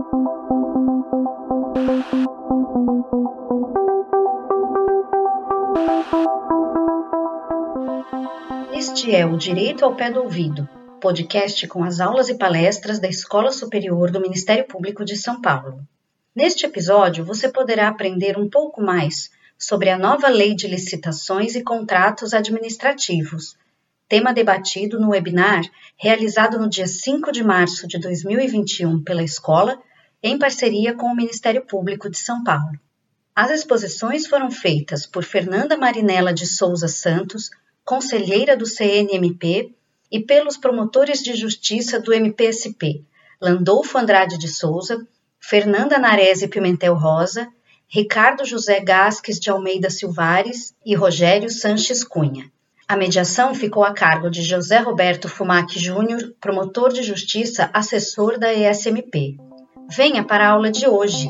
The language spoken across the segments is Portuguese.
Este é o Direito ao Pé do Ouvido, podcast com as aulas e palestras da Escola Superior do Ministério Público de São Paulo. Neste episódio, você poderá aprender um pouco mais sobre a nova Lei de Licitações e Contratos Administrativos, tema debatido no webinar realizado no dia 5 de março de 2021 pela Escola, em parceria com o Ministério Público de São Paulo. As exposições foram feitas por Fernanda Marinella de Souza Santos, conselheira do CNMP, e pelos promotores de justiça do MPSP, Landolfo Andrade de Souza, Fernanda Narese Pimentel Rosa, Ricardo José Gasques de Almeida Silvares e Rogério Sanches Cunha. A mediação ficou a cargo de José Roberto Fumac Júnior, promotor de justiça, assessor da ESMP. Venha para a aula de hoje!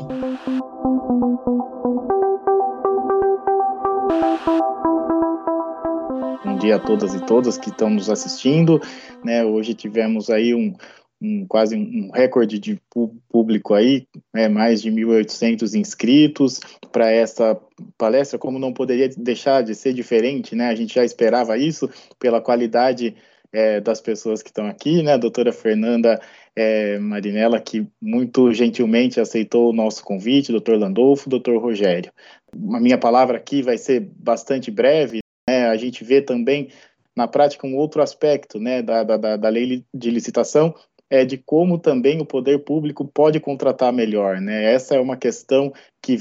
Bom dia a todas e todos que estão nos assistindo, né? Hoje tivemos aí quase um recorde de público aí, né? Mais de 1.800 inscritos para essa palestra, como não poderia deixar de ser diferente, né? A gente já esperava isso pela qualidade das pessoas que estão aqui, né? A doutora Fernanda Marinella, que muito gentilmente aceitou o nosso convite, doutor Landolfo, doutor Rogério. A minha palavra aqui vai ser bastante breve. A gente vê também na prática um outro aspecto, né, da lei de licitação, de como também o poder público pode contratar melhor, né? Essa é uma questão que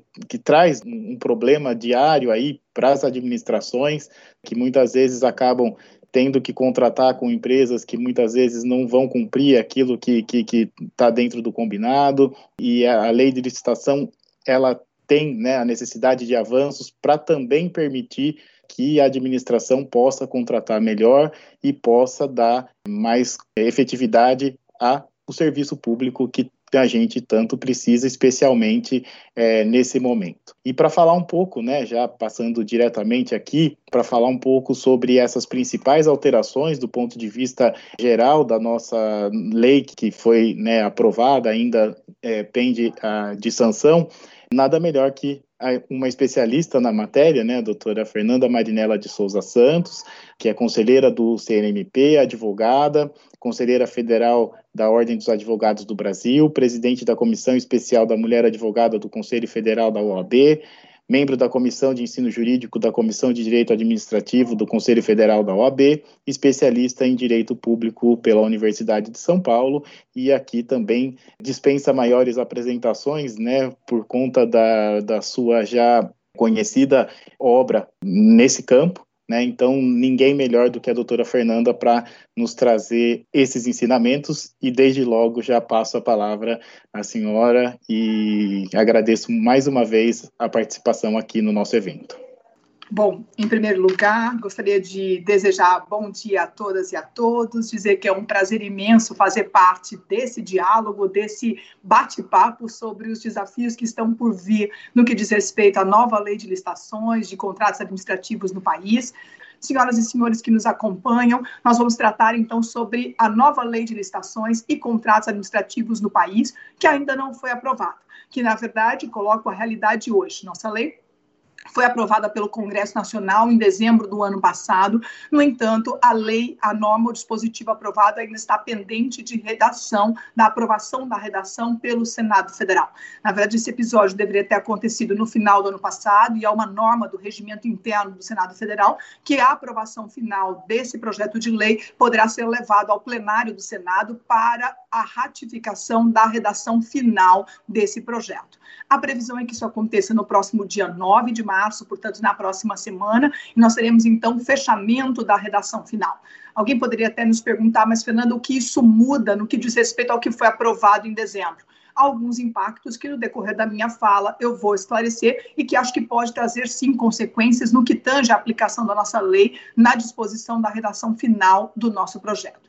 traz um problema diário aí para as administrações, que muitas vezes acabam tendo que contratar com empresas que muitas vezes não vão cumprir aquilo que está dentro do combinado, e a lei de licitação, ela tem, né, a necessidade de avanços para também permitir que a administração possa contratar melhor e possa dar mais efetividade ao serviço público que a gente tanto precisa, especialmente nesse momento. E para falar um pouco, né, já passando diretamente aqui, para falar um pouco sobre essas principais alterações do ponto de vista geral da nossa lei, que foi, né, aprovada, ainda pende de sanção, nada melhor que uma especialista na matéria, né, a doutora Fernanda Marinella de Souza Santos, que é conselheira do CNMP, advogada, conselheira federal da Ordem dos Advogados do Brasil, presidente da Comissão Especial da Mulher Advogada do Conselho Federal da OAB, membro da Comissão de Ensino Jurídico da Comissão de Direito Administrativo do Conselho Federal da OAB, especialista em Direito Público pela Universidade de São Paulo, e aqui também dispensa maiores apresentações, né, por conta da sua já conhecida obra nesse campo, né? Então, ninguém melhor do que a doutora Fernanda para nos trazer esses ensinamentos, e desde logo já passo a palavra à senhora e agradeço mais uma vez a participação aqui no nosso evento. Bom, em primeiro lugar, gostaria de desejar bom dia a todas e a todos, dizer que é um prazer imenso fazer parte desse diálogo, desse bate-papo sobre os desafios que estão por vir no que diz respeito à nova lei de licitações, de contratos administrativos no país. Senhoras e senhores que nos acompanham, nós vamos tratar então sobre a nova lei de licitações e contratos administrativos no país, que ainda não foi aprovada, que na verdade coloca a realidade hoje. Nossa lei foi aprovada pelo Congresso Nacional em dezembro do ano passado. No entanto, a norma, o dispositivo aprovado ainda está pendente de redação, da aprovação da redação pelo Senado Federal. Na verdade, esse episódio deveria ter acontecido no final do ano passado, e é uma norma do regimento interno do Senado Federal que a aprovação final desse projeto de lei poderá ser levado ao plenário do Senado para a ratificação da redação final desse projeto. A previsão é que isso aconteça no próximo dia 9 de março, portanto, na próxima semana, e nós teremos, então, o fechamento da redação final. Alguém poderia até nos perguntar, mas, Fernanda, o que isso muda no que diz respeito ao que foi aprovado em dezembro? Alguns impactos que, no decorrer da minha fala, eu vou esclarecer e que acho que pode trazer, sim, consequências no que tange a aplicação da nossa lei na disposição da redação final do nosso projeto.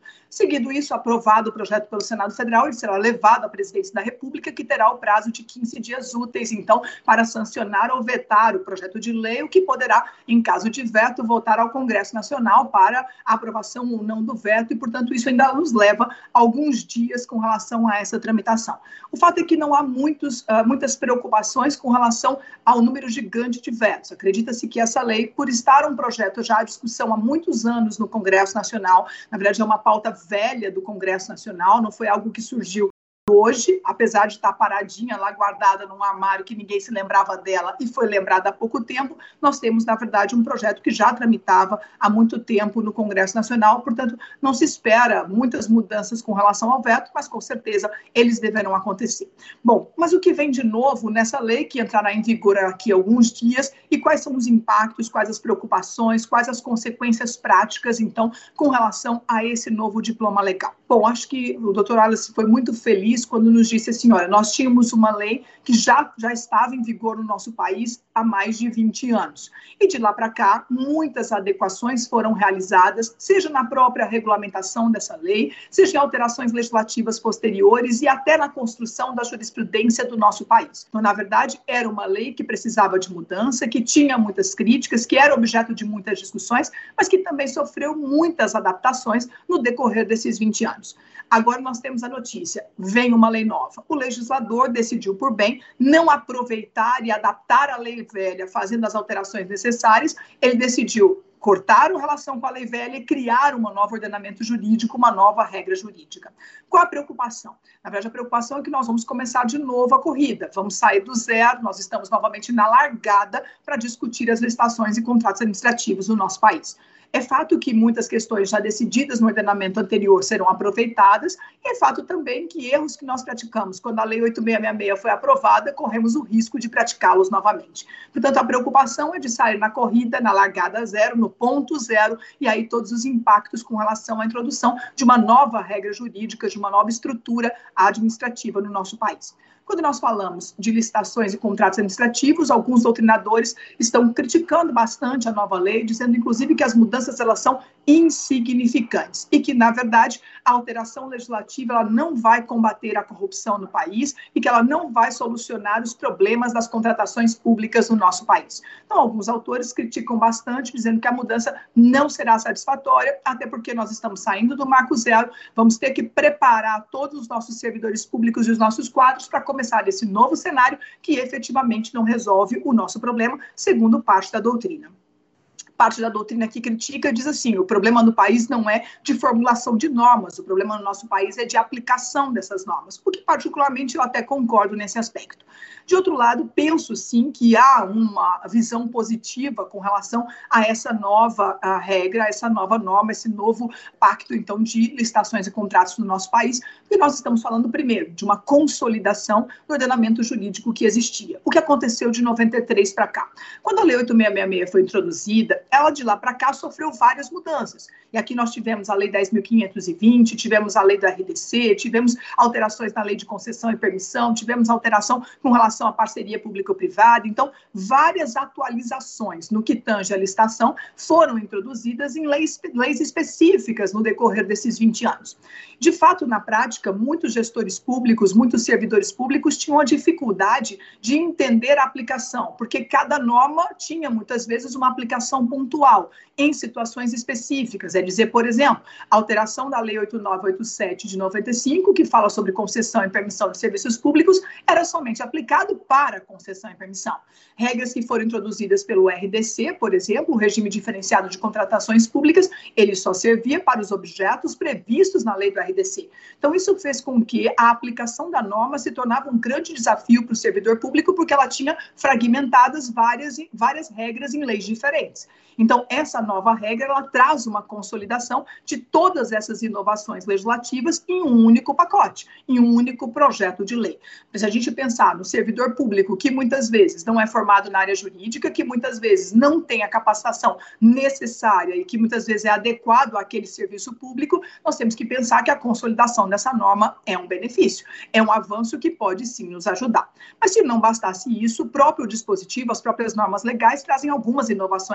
Seguido isso, aprovado o projeto pelo Senado Federal, ele será levado à Presidência da República, que terá o prazo de 15 dias úteis, então, para sancionar ou vetar o projeto de lei, o que poderá, em caso de veto, voltar ao Congresso Nacional para aprovação ou não do veto, e, portanto, isso ainda nos leva alguns dias com relação a essa tramitação. O fato é que não há muitas preocupações com relação ao número gigante de vetos. Acredita-se que essa lei, por estar um projeto já à discussão há muitos anos no Congresso Nacional, na verdade é uma pauta velha do Congresso Nacional, não foi algo que surgiu hoje, apesar de estar paradinha lá, guardada num armário que ninguém se lembrava dela e foi lembrada há pouco tempo, nós temos, na verdade, um projeto que já tramitava há muito tempo no Congresso Nacional, portanto, não se espera muitas mudanças com relação ao veto, mas com certeza eles deverão acontecer. Bom, mas o que vem de novo nessa lei, que entrará em vigor aqui a alguns dias, e quais são os impactos, quais as preocupações, quais as consequências práticas, então, com relação a esse novo diploma legal? Bom, acho que o Dr. Wallace foi muito feliz quando nos disse assim, olha, nós tínhamos uma lei que já estava em vigor no nosso país há mais de 20 anos. E de lá para cá, muitas adequações foram realizadas, seja na própria regulamentação dessa lei, seja em alterações legislativas posteriores e até na construção da jurisprudência do nosso país. Então, na verdade, era uma lei que precisava de mudança, que tinha muitas críticas, que era objeto de muitas discussões, mas que também sofreu muitas adaptações no decorrer desses 20 anos. Agora nós temos a notícia, vem uma lei nova. O legislador decidiu por bem não aproveitar e adaptar a lei velha, fazendo as alterações necessárias, ele decidiu cortar a relação com a lei velha e criar um novo ordenamento jurídico, uma nova regra jurídica. Qual a preocupação? Na verdade, a preocupação é que nós vamos começar de novo a corrida, vamos sair do zero, nós estamos novamente na largada para discutir as licitações e contratos administrativos no nosso país. É fato que muitas questões já decididas no ordenamento anterior serão aproveitadas, e é fato também que erros que nós praticamos quando a Lei 8666 foi aprovada, corremos o risco de praticá-los novamente. Portanto, a preocupação é de sair na corrida, na largada zero, no ponto zero, e aí todos os impactos com relação à introdução de uma nova regra jurídica, de uma nova estrutura administrativa no nosso país. Quando nós falamos de licitações e contratos administrativos, alguns doutrinadores estão criticando bastante a nova lei, dizendo, inclusive, que as mudanças elas são insignificantes e que, na verdade, a alteração legislativa ela não vai combater a corrupção no país e que ela não vai solucionar os problemas das contratações públicas no nosso país. Então, alguns autores criticam bastante, dizendo que a mudança não será satisfatória, até porque nós estamos saindo do marco zero, vamos ter que preparar todos os nossos servidores públicos e os nossos quadros para começar esse novo cenário que efetivamente não resolve o nosso problema, segundo parte da doutrina. Parte da doutrina que critica diz assim, o problema no país não é de formulação de normas, o problema no nosso país é de aplicação dessas normas, o que particularmente eu até concordo nesse aspecto. De outro lado, penso sim que há uma visão positiva com relação a essa nova regra, essa nova norma, esse novo pacto, então, de licitações e contratos no nosso país, porque nós estamos falando, primeiro, de uma consolidação do ordenamento jurídico que existia. O que aconteceu de 93 para cá? Quando a Lei 8666 foi introduzida, ela de lá para cá sofreu várias mudanças. E aqui nós tivemos a Lei 10.520, tivemos a Lei do RDC, tivemos alterações na Lei de Concessão e Permissão, tivemos alteração com relação à parceria público-privada. Então, várias atualizações no que tange a licitação foram introduzidas em leis específicas no decorrer desses 20 anos. De fato, na prática, muitos gestores públicos, muitos servidores públicos tinham a dificuldade de entender a aplicação, porque cada norma tinha, muitas vezes, uma aplicação pontual em situações específicas. É dizer, por exemplo, a alteração da Lei 8987 de 95, que fala sobre concessão e permissão de serviços públicos, era somente aplicado para concessão e permissão. Regras que foram introduzidas pelo RDC, por exemplo, o regime diferenciado de contratações públicas, ele só servia para os objetos previstos na lei do RDC. Então, isso fez com que a aplicação da norma se tornava um grande desafio para o servidor público, porque ela tinha fragmentadas várias regras em leis diferentes. Então, essa nova regra, ela traz uma consolidação de todas essas inovações legislativas em um único pacote, em um único projeto de lei. Mas se a gente pensar no servidor público, que muitas vezes não é formado na área jurídica, que muitas vezes não tem a capacitação necessária e que muitas vezes é adequado àquele serviço público, nós temos que pensar que a consolidação dessa norma é um benefício, é um avanço que pode sim nos ajudar. Mas se não bastasse isso, o próprio dispositivo, as próprias normas legais trazem algumas inovações que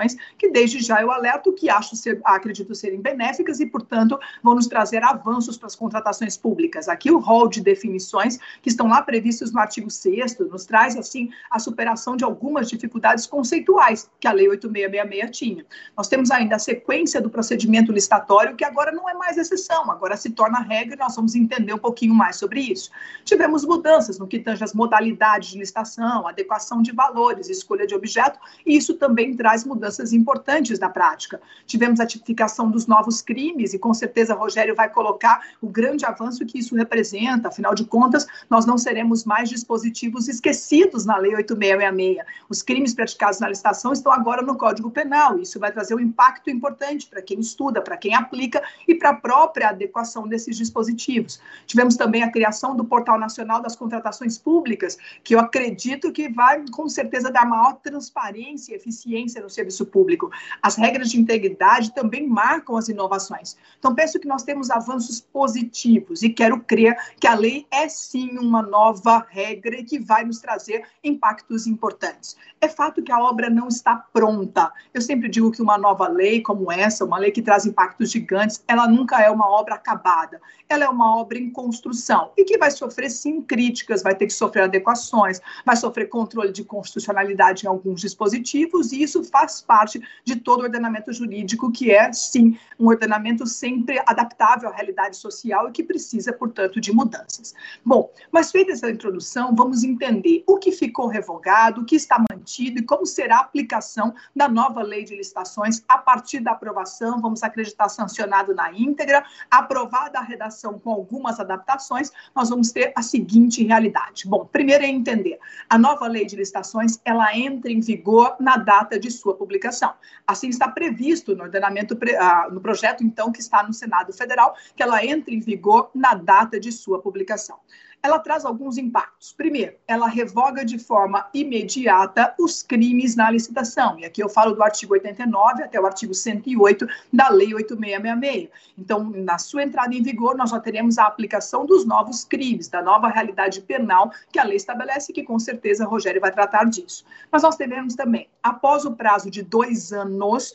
desde já eu alerto que acredito serem benéficas e, portanto, vão nos trazer avanços para as contratações públicas. Aqui o rol de definições que estão lá previstos no artigo 6º nos traz, assim, a superação de algumas dificuldades conceituais que a Lei 8666 tinha. Nós temos ainda a sequência do procedimento licitatório, que agora não é mais exceção, agora se torna regra e nós vamos entender um pouquinho mais sobre isso. Tivemos mudanças no que tange as modalidades de licitação, adequação de valores, escolha de objeto, e isso também traz mudanças importantes na prática. Tivemos a tipificação dos novos crimes e, com certeza, Rogério vai colocar o grande avanço que isso representa. Afinal de contas, nós não seremos mais dispositivos esquecidos na Lei 8666. Os crimes praticados na licitação estão agora no Código Penal. Isso vai trazer um impacto importante para quem estuda, para quem aplica e para a própria adequação desses dispositivos. Tivemos também a criação do Portal Nacional das Contratações Públicas, que eu acredito que vai, com certeza, dar maior transparência e eficiência no serviço público. As regras de integridade também marcam as inovações. Então, penso que nós temos avanços positivos e quero crer que a lei é, sim, uma nova regra e que vai nos trazer impactos importantes. É fato que a obra não está pronta. Eu sempre digo que uma nova lei como essa, uma lei que traz impactos gigantes, ela nunca é uma obra acabada. Ela é uma obra em construção e que vai sofrer, sim, críticas, vai ter que sofrer adequações, vai sofrer controle de constitucionalidade em alguns dispositivos, e isso faz parte de todo o ordenamento jurídico, que é, sim, um ordenamento sempre adaptável à realidade social e que precisa, portanto, de mudanças. Bom, mas feita essa introdução, vamos entender o que ficou revogado, o que está mantido e como será a aplicação da nova lei de licitações a partir da aprovação. Vamos acreditar sancionado na íntegra, aprovada a redação com algumas adaptações, nós vamos ter a seguinte realidade. Bom, primeiro é entender, a nova lei de licitações, ela entra em vigor na data de sua publicação. Assim está previsto no ordenamento, no projeto, então, que está no Senado Federal, que ela entre em vigor na data de sua publicação. Ela traz alguns impactos. Primeiro, ela revoga de forma imediata os crimes na licitação. E aqui eu falo do artigo 89 até o artigo 108 da Lei 8666. Então, na sua entrada em vigor, nós já teremos a aplicação dos novos crimes, da nova realidade penal que a lei estabelece, que com certeza Rogério vai tratar disso. Mas nós teremos também, após o prazo de 2 anos,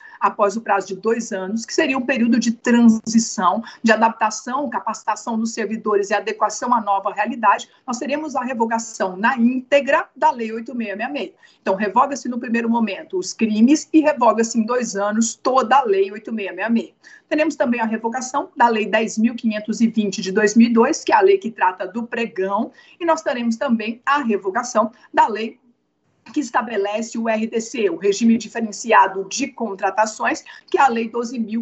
que seria um período de transição, de adaptação, capacitação dos servidores e adequação à nova realidade, nós teremos a revogação na íntegra da Lei 8666. Então, revoga-se no primeiro momento os crimes e revoga-se em 2 anos toda a Lei 8666. Teremos também a revogação da Lei 10.520 de 2002, que é a lei que trata do pregão, e nós teremos também a revogação da lei que estabelece o RDC, o Regime Diferenciado de Contratações, que é a Lei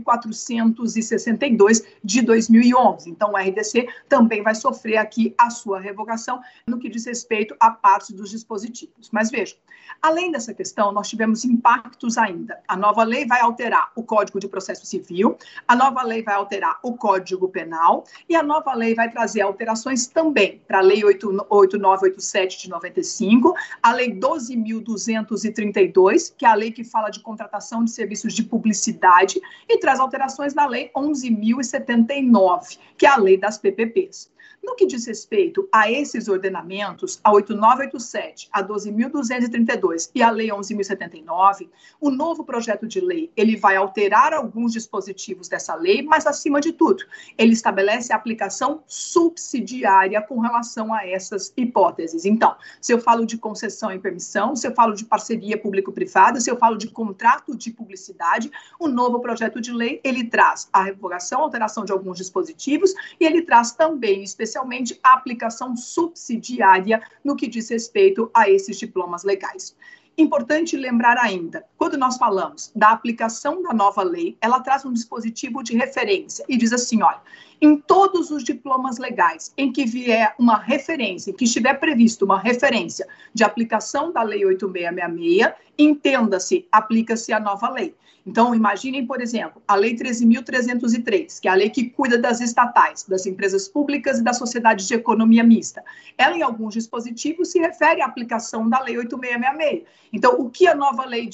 12.462 de 2011. Então, o RDC também vai sofrer aqui a sua revogação no que diz respeito à parte dos dispositivos. Mas veja, além dessa questão, nós tivemos impactos ainda. A nova lei vai alterar o Código de Processo Civil, a nova lei vai alterar o Código Penal e a nova lei vai trazer alterações também para a Lei 8987 de 95, a Lei 12.232, que é a lei que fala de contratação de serviços de publicidade, e traz alterações na Lei 11.079, que é a lei das PPPs. No que diz respeito a esses ordenamentos, a 8987, a 12.232 e a Lei 11.079, o novo projeto de lei, ele vai alterar alguns dispositivos dessa lei, mas, acima de tudo, ele estabelece a aplicação subsidiária com relação a essas hipóteses. Então, se eu falo de concessão e permissão, se eu falo de parceria público-privada, se eu falo de contrato de publicidade, o novo projeto de lei, ele traz a revogação, alteração de alguns dispositivos e ele traz também, especialmente, a aplicação subsidiária no que diz respeito a esses diplomas legais. Importante lembrar ainda, quando nós falamos da aplicação da nova lei, ela traz um dispositivo de referência e diz assim, olha, em todos os diplomas legais em que vier uma referência, em que estiver previsto uma referência de aplicação da Lei 8666, entenda-se, aplica-se a nova lei. Então, imaginem, por exemplo, a Lei 13.303, que é a lei que cuida das estatais, das empresas públicas e das sociedades de economia mista. Ela, em alguns dispositivos, se refere à aplicação da Lei 8666. Então, o que a nova lei diz?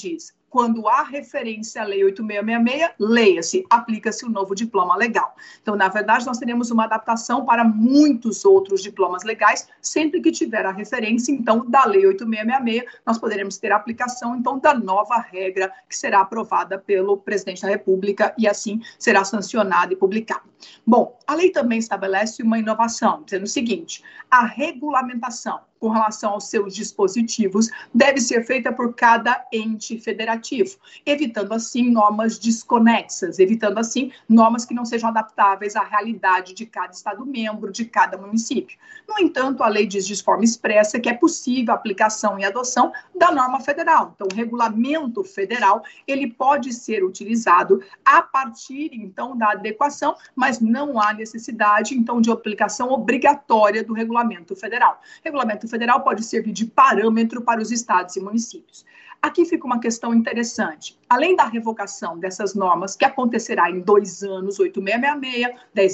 quando há referência à Lei 8.666, leia-se, aplica-se o novo diploma legal. Então, na verdade, nós teremos uma adaptação para muitos outros diplomas legais, sempre que tiver a referência, então, da Lei 8.666, nós poderemos ter a aplicação, então, da nova regra que será aprovada pelo presidente da República e assim será sancionada e publicada. Bom, a lei também estabelece uma inovação, dizendo o seguinte: a regulamentação com relação aos seus dispositivos deve ser feita por cada ente federativo, evitando assim normas desconexas, evitando assim normas que não sejam adaptáveis à realidade de cada estado-membro, de cada município. No entanto, a lei diz de forma expressa que é possível a aplicação e adoção da norma federal. Então, o regulamento federal, ele pode ser utilizado a partir, então, da adequação, mas não há necessidade, então, de aplicação obrigatória do regulamento federal. O regulamento federal pode servir de parâmetro para os estados e municípios. Aqui fica uma questão interessante. Além da revogação dessas normas, que acontecerá em 2 anos, 8.666,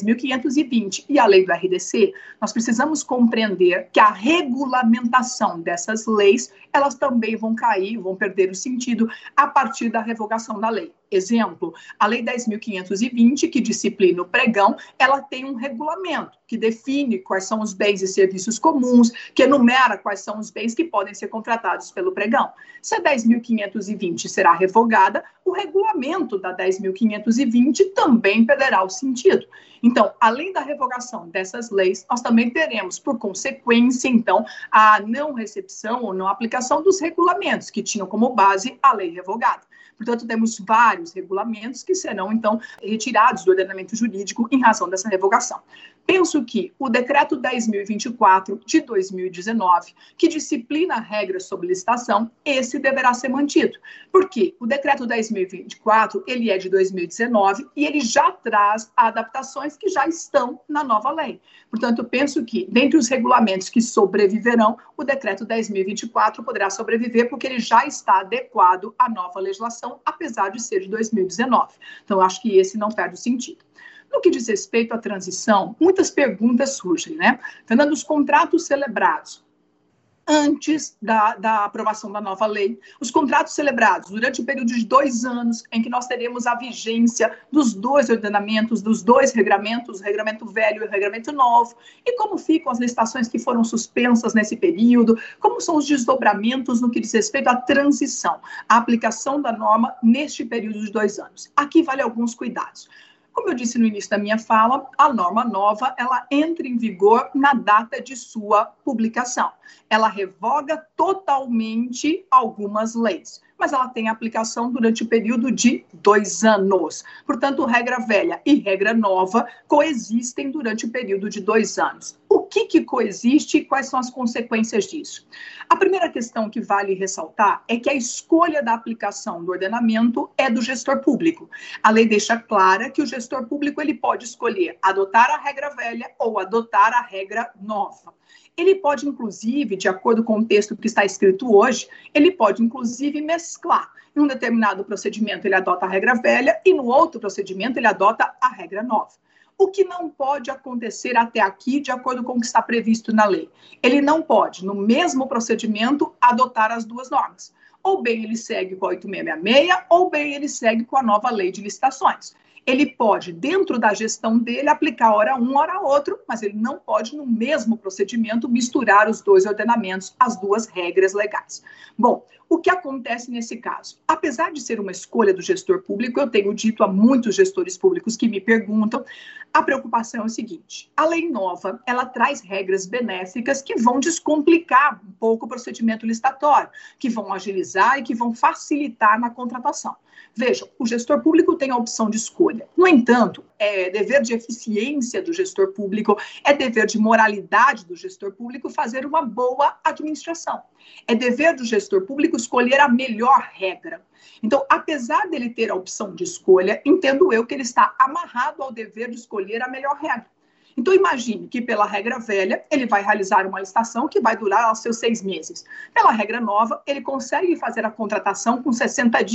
10.520 e a lei do RDC, nós precisamos compreender que a regulamentação dessas leis, elas também vão cair, vão perder o sentido a partir da revogação da lei. Exemplo, a Lei 10.520, que disciplina o pregão, ela tem um regulamento que define quais são os bens e serviços comuns, que enumera quais são os bens que podem ser contratados pelo pregão. Se a 10.520 será revogada, o regulamento da 10.520 também perderá o sentido. Então, além da revogação dessas leis, nós também teremos, por consequência, então, a não recepção ou não aplicação dos regulamentos que tinham como base a lei revogada. Portanto, temos vários regulamentos que serão, então, retirados do ordenamento jurídico em razão dessa revogação. Penso que o decreto 10.024 de 2019, que disciplina regras sobre licitação, esse deverá ser mantido. Porque o decreto 10.024, ele é de 2019 e ele já traz adaptações que já estão na nova lei. Portanto, penso que, dentre os regulamentos que sobreviverão, o decreto 10.024 poderá sobreviver porque ele já está adequado à nova legislação, apesar de ser de 2019. Então, acho que esse não perde o sentido. No que diz respeito à transição, muitas perguntas surgem, né? Fernando, os contratos celebrados antes da aprovação da nova lei, os contratos celebrados durante o período de 2 anos, em que nós teremos a vigência dos 2 ordenamentos, dos 2 regramentos, o regramento velho e o regramento novo, e como ficam as licitações que foram suspensas nesse período, como são os desdobramentos no que diz respeito à transição, à aplicação da norma neste período de 2 anos. Aqui vale alguns cuidados. Como eu disse no início da minha fala, a norma nova, ela entra em vigor na data de sua publicação. Ela revoga totalmente algumas leis, mas ela tem aplicação durante o período de 2 anos. Portanto, regra velha e regra nova coexistem durante o período de 2 anos. O que coexiste e quais são as consequências disso? A primeira questão que vale ressaltar é que a escolha da aplicação do ordenamento é do gestor público. A lei deixa clara que o gestor público ele pode escolher adotar a regra velha ou adotar a regra nova. Ele pode, inclusive, de acordo com o texto que está escrito hoje, ele pode, inclusive, mesclar. Em um determinado procedimento, ele adota a regra velha e, no outro procedimento, ele adota a regra nova. O que não pode acontecer até aqui, de acordo com o que está previsto na lei? Ele não pode, no mesmo procedimento, adotar as 2 normas. Ou bem ele segue com a 8.666, ou bem ele segue com a nova lei de licitações. Ele pode, dentro da gestão dele, aplicar hora um, hora outro, mas ele não pode, no mesmo procedimento, misturar os 2 ordenamentos, as 2 regras legais. Bom, o que acontece nesse caso? Apesar de ser uma escolha do gestor público, eu tenho dito a muitos gestores públicos que me perguntam, a preocupação é o seguinte: a lei nova, ela traz regras benéficas que vão descomplicar um pouco o procedimento licitatório, que vão agilizar e que vão facilitar na contratação. Vejam, o gestor público tem a opção de escolha. No entanto, é dever de eficiência do gestor público, é dever de moralidade do gestor público fazer uma boa administração. É dever do gestor público escolher a melhor regra. Então, apesar dele ter a opção de escolha, entendo eu que ele está amarrado ao dever de escolher a melhor regra. Então, imagine que pela regra velha, ele vai realizar uma licitação que vai durar os seus 6 meses. Pela regra nova, ele consegue fazer a contratação com 60 dias.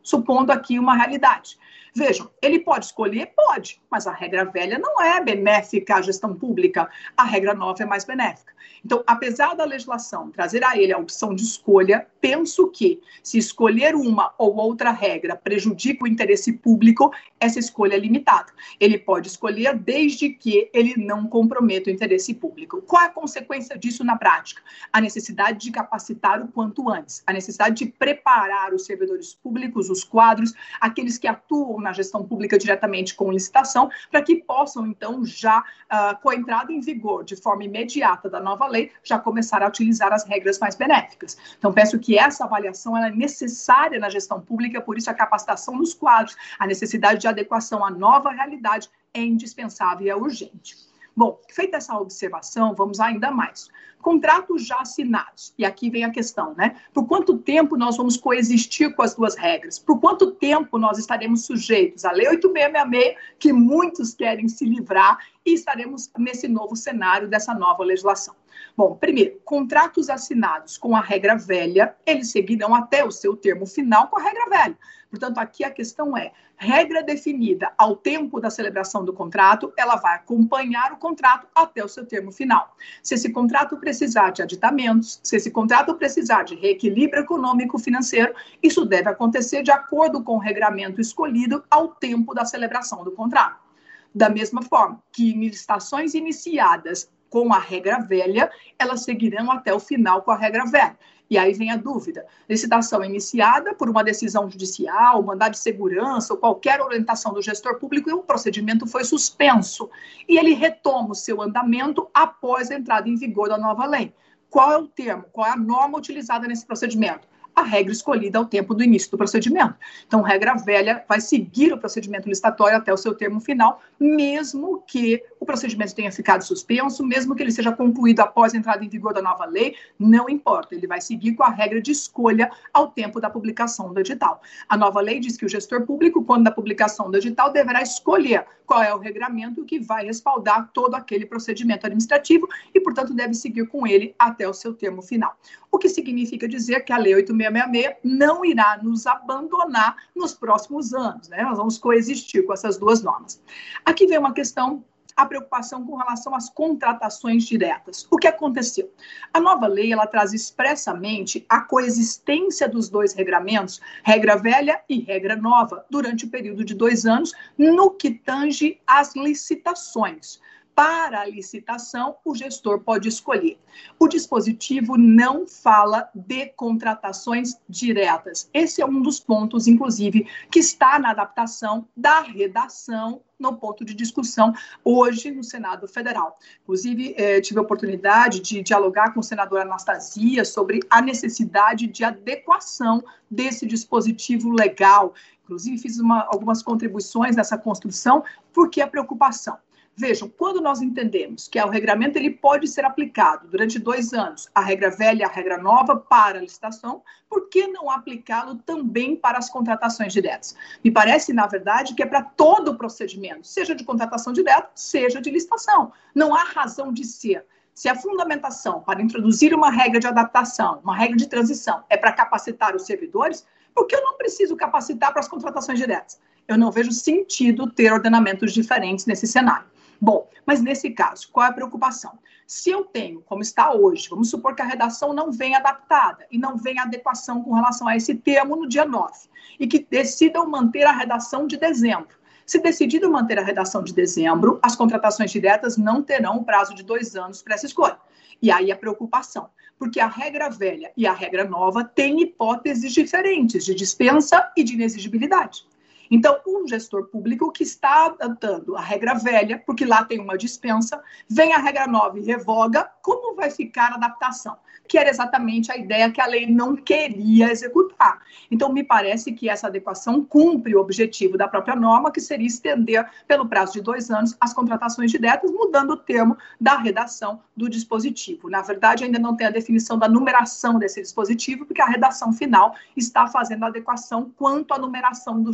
supondo aqui uma realidade. Vejam, ele pode escolher? Pode, mas a regra velha não é benéfica à gestão pública, a regra nova é mais benéfica. Então, apesar da legislação trazer a ele a opção de escolha, penso que, se escolher uma ou outra regra prejudica o interesse público, essa escolha é limitada. Ele pode escolher desde que ele não comprometa o interesse público. Qual é a consequência disso na prática? A necessidade de capacitar o quanto antes, a necessidade de preparar os servidores públicos, os quadros, aqueles que atuam na gestão pública diretamente com licitação, para que possam, então, já com a entrada em vigor de forma imediata da nova lei, já começar a utilizar as regras mais benéficas. Então, penso que essa avaliação ela é necessária na gestão pública, por isso a capacitação dos quadros, a necessidade de adequação à nova realidade é indispensável e é urgente. Bom, feita essa observação, vamos ainda mais. Contratos já assinados. E aqui vem a questão, né? Por quanto tempo nós vamos coexistir com as duas regras? Por quanto tempo nós estaremos sujeitos à Lei 8666, que muitos querem se livrar, e estaremos nesse novo cenário dessa nova legislação? Bom, primeiro, contratos assinados com a regra velha, eles seguirão até o seu termo final com a regra velha. Portanto, aqui a questão é, regra definida ao tempo da celebração do contrato, ela vai acompanhar o contrato até o seu termo final. Se esse contrato precisar de aditamentos, se esse contrato precisar de reequilíbrio econômico-financeiro, isso deve acontecer de acordo com o regramento escolhido ao tempo da celebração do contrato. Da mesma forma que em licitações iniciadas com a regra velha, elas seguirão até o final com a regra velha. E aí vem a dúvida. Licitação iniciada por uma decisão judicial, mandado de segurança ou qualquer orientação do gestor público e o procedimento foi suspenso. E ele retoma o seu andamento após a entrada em vigor da nova lei. Qual é o termo? Qual é a norma utilizada nesse procedimento? A regra escolhida ao tempo do início do procedimento. Então, regra velha vai seguir o procedimento licitatório até o seu termo final, mesmo que o procedimento tenha ficado suspenso, mesmo que ele seja concluído após a entrada em vigor da nova lei, não importa, ele vai seguir com a regra de escolha ao tempo da publicação do edital. A nova lei diz que o gestor público, quando da publicação do edital, deverá escolher qual é o regramento que vai respaldar todo aquele procedimento administrativo e, portanto, deve seguir com ele até o seu termo final. O que significa dizer que a Lei 8666 não irá nos abandonar nos próximos anos, né? Nós vamos coexistir com essas duas normas. Aqui vem uma questão, a preocupação com relação às contratações diretas. O que aconteceu? A nova lei, ela traz expressamente a coexistência dos dois regramentos, regra velha e regra nova, durante o período de 2 anos, no que tange às licitações. Para a licitação, o gestor pode escolher. O dispositivo não fala de contratações diretas. Esse é um dos pontos, inclusive, que está na adaptação da redação no ponto de discussão hoje no Senado Federal. Inclusive, tive a oportunidade de dialogar com o senador Anastasia sobre a necessidade de adequação desse dispositivo legal. Inclusive, fiz algumas contribuições nessa construção, porque a preocupação. Vejam, quando nós entendemos que o regramento ele pode ser aplicado durante 2 anos, a regra velha e a regra nova para a licitação, por que não aplicá-lo também para as contratações diretas? Me parece, na verdade, que é para todo o procedimento, seja de contratação direta, seja de licitação. Não há razão de ser. Se a fundamentação para introduzir uma regra de adaptação, uma regra de transição, é para capacitar os servidores, por que eu não preciso capacitar para as contratações diretas? Eu não vejo sentido ter ordenamentos diferentes nesse cenário. Bom, mas nesse caso, qual é a preocupação? Se eu tenho, como está hoje, vamos supor que a redação não venha adaptada e não venha adequação com relação a esse termo no dia 9, e que decidam manter a redação de dezembro. Se decidido manter a redação de dezembro, as contratações diretas não terão o prazo de 2 anos para essa escolha. E aí a preocupação, porque a regra velha e a regra nova têm hipóteses diferentes de dispensa e de inexigibilidade. Então, um gestor público que está adotando a regra velha, porque lá tem uma dispensa, vem a regra nova e revoga, como vai ficar a adaptação? Que era exatamente a ideia que a lei não queria executar. Então, me parece que essa adequação cumpre o objetivo da própria norma, que seria estender, pelo prazo de 2 anos, as contratações diretas, mudando o termo da redação do dispositivo. Na verdade, ainda não tem a definição da numeração desse dispositivo, porque a redação final está fazendo a adequação quanto à numeração dos dispositivos.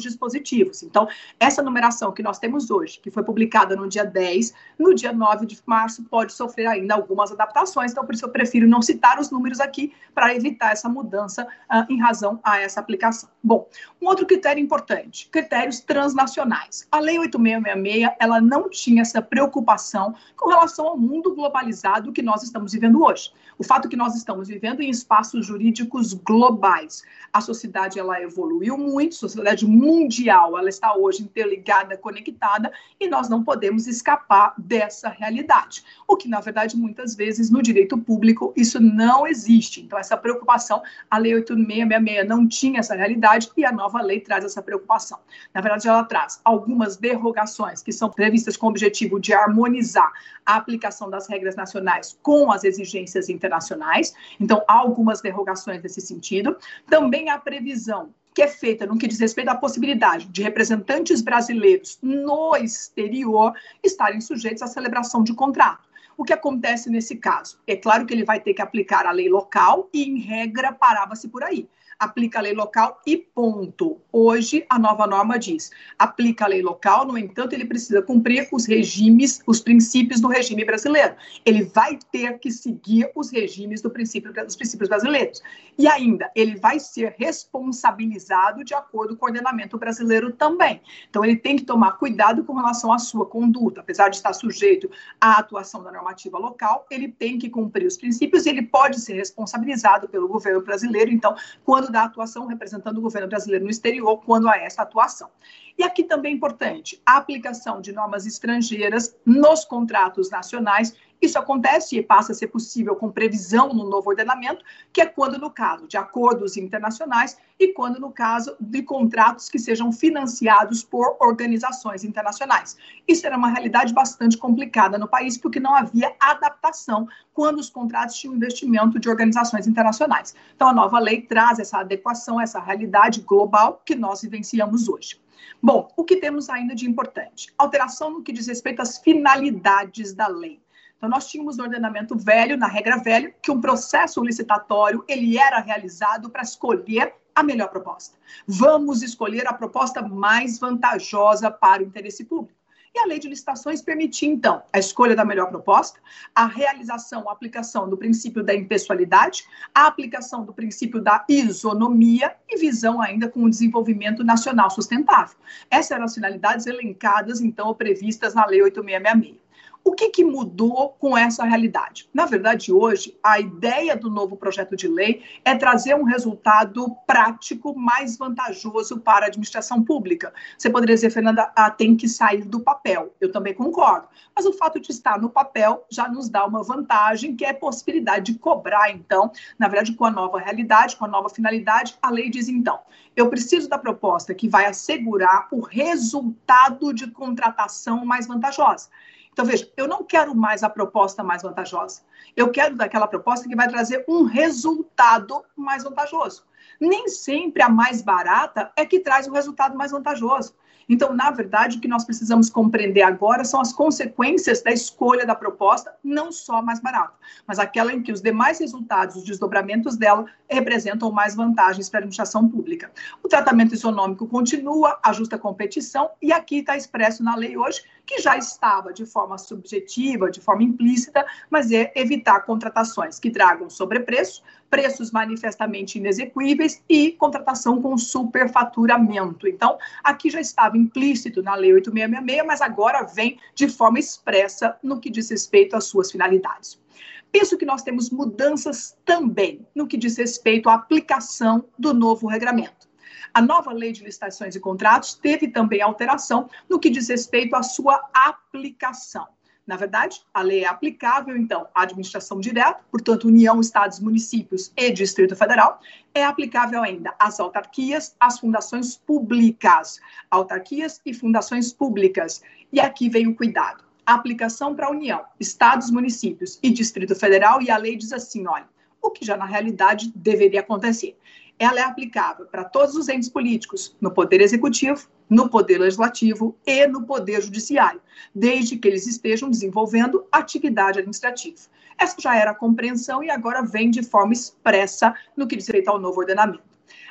objetivos. Então, essa numeração que nós temos hoje, que foi publicada no dia 10, no dia 9 de março, pode sofrer ainda algumas adaptações, então por isso eu prefiro não citar os números aqui para evitar essa mudança em razão a essa aplicação. Bom, um outro critério importante, critérios transnacionais. A Lei 8666, ela não tinha essa preocupação com relação ao mundo globalizado que nós estamos vivendo hoje. O fato que nós estamos vivendo em espaços jurídicos globais. A sociedade, ela evoluiu muito, a sociedade mundial, ela está hoje interligada, conectada, e nós não podemos escapar dessa realidade. O que, na verdade, muitas vezes, no direito público, isso não existe. Então, essa preocupação, a Lei 8666 não tinha essa realidade e a nova lei traz essa preocupação. Na verdade, ela traz algumas derrogações que são previstas com o objetivo de harmonizar a aplicação das regras nacionais com as exigências internacionais. Então, há algumas derrogações nesse sentido. Também há previsão que é feita no que diz respeito à possibilidade de representantes brasileiros no exterior estarem sujeitos à celebração de contrato. O que acontece nesse caso? É claro que ele vai ter que aplicar a lei local e, em regra, parava-se por aí. Aplica a lei local e ponto. Hoje, a nova norma diz, aplica a lei local, no entanto, ele precisa cumprir os regimes, os princípios do regime brasileiro. Ele vai ter que seguir os regimes dos princípios brasileiros. E ainda, ele vai ser responsabilizado de acordo com o ordenamento brasileiro também. Então, ele tem que tomar cuidado com relação à sua conduta. Apesar de estar sujeito à atuação da normativa local, ele tem que cumprir os princípios e ele pode ser responsabilizado pelo governo brasileiro. Então, quando da atuação representando o governo brasileiro no exterior, quando há essa atuação. E aqui também é importante, a aplicação de normas estrangeiras nos contratos nacionais. Isso acontece e passa a ser possível com previsão no novo ordenamento, que é quando, no caso de acordos internacionais e quando, no caso de contratos que sejam financiados por organizações internacionais. Isso era uma realidade bastante complicada no país, porque não havia adaptação quando os contratos tinham investimento de organizações internacionais. Então, a nova lei traz essa adequação, essa realidade global que nós vivenciamos hoje. Bom, o que temos ainda de importante? Alteração no que diz respeito às finalidades da lei. Então, nós tínhamos no ordenamento velho, na regra velha, que um processo licitatório, ele era realizado para escolher a melhor proposta. Vamos escolher a proposta mais vantajosa para o interesse público. E a lei de licitações permitia, então, a escolha da melhor proposta, a realização, a aplicação do princípio da impessoalidade, a aplicação do princípio da isonomia e visão ainda com o desenvolvimento nacional sustentável. Essas eram as finalidades elencadas, então, ou previstas na Lei 8666. O que mudou com essa realidade? Na verdade, hoje, a ideia do novo projeto de lei é trazer um resultado prático mais vantajoso para a administração pública. Você poderia dizer, Fernanda, tem que sair do papel. Eu também concordo. Mas o fato de estar no papel já nos dá uma vantagem, que é a possibilidade de cobrar, então, na verdade, com a nova realidade, com a nova finalidade, a lei diz, então, eu preciso da proposta que vai assegurar o resultado de contratação mais vantajosa. Então, veja, eu não quero mais a proposta mais vantajosa. Eu quero daquela proposta que vai trazer um resultado mais vantajoso. Nem sempre a mais barata é que traz o resultado mais vantajoso. Então, na verdade, o que nós precisamos compreender agora são as consequências da escolha da proposta, não só a mais barata, mas aquela em que os demais resultados, os desdobramentos dela, representam mais vantagens para a administração pública. O tratamento isonômico continua, a justa competição, e aqui está expresso na lei hoje, que já estava de forma subjetiva, de forma implícita, mas é evitar contratações que tragam sobrepreço, preços manifestamente inexequíveis e contratação com superfaturamento. Então, aqui já estava implícito na Lei 8666, mas agora vem de forma expressa no que diz respeito às suas finalidades. Penso que nós temos mudanças também no que diz respeito à aplicação do novo regramento. A nova Lei de Licitações e Contratos teve também alteração no que diz respeito à sua aplicação. Na verdade, a lei é aplicável, então, à administração direta, portanto, União, Estados, Municípios e Distrito Federal, é aplicável ainda às autarquias, às fundações públicas, autarquias e fundações públicas. E aqui vem o cuidado. A aplicação para a União, Estados, Municípios e Distrito Federal, e a lei diz assim, olha, o que já na realidade deveria acontecer. Ela é aplicável para todos os entes políticos, no Poder Executivo, no Poder Legislativo e no Poder Judiciário, desde que eles estejam desenvolvendo atividade administrativa. Essa já era a compreensão e agora vem de forma expressa no que diz respeito ao novo ordenamento.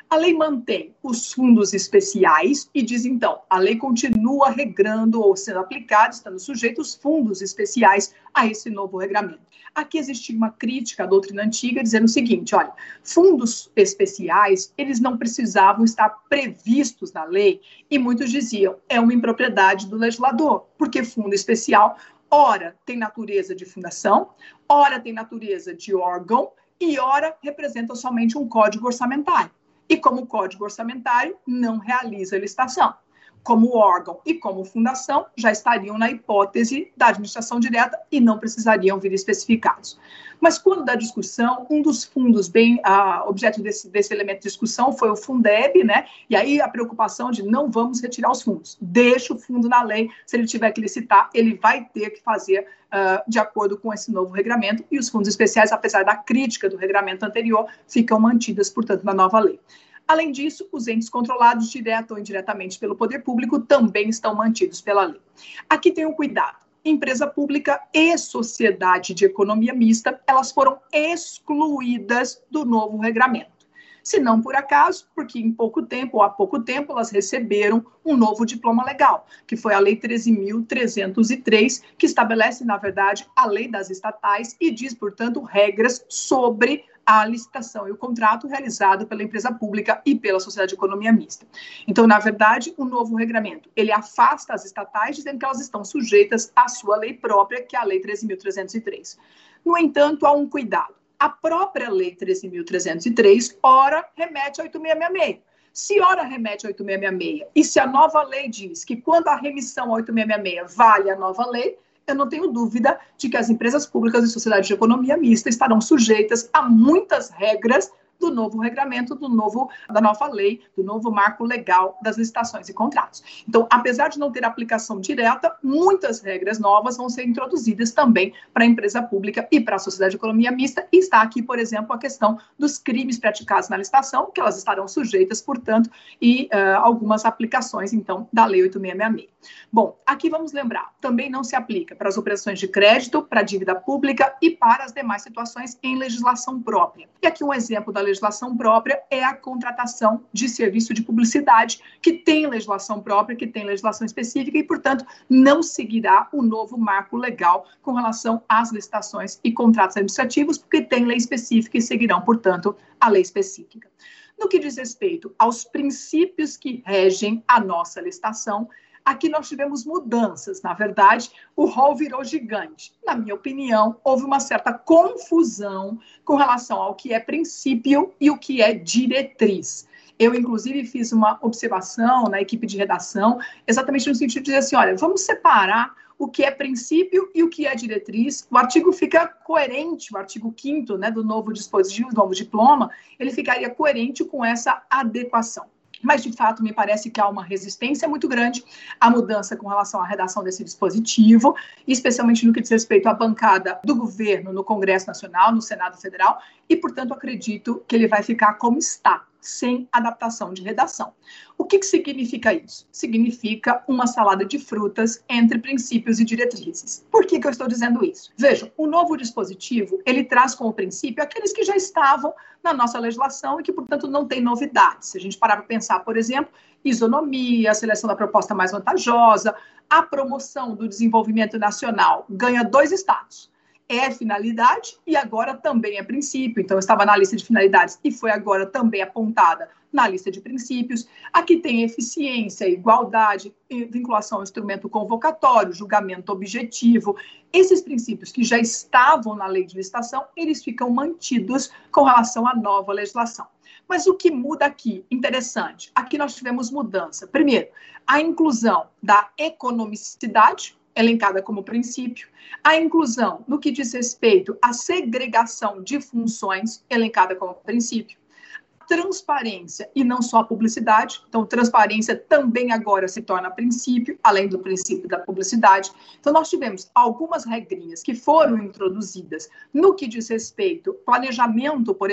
A lei mantém os fundos especiais e diz, então, a lei continua regrando ou sendo aplicada, estando sujeitos os fundos especiais a esse novo regramento. Aqui existia uma crítica à doutrina antiga dizendo o seguinte, olha, fundos especiais, eles não precisavam estar previstos na lei e muitos diziam, é uma impropriedade do legislador, porque fundo especial, ora tem natureza de fundação, ora tem natureza de órgão e ora representa somente um código orçamentário. E como código orçamentário, não realiza licitação. Como órgão e como fundação, já estariam na hipótese da administração direta e não precisariam vir especificados. Mas quando da discussão, um dos fundos bem objeto desse elemento de discussão foi o Fundeb, né? E aí a preocupação de não vamos retirar os fundos. Deixa o fundo na lei, se ele tiver que licitar, ele vai ter que fazer de acordo com esse novo regramento e os fundos especiais, apesar da crítica do regramento anterior, ficam mantidas, portanto, na nova lei. Além disso, os entes controlados, direto ou indiretamente pelo poder público, também estão mantidos pela lei. Aqui tem um cuidado. Empresa pública e sociedade de economia mista, elas foram excluídas do novo regramento. Se não por acaso, porque em pouco tempo, ou há pouco tempo, elas receberam um novo diploma legal, que foi a Lei 13.303, que estabelece, na verdade, a lei das estatais e diz, portanto, regras sobre a licitação e o contrato realizado pela empresa pública e pela sociedade de economia mista. Então, na verdade, o novo regramento, ele afasta as estatais, dizendo que elas estão sujeitas à sua lei própria, que é a Lei 13.303. No entanto, há um cuidado. A própria Lei 13.303, ora, remete a 8.666. Se ora remete a 8.666 e se a nova lei diz que quando a remissão a 8.666 vale a nova lei, eu não tenho dúvida de que as empresas públicas e sociedades de economia mista estarão sujeitas a muitas regras do novo regramento, da nova lei, do novo marco legal das licitações e contratos. Então, apesar de não ter aplicação direta, muitas regras novas vão ser introduzidas também para a empresa pública e para a sociedade de economia mista. E está aqui, por exemplo, a questão dos crimes praticados na licitação, que elas estarão sujeitas, portanto, e algumas aplicações, então, da Lei 8.666. Bom, aqui vamos lembrar, também não se aplica para as operações de crédito, para a dívida pública e para as demais situações em legislação própria. E aqui um exemplo da legislação própria é a contratação de serviço de publicidade, que tem legislação própria, que tem legislação específica e, portanto, não seguirá o novo marco legal com relação às licitações e contratos administrativos, porque tem lei específica e seguirão, portanto, a lei específica. No que diz respeito aos princípios que regem a nossa licitação, aqui nós tivemos mudanças. Na verdade, o rol virou gigante. Na minha opinião, houve uma certa confusão com relação ao que é princípio e o que é diretriz. Eu, inclusive, fiz uma observação na equipe de redação, exatamente no sentido de dizer assim, olha, vamos separar o que é princípio e o que é diretriz. O artigo fica coerente, o artigo 5º, né, do novo dispositivo, do novo diploma, ele ficaria coerente com essa adequação. Mas, de fato, me parece que há uma resistência muito grande à mudança com relação à redação desse dispositivo, especialmente no que diz respeito à bancada do governo no Congresso Nacional, no Senado Federal, e, portanto, acredito que ele vai ficar como está, sem adaptação de redação. O que significa isso? Significa uma salada de frutas entre princípios e diretrizes. Por que eu estou dizendo isso? Vejam, o novo dispositivo, ele traz como princípio aqueles que já estavam na nossa legislação e que, portanto, não tem novidades. Se a gente parar para pensar, por exemplo, isonomia, a seleção da proposta mais vantajosa, a promoção do desenvolvimento nacional ganha 2 estados. É finalidade e agora também é princípio. Então, estava na lista de finalidades e foi agora também apontada na lista de princípios. Aqui tem eficiência, igualdade, vinculação ao instrumento convocatório, julgamento objetivo. Esses princípios que já estavam na lei de licitação, eles ficam mantidos com relação à nova legislação. Mas o que muda aqui? Interessante. Aqui nós tivemos mudança. Primeiro, a inclusão da economicidade, elencada como princípio, a inclusão no que diz respeito à segregação de funções, elencada como princípio, transparência e não só a publicidade. Então, transparência também agora se torna princípio, além do princípio da publicidade. Então, nós tivemos algumas regrinhas que foram introduzidas no que diz respeito ao planejamento, por exemplo,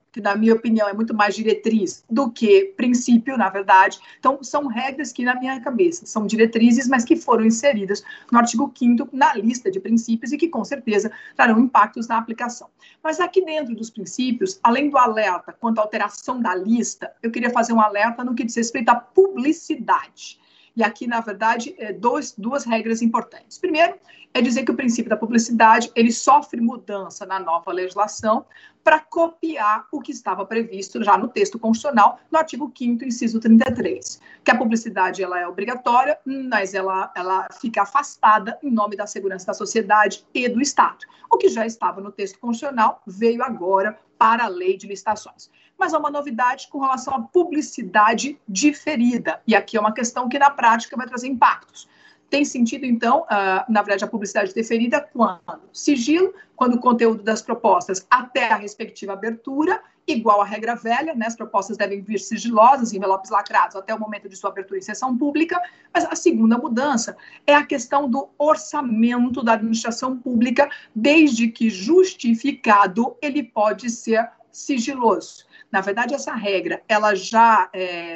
que na minha opinião é muito mais diretriz do que princípio, na verdade. Então, são regras que, na minha cabeça, são diretrizes, mas que foram inseridas no artigo 5º na lista de princípios e que, com certeza, trarão impactos na aplicação. Mas aqui dentro dos princípios, além do alerta quanto à alteração da lista, eu queria fazer um alerta no que diz respeito à publicidade. E aqui, na verdade, duas regras importantes. Primeiro, é dizer que o princípio da publicidade ele sofre mudança na nova legislação para copiar o que estava previsto já no texto constitucional, no artigo 5º, inciso 33, que a publicidade ela é obrigatória, mas ela fica afastada em nome da segurança da sociedade e do Estado. O que já estava no texto constitucional veio agora para a lei de licitações. Mas há uma novidade com relação à publicidade diferida, e aqui é uma questão que na prática vai trazer impactos. Tem sentido, então, na verdade, a publicidade deferida quando? Sigilo, quando o conteúdo das propostas até a respectiva abertura, igual à regra velha, né? As propostas devem vir sigilosas, envelopes lacrados, até o momento de sua abertura em sessão pública. Mas a segunda mudança é a questão do orçamento da administração pública, desde que justificado, ele pode ser sigiloso. Na verdade, essa regra ela já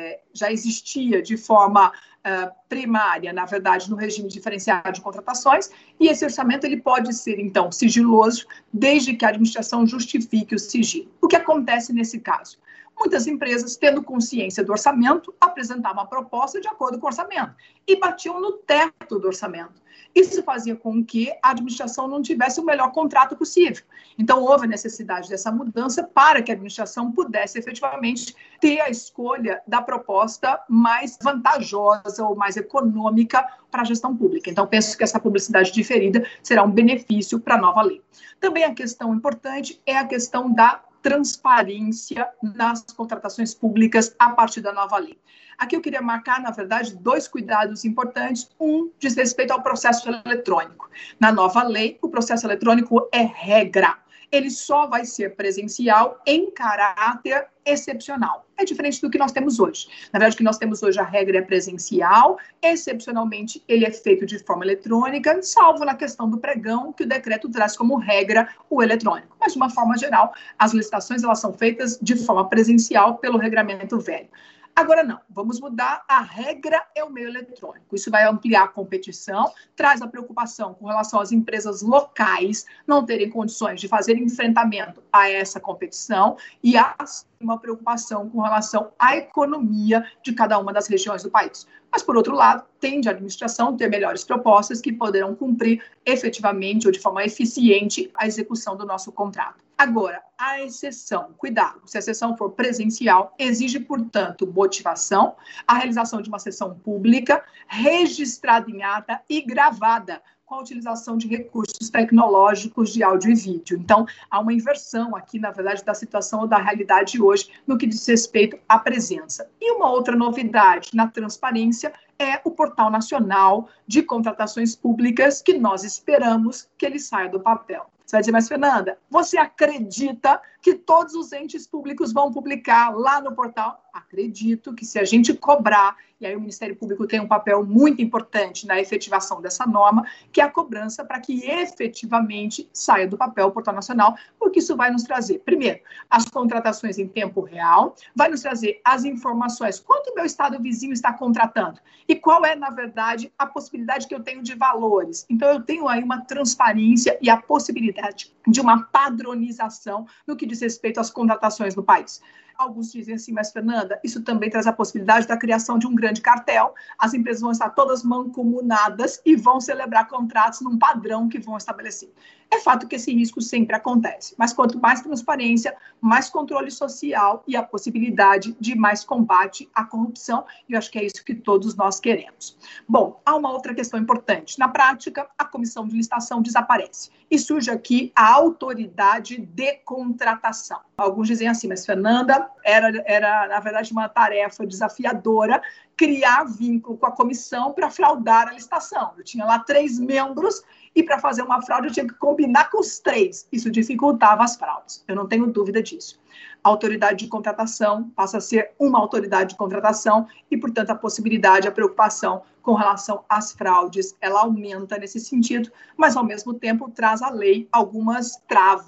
existia de forma primária, na verdade, no regime diferenciado de contratações, e esse orçamento ele pode ser, então, sigiloso, desde que a administração justifique o sigilo. O que acontece nesse caso? Muitas empresas, tendo consciência do orçamento, apresentavam a proposta de acordo com o orçamento e batiam no teto do orçamento. Isso fazia com que a administração não tivesse o melhor contrato possível. Então, houve a necessidade dessa mudança para que a administração pudesse efetivamente ter a escolha da proposta mais vantajosa ou mais econômica para a gestão pública. Então, penso que essa publicidade diferida será um benefício para a nova lei. Também a questão importante é a questão da transparência nas contratações públicas a partir da nova lei. Aqui eu queria marcar, na verdade, 2 cuidados importantes. Um diz respeito ao processo eletrônico. Na nova lei, o processo eletrônico é regra. Ele só vai ser presencial em caráter excepcional. É diferente do que nós temos hoje. Na verdade, o que nós temos hoje, a regra é presencial, excepcionalmente ele é feito de forma eletrônica, salvo na questão do pregão, que o decreto traz como regra o eletrônico. Mas, de uma forma geral, as licitações elas são feitas de forma presencial pelo regramento velho. Agora não, vamos mudar, a regra é o meio eletrônico. Isso vai ampliar a competição, traz a preocupação com relação às empresas locais não terem condições de fazer enfrentamento a essa competição e há uma preocupação com relação à economia de cada uma das regiões do país. Mas, por outro lado, tende a administração ter melhores propostas que poderão cumprir efetivamente ou de forma eficiente a execução do nosso contrato. Agora, a exceção, cuidado, se a sessão for presencial, exige, portanto, motivação, a realização de uma sessão pública, registrada em ata e gravada, com a utilização de recursos tecnológicos de áudio e vídeo. Então, há uma inversão aqui, na verdade, da situação ou da realidade hoje no que diz respeito à presença. E uma outra novidade na transparência é o Portal Nacional de Contratações Públicas, que nós esperamos que ele saia do papel. Você vai dizer, mas Fernanda, você acredita que todos os entes públicos vão publicar lá no portal? Acredito que se a gente cobrar, e aí o Ministério Público tem um papel muito importante na efetivação dessa norma, que é a cobrança para que efetivamente saia do papel o Portal Nacional, porque isso vai nos trazer, primeiro, as contratações em tempo real, vai nos trazer as informações, quanto o meu estado vizinho está contratando, e qual é, na verdade, a possibilidade que eu tenho de valores. Então, eu tenho aí uma transparência e a possibilidade de uma padronização no que diz respeito às contratações no país. Alguns dizem assim, mas Fernanda, isso também traz a possibilidade da criação de um grande cartel, as empresas vão estar todas mancomunadas e vão celebrar contratos num padrão que vão estabelecer. É fato que esse risco sempre acontece, mas quanto mais transparência, mais controle social e a possibilidade de mais combate à corrupção, e eu acho que é isso que todos nós queremos. Bom, há uma outra questão importante. Na prática, a comissão de licitação desaparece e surge aqui a autoridade de contratação. Alguns dizem assim, mas Fernanda, era na verdade uma tarefa desafiadora criar vínculo com a comissão para fraudar a licitação. Eu tinha lá 3 membros e para fazer uma fraude eu tinha que combinar com os 3. Isso dificultava as fraudes, eu não tenho dúvida disso. A autoridade de contratação passa a ser uma autoridade de contratação e, portanto, a possibilidade, a preocupação com relação às fraudes, ela aumenta nesse sentido, mas, ao mesmo tempo, traz à lei algumas travas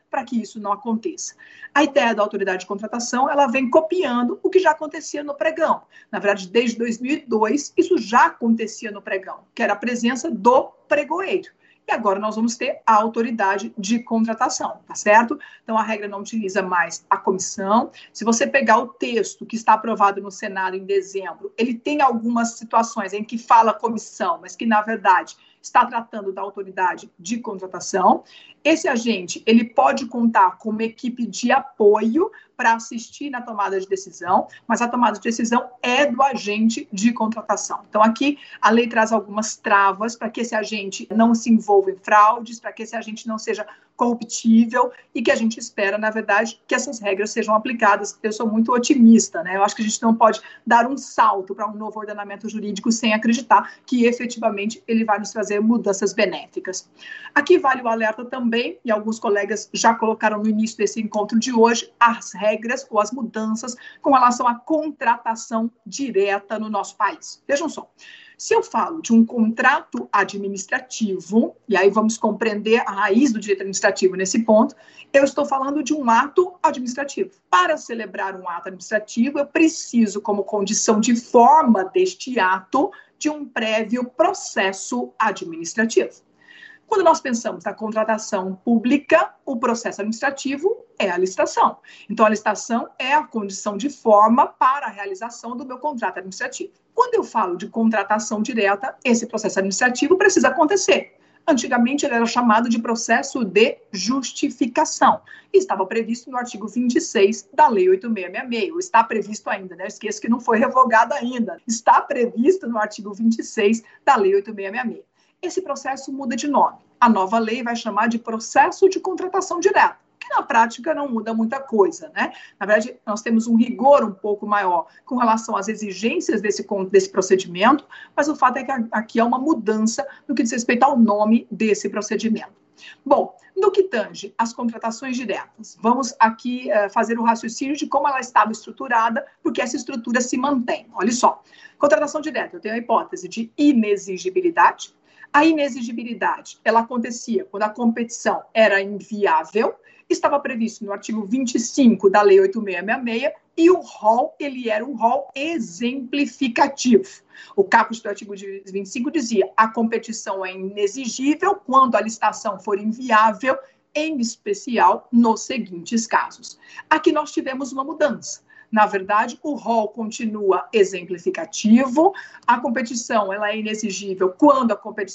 para que isso não aconteça. A ideia da autoridade de contratação, ela vem copiando o que já acontecia no pregão. Na verdade, desde 2002, isso já acontecia no pregão, que era a presença do pregoeiro. E agora nós vamos ter a autoridade de contratação, tá certo? Então, a regra não utiliza mais a comissão. Se você pegar o texto que está aprovado no Senado em dezembro, ele tem algumas situações em que fala comissão, mas que, na verdade, está tratando da autoridade de contratação. Esse agente, ele pode contar com uma equipe de apoio para assistir na tomada de decisão, mas a tomada de decisão é do agente de contratação. Então, aqui, a lei traz algumas travas para que esse agente não se envolva em fraudes, para que esse agente não seja corruptível e que a gente espera, na verdade, que essas regras sejam aplicadas. Eu sou muito otimista, né? Eu acho que a gente não pode dar um salto para um novo ordenamento jurídico sem acreditar que, efetivamente, ele vai nos trazer mudanças benéficas. Aqui vale o alerta também, e alguns colegas já colocaram no início desse encontro de hoje, as regras ou as mudanças com relação à contratação direta no nosso país. Vejam só. Se eu falo de um contrato administrativo, e aí vamos compreender a raiz do direito administrativo nesse ponto, eu estou falando de um ato administrativo. Para celebrar um ato administrativo, eu preciso, como condição de forma deste ato, de um prévio processo administrativo. Quando nós pensamos na contratação pública, o processo administrativo é a licitação. Então, a licitação é a condição de forma para a realização do meu contrato administrativo. Quando eu falo de contratação direta, esse processo administrativo precisa acontecer. Antigamente, ele era chamado de processo de justificação. E estava previsto no artigo 26 da Lei 8.666. Ou está previsto ainda, né? Eu esqueço que não foi revogado ainda. Está previsto no artigo 26 da Lei 8.666. Esse processo muda de nome. A nova lei vai chamar de processo de contratação direta, que na prática não muda muita coisa, né? Na verdade, nós temos um rigor um pouco maior com relação às exigências desse procedimento, mas o fato é que aqui há uma mudança no que diz respeito ao nome desse procedimento. Bom, no que tange às contratações diretas, vamos aqui fazer o raciocínio de como ela estava estruturada, porque essa estrutura se mantém. Olha só, contratação direta, eu tenho a hipótese de inexigibilidade. A inexigibilidade, ela acontecia quando a competição era inviável, estava previsto no artigo 25 da Lei 8.666, e o rol, ele era um rol exemplificativo. O caput do artigo 25 dizia: a competição é inexigível quando a licitação for inviável, em especial nos seguintes casos. Aqui nós tivemos uma mudança. Na verdade, o rol continua exemplificativo, a competição ela é inexigível quando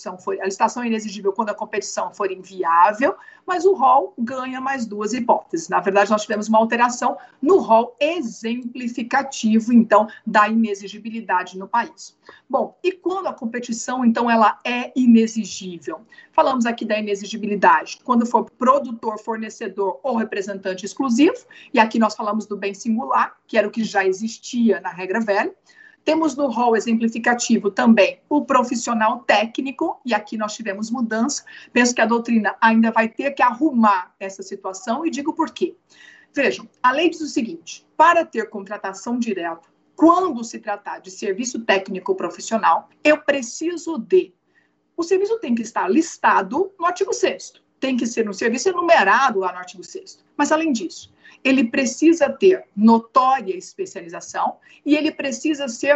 a licitação é inexigível quando a competição for inviável, mas o rol ganha mais duas hipóteses. Na verdade, nós tivemos uma alteração no rol exemplificativo, então, da inexigibilidade no país. Bom, e quando a competição, então, ela é inexigível? Falamos aqui da inexigibilidade quando for produtor, fornecedor ou representante exclusivo, e aqui nós falamos do bem singular, que era o que já existia na regra velha. Temos no rol exemplificativo também o profissional técnico, e aqui nós tivemos mudança. Penso que a doutrina ainda vai ter que arrumar essa situação, e digo por quê. Vejam, a lei diz o seguinte: para ter contratação direta, quando se tratar de serviço técnico profissional, eu preciso de... O serviço tem que estar listado no artigo 6º. Tem que ser um serviço enumerado lá no artigo 6º. Mas, além disso, ele precisa ter notória especialização e ele precisa ser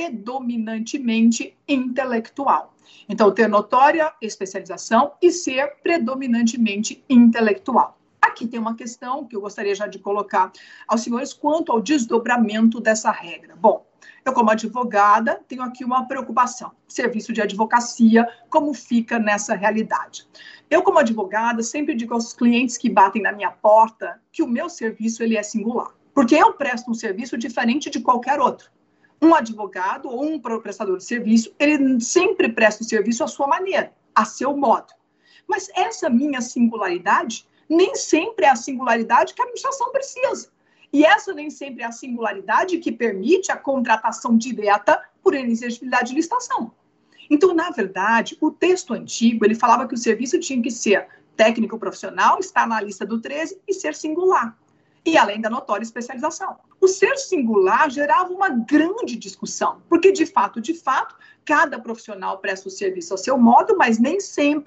predominantemente intelectual. Então, ter notória especialização e ser predominantemente intelectual. Aqui tem uma questão que eu gostaria já de colocar aos senhores quanto ao desdobramento dessa regra. Bom, eu, como advogada, tenho aqui uma preocupação. Serviço de advocacia, como fica nessa realidade? Eu, como advogada, sempre digo aos clientes que batem na minha porta que o meu serviço ele é singular. Porque eu presto um serviço diferente de qualquer outro. Um advogado ou um prestador de serviço, ele sempre presta o serviço à sua maneira, a seu modo. Mas essa minha singularidade nem sempre é a singularidade que a administração precisa. E essa nem sempre é a singularidade que permite a contratação direta por inexigibilidade de licitação. Então, na verdade, o texto antigo, ele falava que o serviço tinha que ser técnico profissional, estar na lista do 13 e ser singular. E além da notória especialização. O ser singular gerava uma grande discussão, porque, de fato, cada profissional presta o serviço ao seu modo, mas nem sempre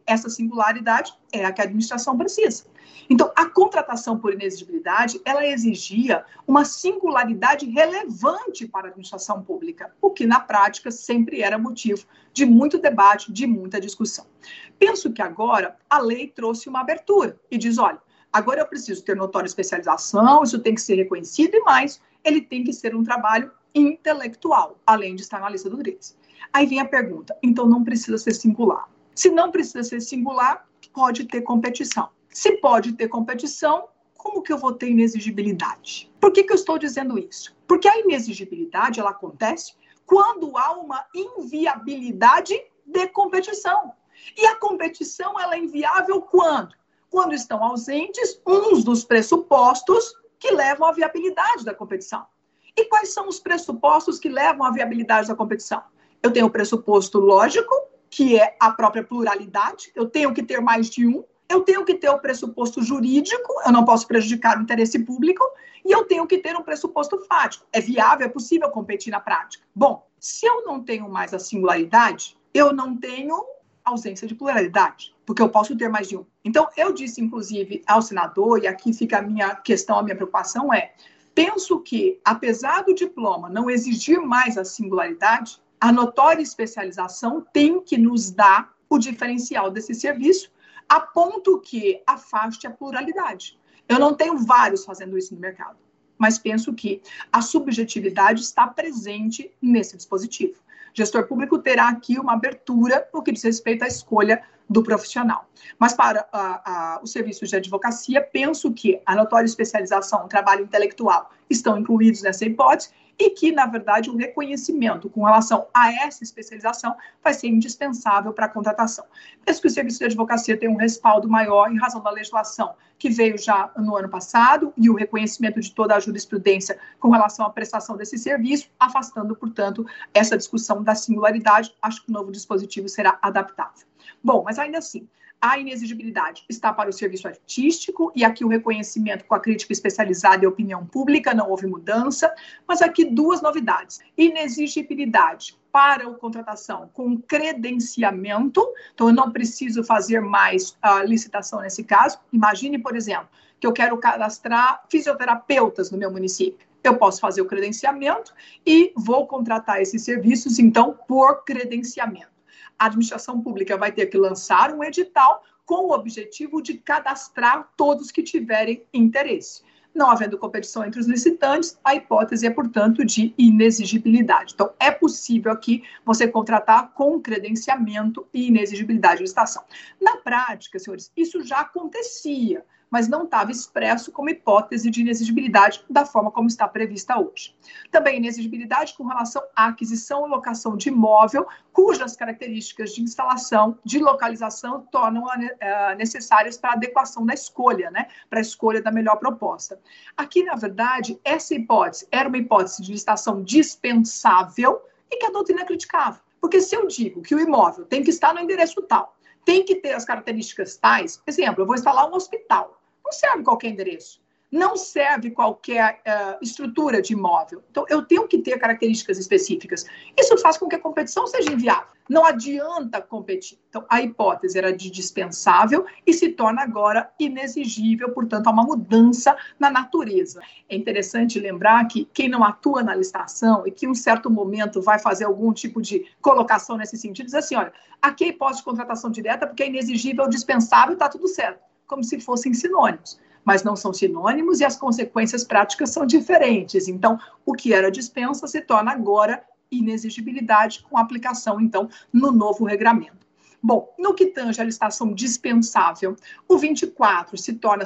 essa singularidade é a que a administração precisa. Então, a contratação por inexigibilidade, ela exigia uma singularidade relevante para a administração pública, o que, na prática, sempre era motivo de muito debate, de muita discussão. Penso que agora a lei trouxe uma abertura e diz, olha, agora eu preciso ter notória especialização, isso tem que ser reconhecido e mais, ele tem que ser um trabalho intelectual, além de estar na lista do GRES. Aí vem a pergunta, então não precisa ser singular. Se não precisa ser singular, pode ter competição. Se pode ter competição, como que eu vou ter inexigibilidade? Por que eu estou dizendo isso? Porque a inexigibilidade, ela acontece quando há uma inviabilidade de competição. E a competição, ela é inviável quando? Quando estão ausentes uns dos pressupostos que levam à viabilidade da competição. E quais são os pressupostos que levam à viabilidade da competição? Eu tenho o pressuposto lógico, que é a própria pluralidade, eu tenho que ter mais de um, eu tenho que ter o pressuposto jurídico, eu não posso prejudicar o interesse público, e eu tenho que ter um pressuposto fático. É viável, é possível competir na prática. Bom, se eu não tenho mais a singularidade, eu não tenho ausência de pluralidade, porque eu posso ter mais de um. Então, eu disse, inclusive, ao senador, e aqui fica a minha questão, a minha preocupação penso que, apesar do diploma não exigir mais a singularidade, a notória especialização tem que nos dar o diferencial desse serviço, a ponto que afaste a pluralidade. Eu não tenho vários fazendo isso no mercado, mas penso que a subjetividade está presente nesse dispositivo. O gestor público terá aqui uma abertura no que diz respeito à escolha do profissional. Mas para os serviços de advocacia, penso que a notória especialização, o trabalho intelectual estão incluídos nessa hipótese e que, na verdade, o reconhecimento com relação a essa especialização vai ser indispensável para a contratação. Penso que o serviço de advocacia tem um respaldo maior em razão da legislação que veio já no ano passado e o reconhecimento de toda a jurisprudência com relação à prestação desse serviço, afastando, portanto, essa discussão da singularidade. Acho que o novo dispositivo será adaptável. Bom, mas ainda assim, a inexigibilidade está para o serviço artístico e aqui o reconhecimento com a crítica especializada e a opinião pública, não houve mudança, mas aqui duas novidades. Inexigibilidade para a contratação com credenciamento, então eu não preciso fazer mais a licitação nesse caso. Imagine, por exemplo, que eu quero cadastrar fisioterapeutas no meu município. Eu posso fazer o credenciamento e vou contratar esses serviços, então, por credenciamento. A administração pública vai ter que lançar um edital com o objetivo de cadastrar todos que tiverem interesse. Não havendo competição entre os licitantes, a hipótese é, portanto, de inexigibilidade. Então, é possível aqui você contratar com credenciamento e inexigibilidade de licitação. Na prática, senhores, isso já acontecia, mas não estava expresso como hipótese de inexigibilidade da forma como está prevista hoje. Também inexigibilidade com relação à aquisição ou locação de imóvel, cujas características de instalação, de localização, tornam necessárias para a adequação da escolha, para a escolha da melhor proposta. Aqui, na verdade, essa hipótese era uma hipótese de licitação dispensável e que a doutrina criticava. Porque se eu digo que o imóvel tem que estar no endereço tal, tem que ter as características tais. Exemplo, eu vou instalar um hospital. Não serve qualquer endereço. Não serve qualquer estrutura de imóvel. Então, eu tenho que ter características específicas. Isso faz com que a competição seja inviável. Não adianta competir. Então, a hipótese era de dispensável e se torna agora inexigível, portanto, há uma mudança na natureza. É interessante lembrar que quem não atua na licitação e que em um certo momento vai fazer algum tipo de colocação nesse sentido, diz assim, olha, aqui é hipótese de contratação direta porque é inexigível, dispensável, está tudo certo. Como se fossem sinônimos. Mas não são sinônimos e as consequências práticas são diferentes. Então, o que era dispensa se torna agora inexigibilidade com aplicação, então, no novo regramento. Bom, no que tange a licitação dispensável, o 24 se torna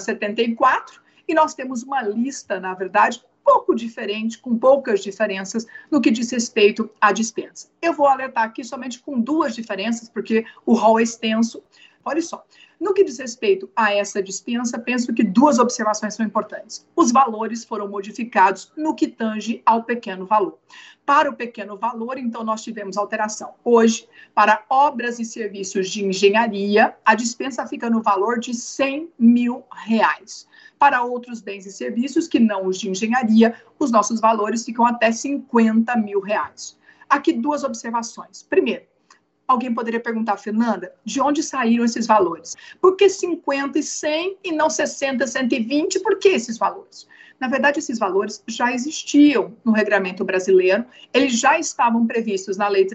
74 e nós temos uma lista, na verdade, pouco diferente, com poucas diferenças no que diz respeito à dispensa. Eu vou alertar aqui somente com duas diferenças, porque o rol é extenso. Olha só, no que diz respeito a essa dispensa, penso que duas observações são importantes. Os valores foram modificados no que tange ao pequeno valor. Para o pequeno valor, então, nós tivemos alteração. Hoje, para obras e serviços de engenharia, a dispensa fica no valor de R$100 mil. Para outros bens e serviços, que não os de engenharia, os nossos valores ficam até R$50 mil. Aqui duas observações. Primeiro, alguém poderia perguntar, Fernanda, de onde saíram esses valores? Por que 50 e 100 e não 60 e 120? Por que esses valores? Na verdade, esses valores já existiam no regramento brasileiro, eles já estavam previstos na Lei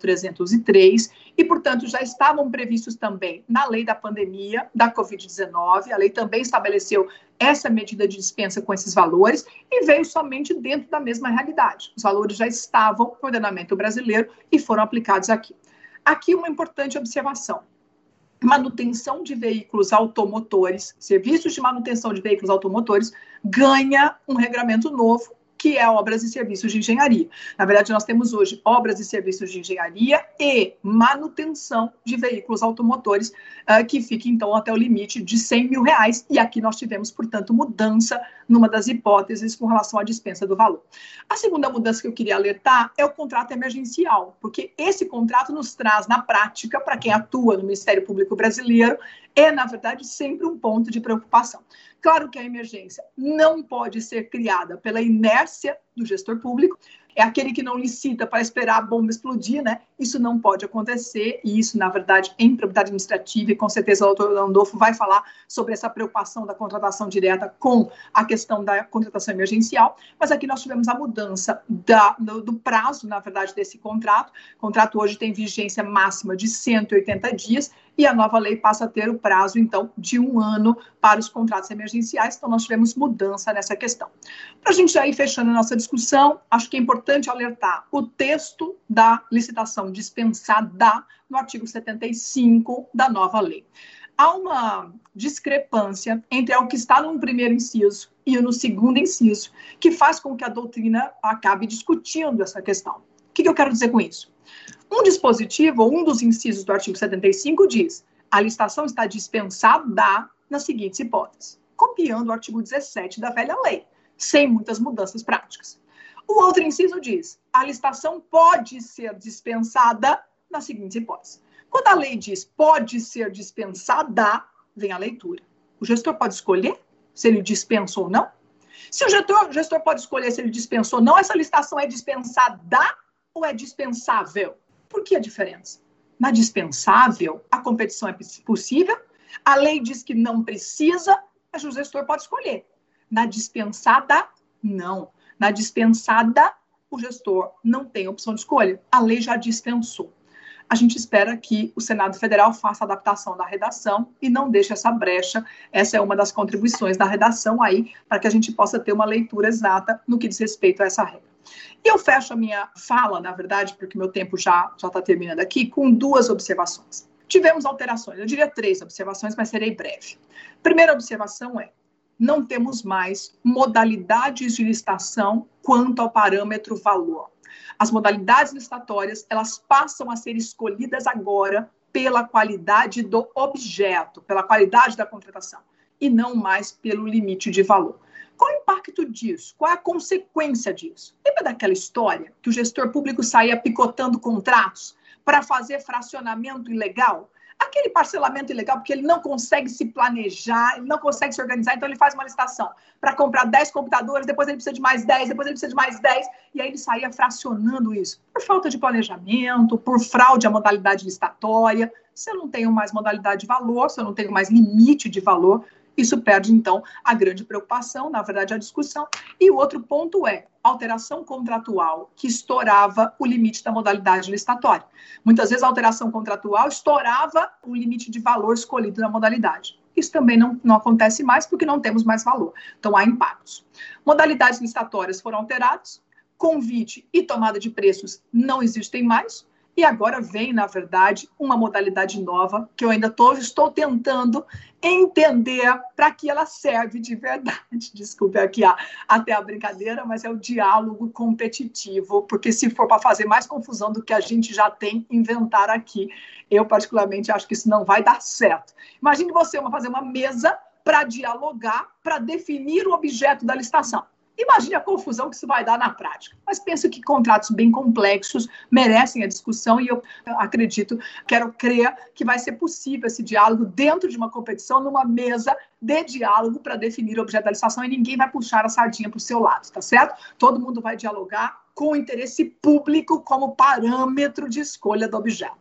13.303 e, portanto, já estavam previstos também na Lei da Pandemia da Covid-19. A lei também estabeleceu essa medida de dispensa com esses valores e veio somente dentro da mesma realidade. Os valores já estavam no ordenamento brasileiro e foram aplicados aqui. Aqui uma importante observação. Manutenção de veículos automotores, serviços de manutenção de veículos automotores, ganha um regramento novo, que é obras e serviços de engenharia. Na verdade, nós temos hoje obras e serviços de engenharia e manutenção de veículos automotores, que fica, então, até o limite de R$100 mil. E aqui nós tivemos, portanto, mudança numa das hipóteses com relação à dispensa do valor. A segunda mudança que eu queria alertar é o contrato emergencial, porque esse contrato nos traz, na prática, para quem atua no Ministério Público Brasileiro, é, na verdade, sempre um ponto de preocupação. Claro que a emergência não pode ser criada pela inércia do gestor público, é aquele que não licita para esperar a bomba explodir, né? Isso não pode acontecer, e isso, na verdade, em improbidade administrativa, e com certeza o doutor Landolfo vai falar sobre essa preocupação da contratação direta com a questão da contratação emergencial, mas aqui nós tivemos a mudança do prazo, na verdade, desse contrato. O contrato hoje tem vigência máxima de 180 dias, e a nova lei passa a ter o prazo, então, de 1 ano para os contratos emergenciais. Então, nós tivemos mudança nessa questão. Para a gente já ir fechando a nossa discussão, acho que é importante alertar o texto da licitação dispensada no artigo 75 da nova lei. Há uma discrepância entre o que está no primeiro inciso e no segundo inciso, que faz com que a doutrina acabe discutindo essa questão. O que eu quero dizer com isso? Um dispositivo, ou um dos incisos do artigo 75 diz: a licitação está dispensada nas seguintes hipóteses, copiando o artigo 17 da velha lei, sem muitas mudanças práticas. O outro inciso diz: a licitação pode ser dispensada nas seguintes hipóteses. Quando a lei diz pode ser dispensada, vem a leitura. O gestor pode escolher se ele dispensa ou não? Se o gestor pode escolher se ele dispensa ou não, essa licitação é dispensada ou é dispensável? Por que a diferença? Na dispensável, a competição é possível, a lei diz que não precisa, mas o gestor pode escolher. Na dispensada, não. Na dispensada, o gestor não tem opção de escolha. A lei já dispensou. A gente espera que o Senado Federal faça a adaptação da redação e não deixe essa brecha. Essa é uma das contribuições da redação aí, para que a gente possa ter uma leitura exata no que diz respeito a essa regra. E eu fecho a minha fala, na verdade, porque meu tempo já está terminando aqui, com 2 observações. Tivemos alterações, eu diria 3 observações, mas serei breve. Primeira observação é: não temos mais modalidades de licitação quanto ao parâmetro valor. As modalidades licitatórias, elas passam a ser escolhidas agora pela qualidade do objeto, pela qualidade da contratação, e não mais pelo limite de valor. Qual o impacto disso? Qual é a consequência disso? Lembra daquela história que o gestor público saía picotando contratos para fazer fracionamento ilegal? Aquele parcelamento ilegal, porque ele não consegue se planejar, ele não consegue se organizar, então ele faz uma licitação para comprar 10 computadores, depois ele precisa de mais 10, depois ele precisa de mais 10, e aí ele saía fracionando isso. Por falta de planejamento, por fraude à modalidade licitatória. Se eu não tenho mais modalidade de valor, se eu não tenho mais limite de valor, isso perde, então, a grande preocupação, na verdade, a discussão. E o outro ponto é alteração contratual que estourava o limite da modalidade licitatória. Muitas vezes a alteração contratual estourava o limite de valor escolhido na modalidade. Isso também não acontece mais porque não temos mais valor. Então, há impactos. Modalidades licitatórias foram alteradas, convite e tomada de preços não existem mais. E agora vem, na verdade, uma modalidade nova que eu ainda estou tentando entender para que ela serve de verdade. Desculpe aqui até a brincadeira, mas é o diálogo competitivo, porque se for para fazer mais confusão do que a gente já tem, inventar aqui, eu particularmente acho que isso não vai dar certo. Imagine você fazer uma mesa para dialogar, para definir o objeto da licitação. Imagine a confusão que isso vai dar na prática. Mas penso que contratos bem complexos merecem a discussão e eu acredito, quero crer que vai ser possível esse diálogo dentro de uma competição, numa mesa de diálogo para definir o objeto da licitação e ninguém vai puxar a sardinha para o seu lado, tá certo? Todo mundo vai dialogar com o interesse público como parâmetro de escolha do objeto.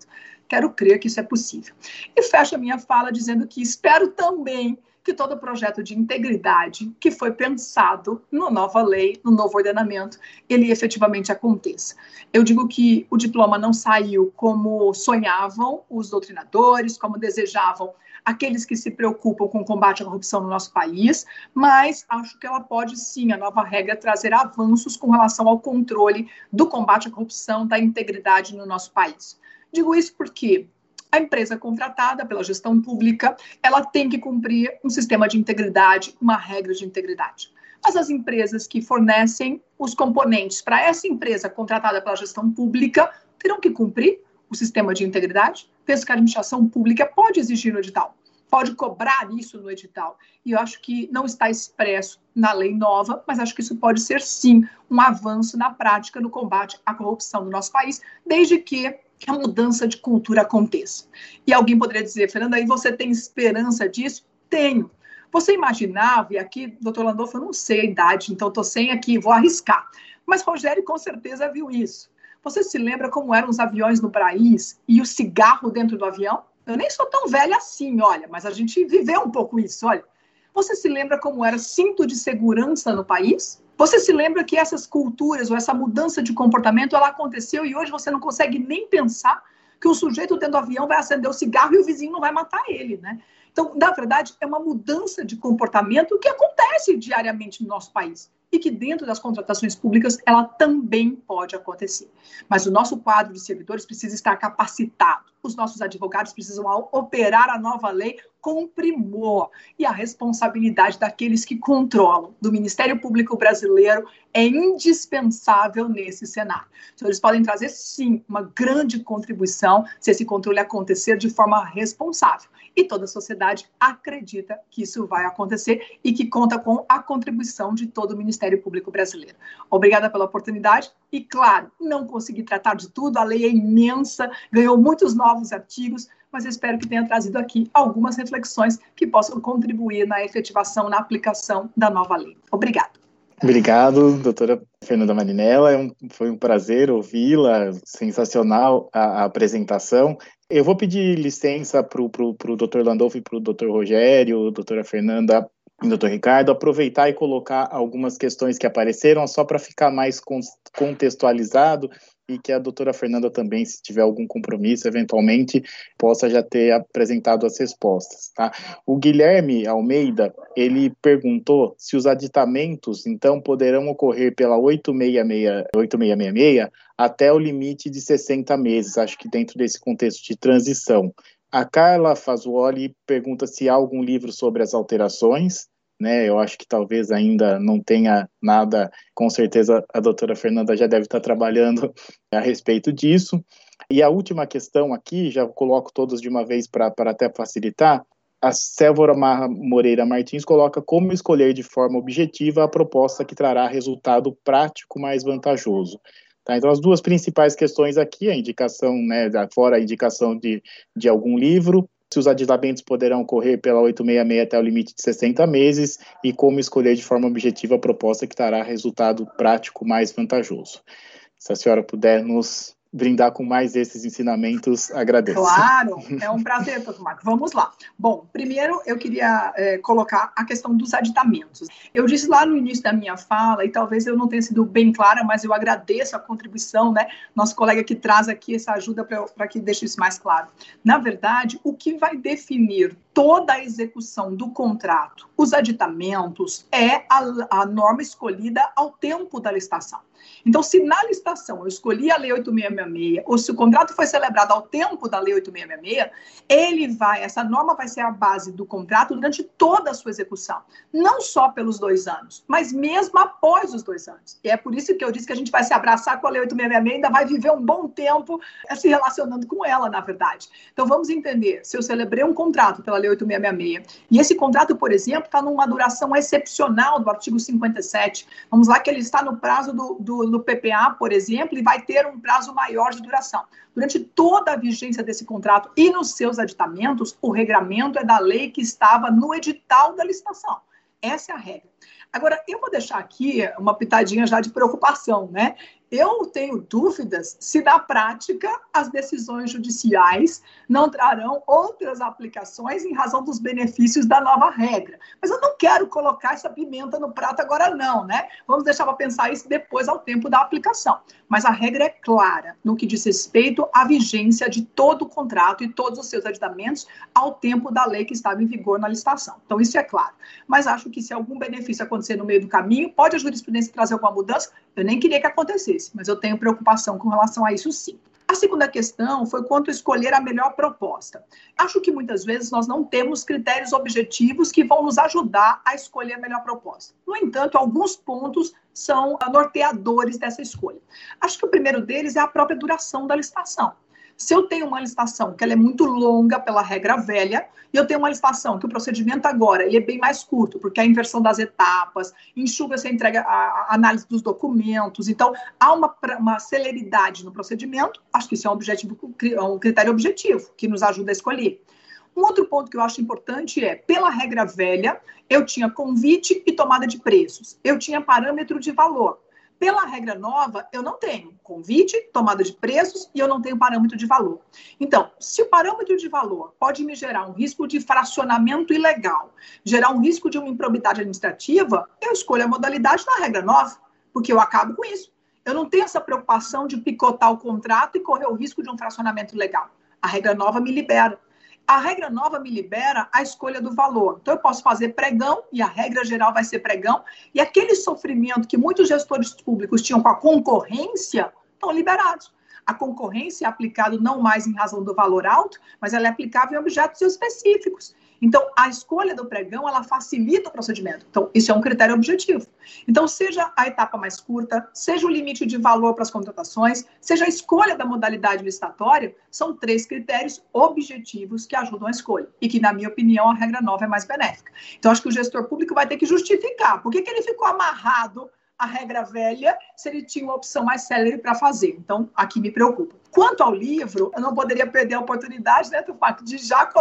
Quero crer que isso é possível. E fecho a minha fala dizendo que espero também que todo projeto de integridade que foi pensado na nova lei, no novo ordenamento, ele efetivamente aconteça. Eu digo que o diploma não saiu como sonhavam os doutrinadores, como desejavam aqueles que se preocupam com o combate à corrupção no nosso país, mas acho que ela pode sim, a nova regra, trazer avanços com relação ao controle do combate à corrupção, da integridade no nosso país. Digo isso porque a empresa contratada pela gestão pública, ela tem que cumprir um sistema de integridade, uma regra de integridade. Mas as empresas que fornecem os componentes para essa empresa contratada pela gestão pública terão que cumprir o sistema de integridade. Penso que a administração pública pode exigir no edital, pode cobrar isso no edital. E eu acho que não está expresso na lei nova, mas acho que isso pode ser, sim, um avanço na prática no combate à corrupção no nosso país, desde que a mudança de cultura aconteça. E alguém poderia dizer, Fernanda, aí você tem esperança disso? Tenho. Você imaginava, e aqui, doutor Landolfo, eu não sei a idade, então estou sem aqui, vou arriscar. Mas Rogério com certeza viu isso. Você se lembra como eram os aviões no Braís e o cigarro dentro do avião? Eu nem sou tão velha assim, olha, mas a gente viveu um pouco isso, olha. Você se lembra como era cinto de segurança no país? Você se lembra que essas culturas ou essa mudança de comportamento, ela aconteceu e hoje você não consegue nem pensar que o sujeito dentro do avião vai acender o cigarro e o vizinho não vai matar ele, né? Então, na verdade, é uma mudança de comportamento que acontece diariamente no nosso país e que dentro das contratações públicas ela também pode acontecer. Mas o nosso quadro de servidores precisa estar capacitado. Os nossos advogados precisam operar a nova lei com primor. E a responsabilidade daqueles que controlam, do Ministério Público Brasileiro, é indispensável nesse cenário. Então, eles podem trazer, sim, uma grande contribuição se esse controle acontecer de forma responsável. E toda a sociedade acredita que isso vai acontecer e que conta com a contribuição de todo o Ministério Público Brasileiro. Obrigada pela oportunidade e, claro, não consegui tratar de tudo, a lei é imensa, ganhou muitos novos artigos, mas eu espero que tenha trazido aqui algumas reflexões que possam contribuir na efetivação, na aplicação da nova lei. Obrigado. Obrigado, doutora Fernanda Marinella. Foi um prazer ouvi-la, sensacional a apresentação. Eu vou pedir licença para o doutor Landolfo e para o doutor Rogério, doutora Fernanda e doutor Ricardo, aproveitar e colocar algumas questões que apareceram, só para ficar mais contextualizado e que a doutora Fernanda também, se tiver algum compromisso, eventualmente, possa já ter apresentado as respostas, tá? O Guilherme Almeida, ele perguntou se os aditamentos, então, poderão ocorrer pela 8666 até o limite de 60 meses, acho que dentro desse contexto de transição. A Carla Fazuoli pergunta se há algum livro sobre as alterações, né? Eu acho que talvez ainda não tenha nada, com certeza a doutora Fernanda já deve estar trabalhando a respeito disso. E a última questão aqui, já coloco todas de uma vez para até facilitar, a Sélvora Moreira Martins coloca como escolher de forma objetiva a proposta que trará resultado prático mais vantajoso. Tá, então, as duas principais questões aqui, a indicação, né, fora a indicação de algum livro, se os aditamentos poderão ocorrer pela 866 até o limite de 60 meses e como escolher de forma objetiva a proposta que trará resultado prático mais vantajoso. Se a senhora puder nos brindar com mais esses ensinamentos, agradeço. Claro, é um prazer, doutor Marco. Vamos lá. Bom, primeiro eu queria colocar a questão dos aditamentos. Eu disse lá no início da minha fala, e talvez eu não tenha sido bem clara, mas eu agradeço a contribuição, né? Nosso colega que traz aqui essa ajuda para que deixe isso mais claro. Na verdade, o que vai definir toda a execução do contrato, os aditamentos, é a norma escolhida ao tempo da licitação. Então, se na licitação eu escolhi a Lei 8666, ou se o contrato foi celebrado ao tempo da Lei 8666, essa norma vai ser a base do contrato durante toda a sua execução. Não só pelos 2 anos, mas mesmo após os 2 anos. E é por isso que eu disse que a gente vai se abraçar com a Lei 8666 e ainda vai viver um bom tempo se relacionando com ela, na verdade. Então, vamos entender, se eu celebrei um contrato pela Lei 8666, e esse contrato, por exemplo, está numa duração excepcional do artigo 57, vamos lá que ele está no prazo do PPA, por exemplo, e vai ter um prazo maior de duração. Durante toda a vigência desse contrato e nos seus aditamentos, o regramento é da lei que estava no edital da licitação. Essa é a regra. Agora, eu vou deixar aqui uma pitadinha já de preocupação, né? Eu tenho dúvidas se, na prática, as decisões judiciais não trarão outras aplicações em razão dos benefícios da nova regra. Mas eu não quero colocar essa pimenta no prato agora, não, né? Vamos deixar para pensar isso depois, ao tempo da aplicação. Mas a regra é clara no que diz respeito à vigência de todo o contrato e todos os seus aditamentos ao tempo da lei que estava em vigor na licitação. Então, isso é claro. Mas acho que se algum benefício acontecer no meio do caminho, pode a jurisprudência trazer alguma mudança? Eu nem queria que acontecesse, mas eu tenho preocupação com relação a isso, sim. A segunda questão foi quanto escolher a melhor proposta. Acho que muitas vezes nós não temos critérios objetivos que vão nos ajudar a escolher a melhor proposta. No entanto, alguns pontos são norteadores dessa escolha. Acho que o primeiro deles é a própria duração da licitação. Se eu tenho uma licitação que ela é muito longa pela regra velha, e eu tenho uma licitação que o procedimento agora ele é bem mais curto, porque a inversão das etapas, enxuga essa entrega, a análise dos documentos, então há uma celeridade no procedimento, acho que isso é um critério objetivo que nos ajuda a escolher. Um outro ponto que eu acho importante é, pela regra velha, eu tinha convite e tomada de preços, eu tinha parâmetro de valor. Pela regra nova, eu não tenho convite, tomada de preços e eu não tenho parâmetro de valor. Então, se o parâmetro de valor pode me gerar um risco de fracionamento ilegal, gerar um risco de uma improbidade administrativa, eu escolho a modalidade na regra nova, porque eu acabo com isso. Eu não tenho essa preocupação de picotar o contrato e correr o risco de um fracionamento ilegal. A regra nova me libera. A regra nova me libera a escolha do valor. Então, eu posso fazer pregão, e a regra geral vai ser pregão, e aquele sofrimento que muitos gestores públicos tinham com a concorrência, estão liberados. A concorrência é aplicada não mais em razão do valor alto, mas ela é aplicável em objetos específicos. Então, a escolha do pregão, ela facilita o procedimento. Então, isso é um critério objetivo. Então, seja a etapa mais curta, seja o limite de valor para as contratações, seja a escolha da modalidade licitatória, são 3 critérios objetivos que ajudam a escolha. E que, na minha opinião, a regra nova é mais benéfica. Então, acho que o gestor público vai ter que justificar. Por que ele ficou amarrado à regra velha se ele tinha uma opção mais célere para fazer? Então, aqui me preocupa. Quanto ao livro, eu não poderia perder a oportunidade, né, Tupac, de já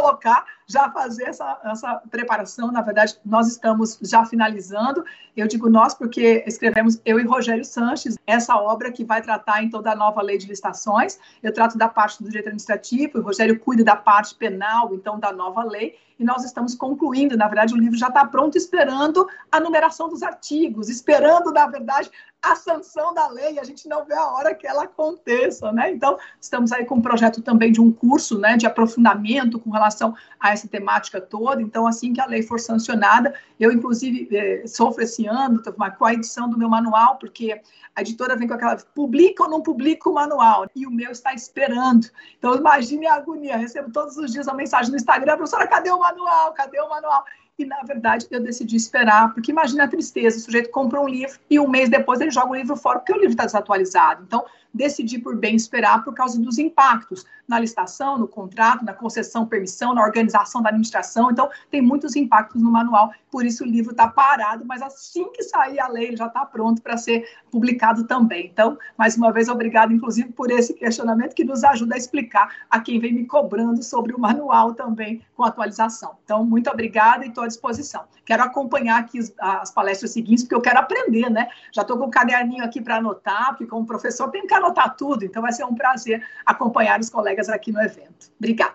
fazer essa preparação. Na verdade, nós estamos já finalizando. Eu digo nós porque escrevemos, eu e Rogério Sanches, essa obra que vai tratar então da nova lei de licitações. Eu trato da parte do direito administrativo, o Rogério cuida da parte penal, então, da nova lei. E nós estamos concluindo, na verdade, o livro já está pronto, esperando a numeração dos artigos, esperando, na verdade, a sanção da lei, a gente não vê a hora que ela aconteça, né? Então, estamos aí com um projeto também de um curso, né, de aprofundamento com relação a essa temática toda. Então, assim que a lei for sancionada, eu, inclusive, sofro esse ano com a edição do meu manual, porque a editora vem com aquela, publica ou não publica o manual, e o meu está esperando. Então, imagine a agonia, eu recebo todos os dias uma mensagem no Instagram, professora, cadê o manual? Cadê o manual? E, na verdade, eu decidi esperar, porque imagina a tristeza, o sujeito compra um livro e um mês depois ele joga o livro fora, porque o livro está desatualizado. Então, decidi por bem esperar por causa dos impactos na licitação, no contrato, na concessão, permissão, na organização da administração. Então, tem muitos impactos no manual, por isso o livro está parado, mas assim que sair a lei, ele já está pronto para ser publicado também. Então, mais uma vez, obrigado, inclusive, por esse questionamento que nos ajuda a explicar a quem vem me cobrando sobre o manual também com atualização. Então, muito obrigada e estou à disposição. Quero acompanhar aqui as palestras seguintes, porque eu quero aprender, né? Já estou com o caderninho aqui para anotar, porque como professor tenho que anotar tudo, então vai ser um prazer acompanhar os colegas aqui no evento. Obrigada.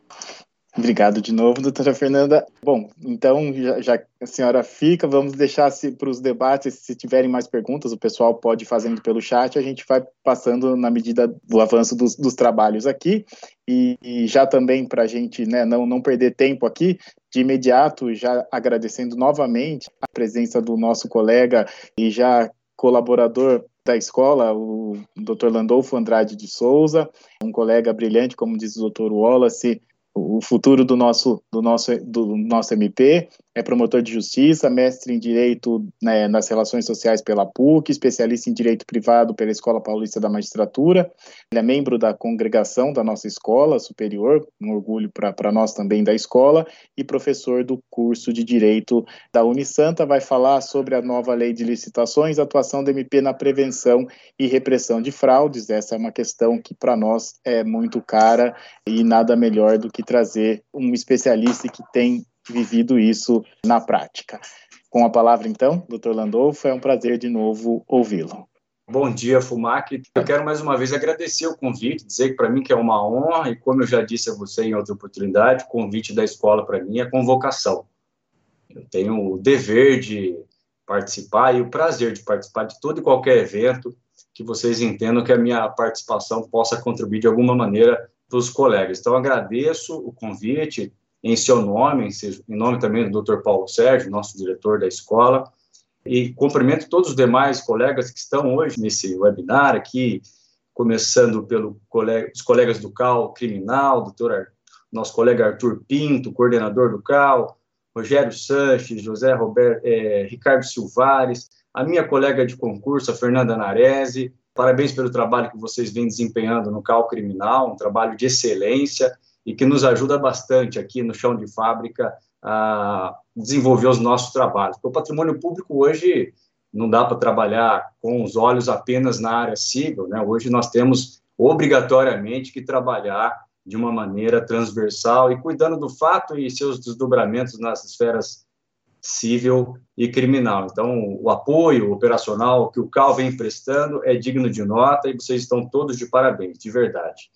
Obrigado de novo, doutora Fernanda. Bom, então, já a senhora fica, vamos deixar para os debates, se tiverem mais perguntas, o pessoal pode ir fazendo pelo chat, a gente vai passando na medida do avanço dos trabalhos aqui, e já também para a gente, né, não perder tempo aqui, de imediato, já agradecendo novamente a presença do nosso colega e já colaborador da escola, o Dr. Landolfo Andrade de Souza, um colega brilhante, como diz o Dr. Wallace, o futuro do nosso MP, é promotor de justiça, mestre em Direito, né, nas Relações Sociais pela PUC, especialista em Direito Privado pela Escola Paulista da Magistratura. Ele é membro da congregação da nossa escola superior, um orgulho para nós também da escola, e professor do curso de Direito da Unisanta. Vai falar sobre a nova lei de licitações, atuação do MP na prevenção e repressão de fraudes. Essa é uma questão que para nós é muito cara e nada melhor do que trazer um especialista que tem vivido isso na prática. Com a palavra, então, Dr. Landolfo, é um prazer de novo ouvi-lo. Bom dia, FUMAC. Eu quero mais uma vez agradecer o convite, dizer que para mim que é uma honra e, como eu já disse a você em outra oportunidade, o convite da escola para mim é convocação. Eu tenho o dever de participar e o prazer de participar de todo e qualquer evento que vocês entendam que a minha participação possa contribuir de alguma maneira para os colegas. Então, agradeço o convite em seu nome, em nome também do Dr. Paulo Sérgio, nosso diretor da escola, e cumprimento todos os demais colegas que estão hoje nesse webinar aqui, começando os colegas do CAU Criminal, nosso colega Arthur Pinto, coordenador do CAU, Rogério Sanches, Ricardo Silvares, a minha colega de concurso, a Fernanda Narese. Parabéns pelo trabalho que vocês vêm desempenhando no CAU Criminal, um trabalho de excelência e que nos ajuda bastante aqui no chão de fábrica a desenvolver os nossos trabalhos. Porque o patrimônio público hoje não dá para trabalhar com os olhos apenas na área civil, né? Hoje nós temos obrigatoriamente que trabalhar de uma maneira transversal e cuidando do fato e seus desdobramentos nas esferas civil e criminal. Então, o apoio operacional que o CAU vem prestando é digno de nota e vocês estão todos de parabéns, de verdade.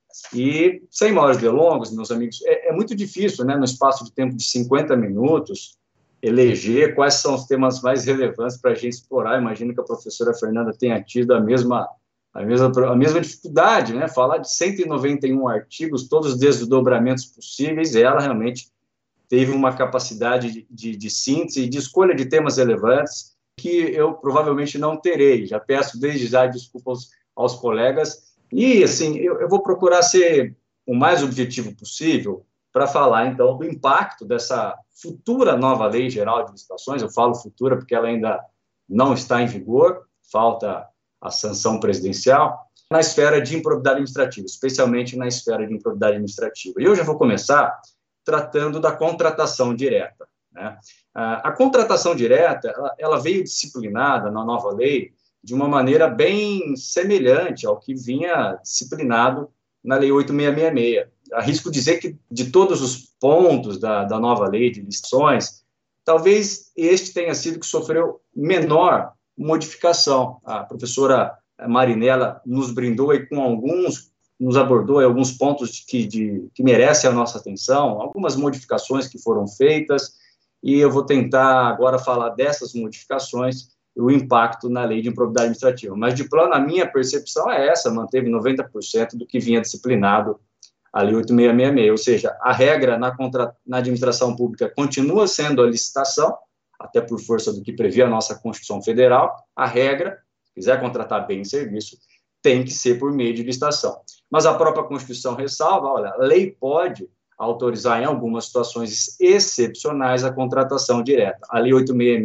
E, sem maiores delongas, meus amigos, é muito difícil, né, no espaço de tempo de 50 minutos, eleger quais são os temas mais relevantes para a gente explorar. Imagino que a professora Fernanda tenha tido a mesma dificuldade, né? Falar de 191 artigos, todos os desdobramentos possíveis, ela realmente teve uma capacidade de síntese e de escolha de temas relevantes que eu provavelmente não terei. Já peço desde já desculpas aos colegas. E, assim, eu vou procurar ser o mais objetivo possível para falar, então, do impacto dessa futura nova Lei Geral de Licitações. Eu falo futura porque ela ainda não está em vigor, falta a sanção presidencial, na esfera de improbidade administrativa, especialmente na esfera de improbidade administrativa. E eu já vou começar tratando da contratação direta, né? A contratação direta, ela veio disciplinada na nova lei de uma maneira bem semelhante ao que vinha disciplinado na Lei 8.666. Arrisco dizer que, de todos os pontos da nova lei de licitações, talvez este tenha sido que sofreu menor modificação. A professora Marinella nos brindou aí com nos abordou aí alguns pontos que merecem a nossa atenção, algumas modificações que foram feitas, e eu vou tentar agora falar dessas modificações e o impacto na lei de improbidade administrativa. Mas, de plano, a minha percepção é essa, manteve 90% do que vinha disciplinado a Lei 8.666, ou seja, a regra na administração pública continua sendo a licitação, até por força do que prevê a nossa Constituição Federal, a regra, se quiser contratar bem serviço, tem que ser por meio de licitação. Mas a própria Constituição ressalva, olha, a lei pode autorizar em algumas situações excepcionais a contratação direta. A Lei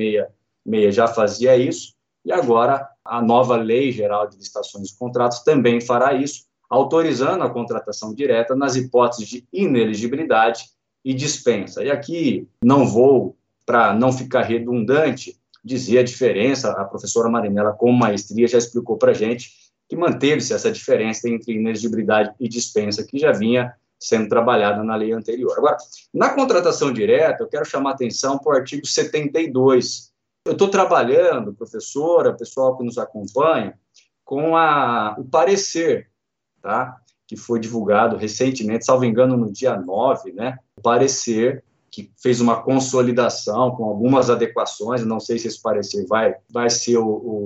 8.666 já fazia isso, e agora a nova Lei Geral de Licitações e Contratos também fará isso, autorizando a contratação direta nas hipóteses de ineligibilidade e dispensa. E aqui não vou, para não ficar redundante, dizer a diferença, a professora Marinella, com maestria, já explicou para a gente que manteve-se essa diferença entre ineligibilidade e dispensa, que já vinha sendo trabalhada na lei anterior. Agora, na contratação direta, eu quero chamar a atenção para o artigo 72. Eu estou trabalhando, professora, pessoal que nos acompanha, com o parecer, tá? Que foi divulgado recentemente, salvo engano, no dia 9, né? O parecer que fez uma consolidação com algumas adequações, não sei se esse parecer vai ser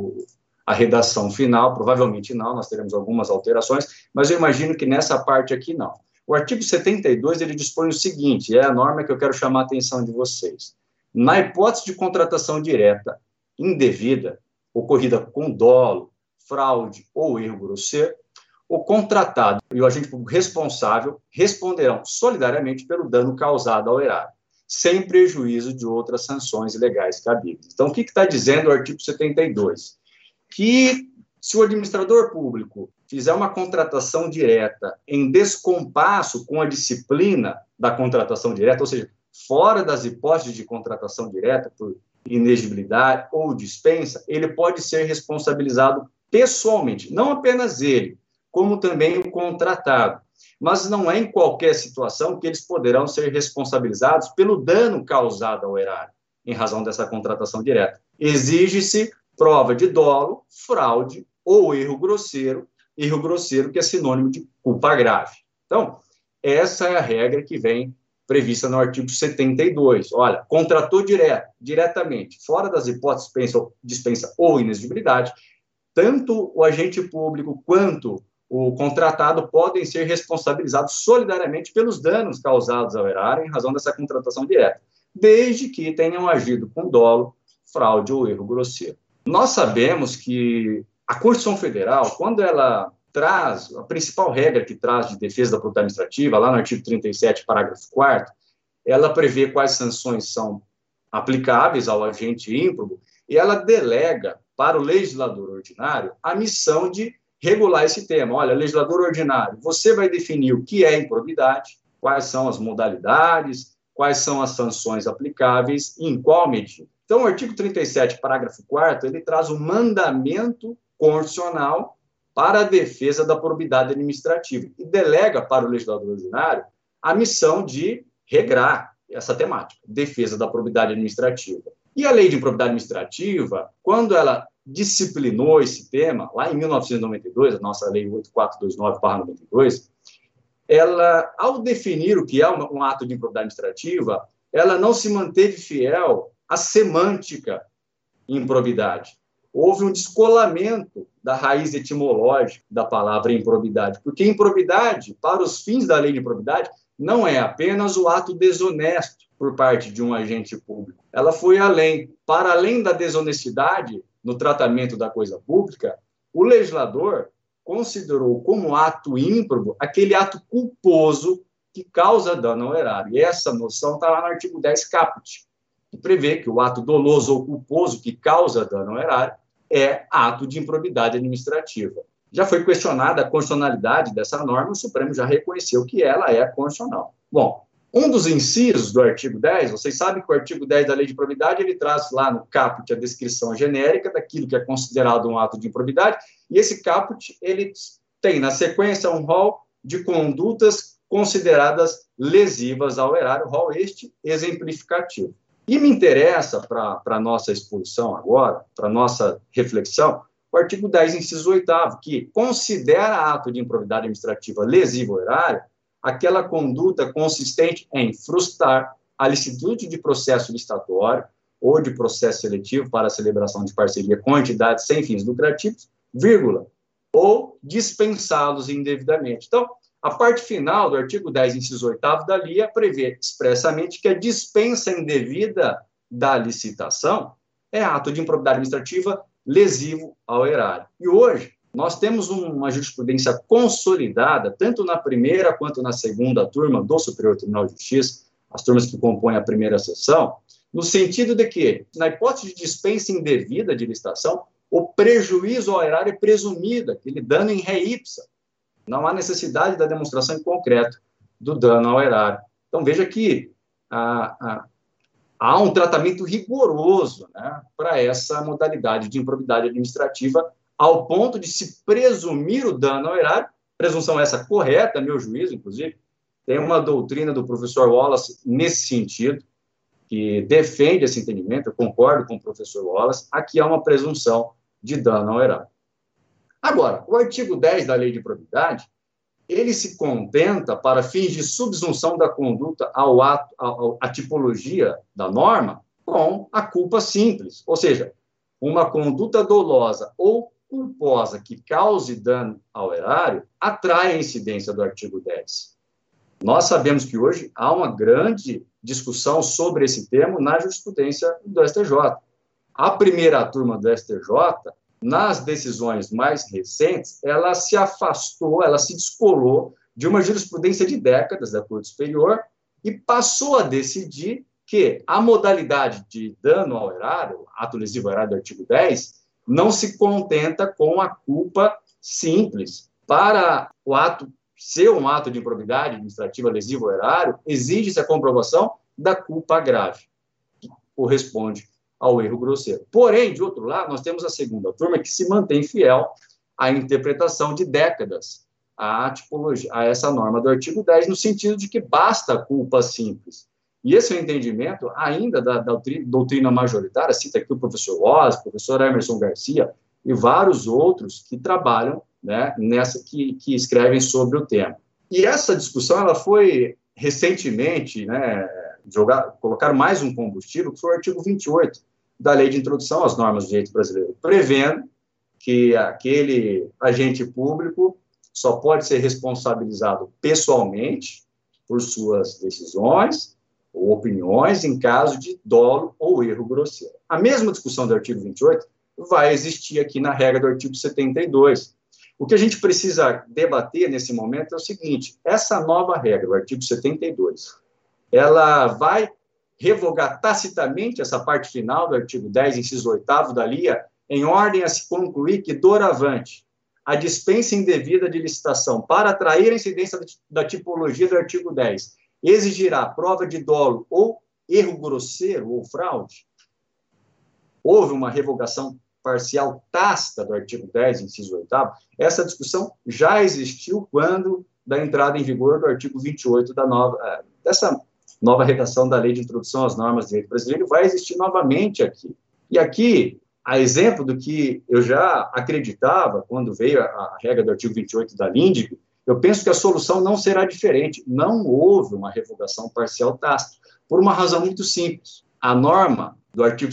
a redação final, provavelmente não, nós teremos algumas alterações, mas eu imagino que nessa parte aqui não. O artigo 72, ele dispõe o seguinte, é a norma que eu quero chamar a atenção de vocês. Na hipótese de contratação direta indevida, ocorrida com dolo, fraude ou erro grosseiro, o contratado e o agente público responsável responderão solidariamente pelo dano causado ao erário, sem prejuízo de outras sanções legais cabíveis. Então, o que está dizendo o artigo 72? Que se o administrador público fizer uma contratação direta em descompasso com a disciplina da contratação direta, ou seja, fora das hipóteses de contratação direta por inexigibilidade ou dispensa, ele pode ser responsabilizado pessoalmente, não apenas ele, como também o contratado. Mas não é em qualquer situação que eles poderão ser responsabilizados pelo dano causado ao erário, em razão dessa contratação direta. Exige-se prova de dolo, fraude ou erro grosseiro que é sinônimo de culpa grave. Então, essa é a regra que vem prevista no artigo 72. Olha, contratou diretamente, fora das hipóteses dispensa ou inexigibilidade, tanto o agente público quanto o contratado podem ser responsabilizados solidariamente pelos danos causados ao erário em razão dessa contratação direta, desde que tenham agido com dolo, fraude ou erro grosseiro. Nós sabemos que a Constituição Federal, quando ela traz, a principal regra que traz de defesa da propriedade administrativa, lá no artigo 37, parágrafo 4º, ela prevê quais sanções são aplicáveis ao agente ímprobo e ela delega para o legislador ordinário a missão de regular esse tema. Olha, legislador ordinário, você vai definir o que é improbidade, quais são as modalidades, quais são as sanções aplicáveis e em qual medida. Então, o artigo 37, parágrafo 4º, ele traz um mandamento constitucional para a defesa da probidade administrativa e delega para o legislador ordinário a missão de regrar essa temática, defesa da probidade administrativa. E a lei de improbidade administrativa, quando ela disciplinou esse tema, lá em 1992, a nossa lei 8429/92, ela, ao definir o que é um ato de improbidade administrativa, ela não se manteve fiel à semântica improbidade. Houve um descolamento da raiz etimológica da palavra improbidade, porque improbidade, para os fins da lei de improbidade, não é apenas o ato desonesto por parte de um agente público. Ela foi além. Para além da desonestidade no tratamento da coisa pública, o legislador considerou como ato ímprobo aquele ato culposo que causa dano ao erário. E essa noção está lá no artigo 10 caput, que prevê que o ato doloso ou culposo que causa dano ao erário é ato de improbidade administrativa. Já foi questionada a constitucionalidade dessa norma, o Supremo já reconheceu que ela é constitucional. Bom, um dos incisos do artigo 10, vocês sabem que o artigo 10 da Lei de Improbidade, ele traz lá no caput a descrição genérica daquilo que é considerado um ato de improbidade, e esse caput, ele tem, na sequência, um rol de condutas consideradas lesivas ao erário, rol este exemplificativo. E me interessa, para a nossa exposição agora, para a nossa reflexão, o artigo 10, inciso 8º, que considera ato de improbidade administrativa lesivo ao erário aquela conduta consistente em frustrar a licitude de processo licitatório ou de processo seletivo para a celebração de parceria com entidades sem fins lucrativos, vírgula, ou dispensá-los indevidamente. Então, a parte final do artigo 10, inciso 8º da LIA prevê expressamente que a dispensa indevida da licitação é ato de improbidade administrativa lesivo ao erário. E hoje, nós temos uma jurisprudência consolidada, tanto na primeira quanto na segunda turma do Superior Tribunal de Justiça, as turmas que compõem a primeira sessão, no sentido de que, na hipótese de dispensa indevida de licitação, o prejuízo ao erário é presumido, aquele dano em ré ipsa. Não há necessidade da demonstração em concreto do dano ao erário. Então, veja que há um tratamento rigoroso, né, para essa modalidade de improbidade administrativa, ao ponto de se presumir o dano ao erário, presunção essa correta, a meu juízo, inclusive, tem uma doutrina do professor Wallace nesse sentido, que defende esse entendimento, eu concordo com o professor Wallace, aqui há uma presunção de dano ao erário. Agora, o artigo 10 da Lei de Improbidade, ele se contenta, para fins de subsunção da conduta à tipologia da norma, com a culpa simples, ou seja, uma conduta dolosa ou culposa que cause dano ao erário atrai a incidência do artigo 10. Nós sabemos que hoje há uma grande discussão sobre esse termo na jurisprudência do STJ. A primeira turma do STJ, nas decisões mais recentes, ela se afastou, ela se descolou de uma jurisprudência de décadas da Corte Superior e passou a decidir que a modalidade de dano ao erário, ato lesivo ao erário do artigo 10, não se contenta com a culpa simples. Para o ato ser um ato de improbidade administrativa lesivo ao erário, exige-se a comprovação da culpa grave, que corresponde ao erro grosseiro. Porém, de outro lado, nós temos a segunda turma que se mantém fiel à interpretação de décadas, à tipologia, a essa norma do artigo 10, no sentido de que basta a culpa simples. E esse é o entendimento ainda da doutrina majoritária, cita aqui o professor Wallace, o professor Emerson Garcia, e vários outros que trabalham, né, que escrevem sobre o tema. E essa discussão ela foi recentemente, né, colocar mais um combustível, que foi o artigo 28 da Lei de Introdução às Normas do Direito Brasileiro, prevendo que aquele agente público só pode ser responsabilizado pessoalmente por suas decisões ou opiniões em caso de dolo ou erro grosseiro. A mesma discussão do artigo 28 vai existir aqui na regra do artigo 72. O que a gente precisa debater nesse momento é o seguinte: essa nova regra, o artigo 72, ela vai revogar tacitamente essa parte final do artigo 10, inciso 8º da LIA, em ordem a se concluir que, doravante, a dispensa indevida de licitação para atrair a incidência da tipologia do artigo 10 exigirá prova de dolo ou erro grosseiro ou fraude. Houve uma revogação parcial tácita do artigo 10, inciso 8º. Essa discussão já existiu quando da entrada em vigor do artigo 28 dessa nova redação da Lei de Introdução às Normas do Direito Brasileiro, vai existir novamente aqui. E aqui, a exemplo do que eu já acreditava quando veio a regra do artigo 28 da LINDIC, eu penso que a solução não será diferente. Não houve uma revogação parcial tácita, por uma razão muito simples. A norma do artigo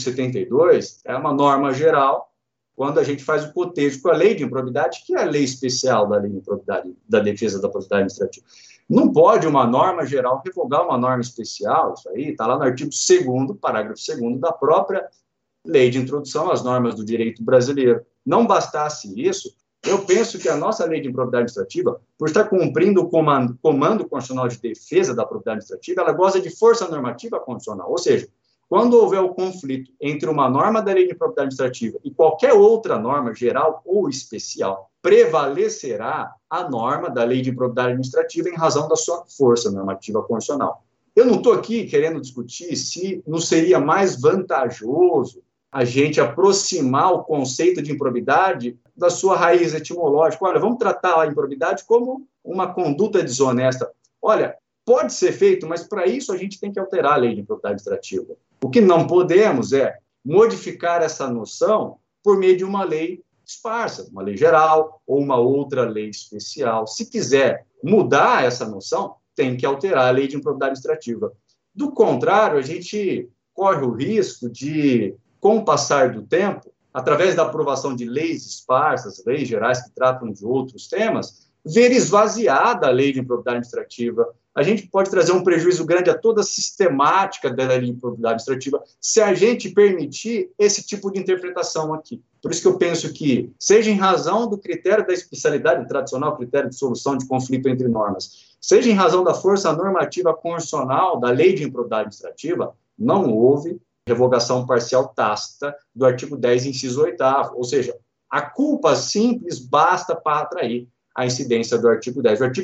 72 é uma norma geral, quando a gente faz o cotejo com a lei de improbidade, que é a lei especial da lei de improbidade, da defesa da probidade administrativa. Não pode uma norma geral revogar uma norma especial, isso aí está lá no artigo 2º, parágrafo 2º da própria Lei de Introdução às Normas do Direito Brasileiro. Não bastasse isso, eu penso que a nossa Lei de Improbidade Administrativa, por estar cumprindo o comando constitucional de defesa da probidade administrativa, ela goza de força normativa constitucional, ou seja, quando houver o conflito entre uma norma da Lei de Improbidade Administrativa e qualquer outra norma geral ou especial, prevalecerá a norma da Lei de Improbidade Administrativa em razão da sua força normativa constitucional. Eu não estou aqui querendo discutir se não seria mais vantajoso a gente aproximar o conceito de improbidade da sua raiz etimológica. Olha, vamos tratar a improbidade como uma conduta desonesta. Olha, pode ser feito, mas para isso a gente tem que alterar a Lei de Improbidade Administrativa. O que não podemos é modificar essa noção por meio de uma lei esparsa, uma lei geral ou uma outra lei especial. Se quiser mudar essa noção, tem que alterar a Lei de Improbidade Administrativa. Do contrário, a gente corre o risco de, com o passar do tempo, através da aprovação de leis esparsas, leis gerais que tratam de outros temas, ver esvaziada a Lei de Improbidade Administrativa. A gente pode trazer um prejuízo grande a toda a sistemática da Lei de Improbidade Administrativa se a gente permitir esse tipo de interpretação aqui. Por isso que eu penso que, seja em razão do critério da especialidade tradicional, critério de solução de conflito entre normas, seja em razão da força normativa constitucional da Lei de Improbidade Administrativa, não houve revogação parcial tácita do artigo 10, inciso 8º. Ou seja, a culpa simples basta para atrair a incidência do artigo 10. O artigo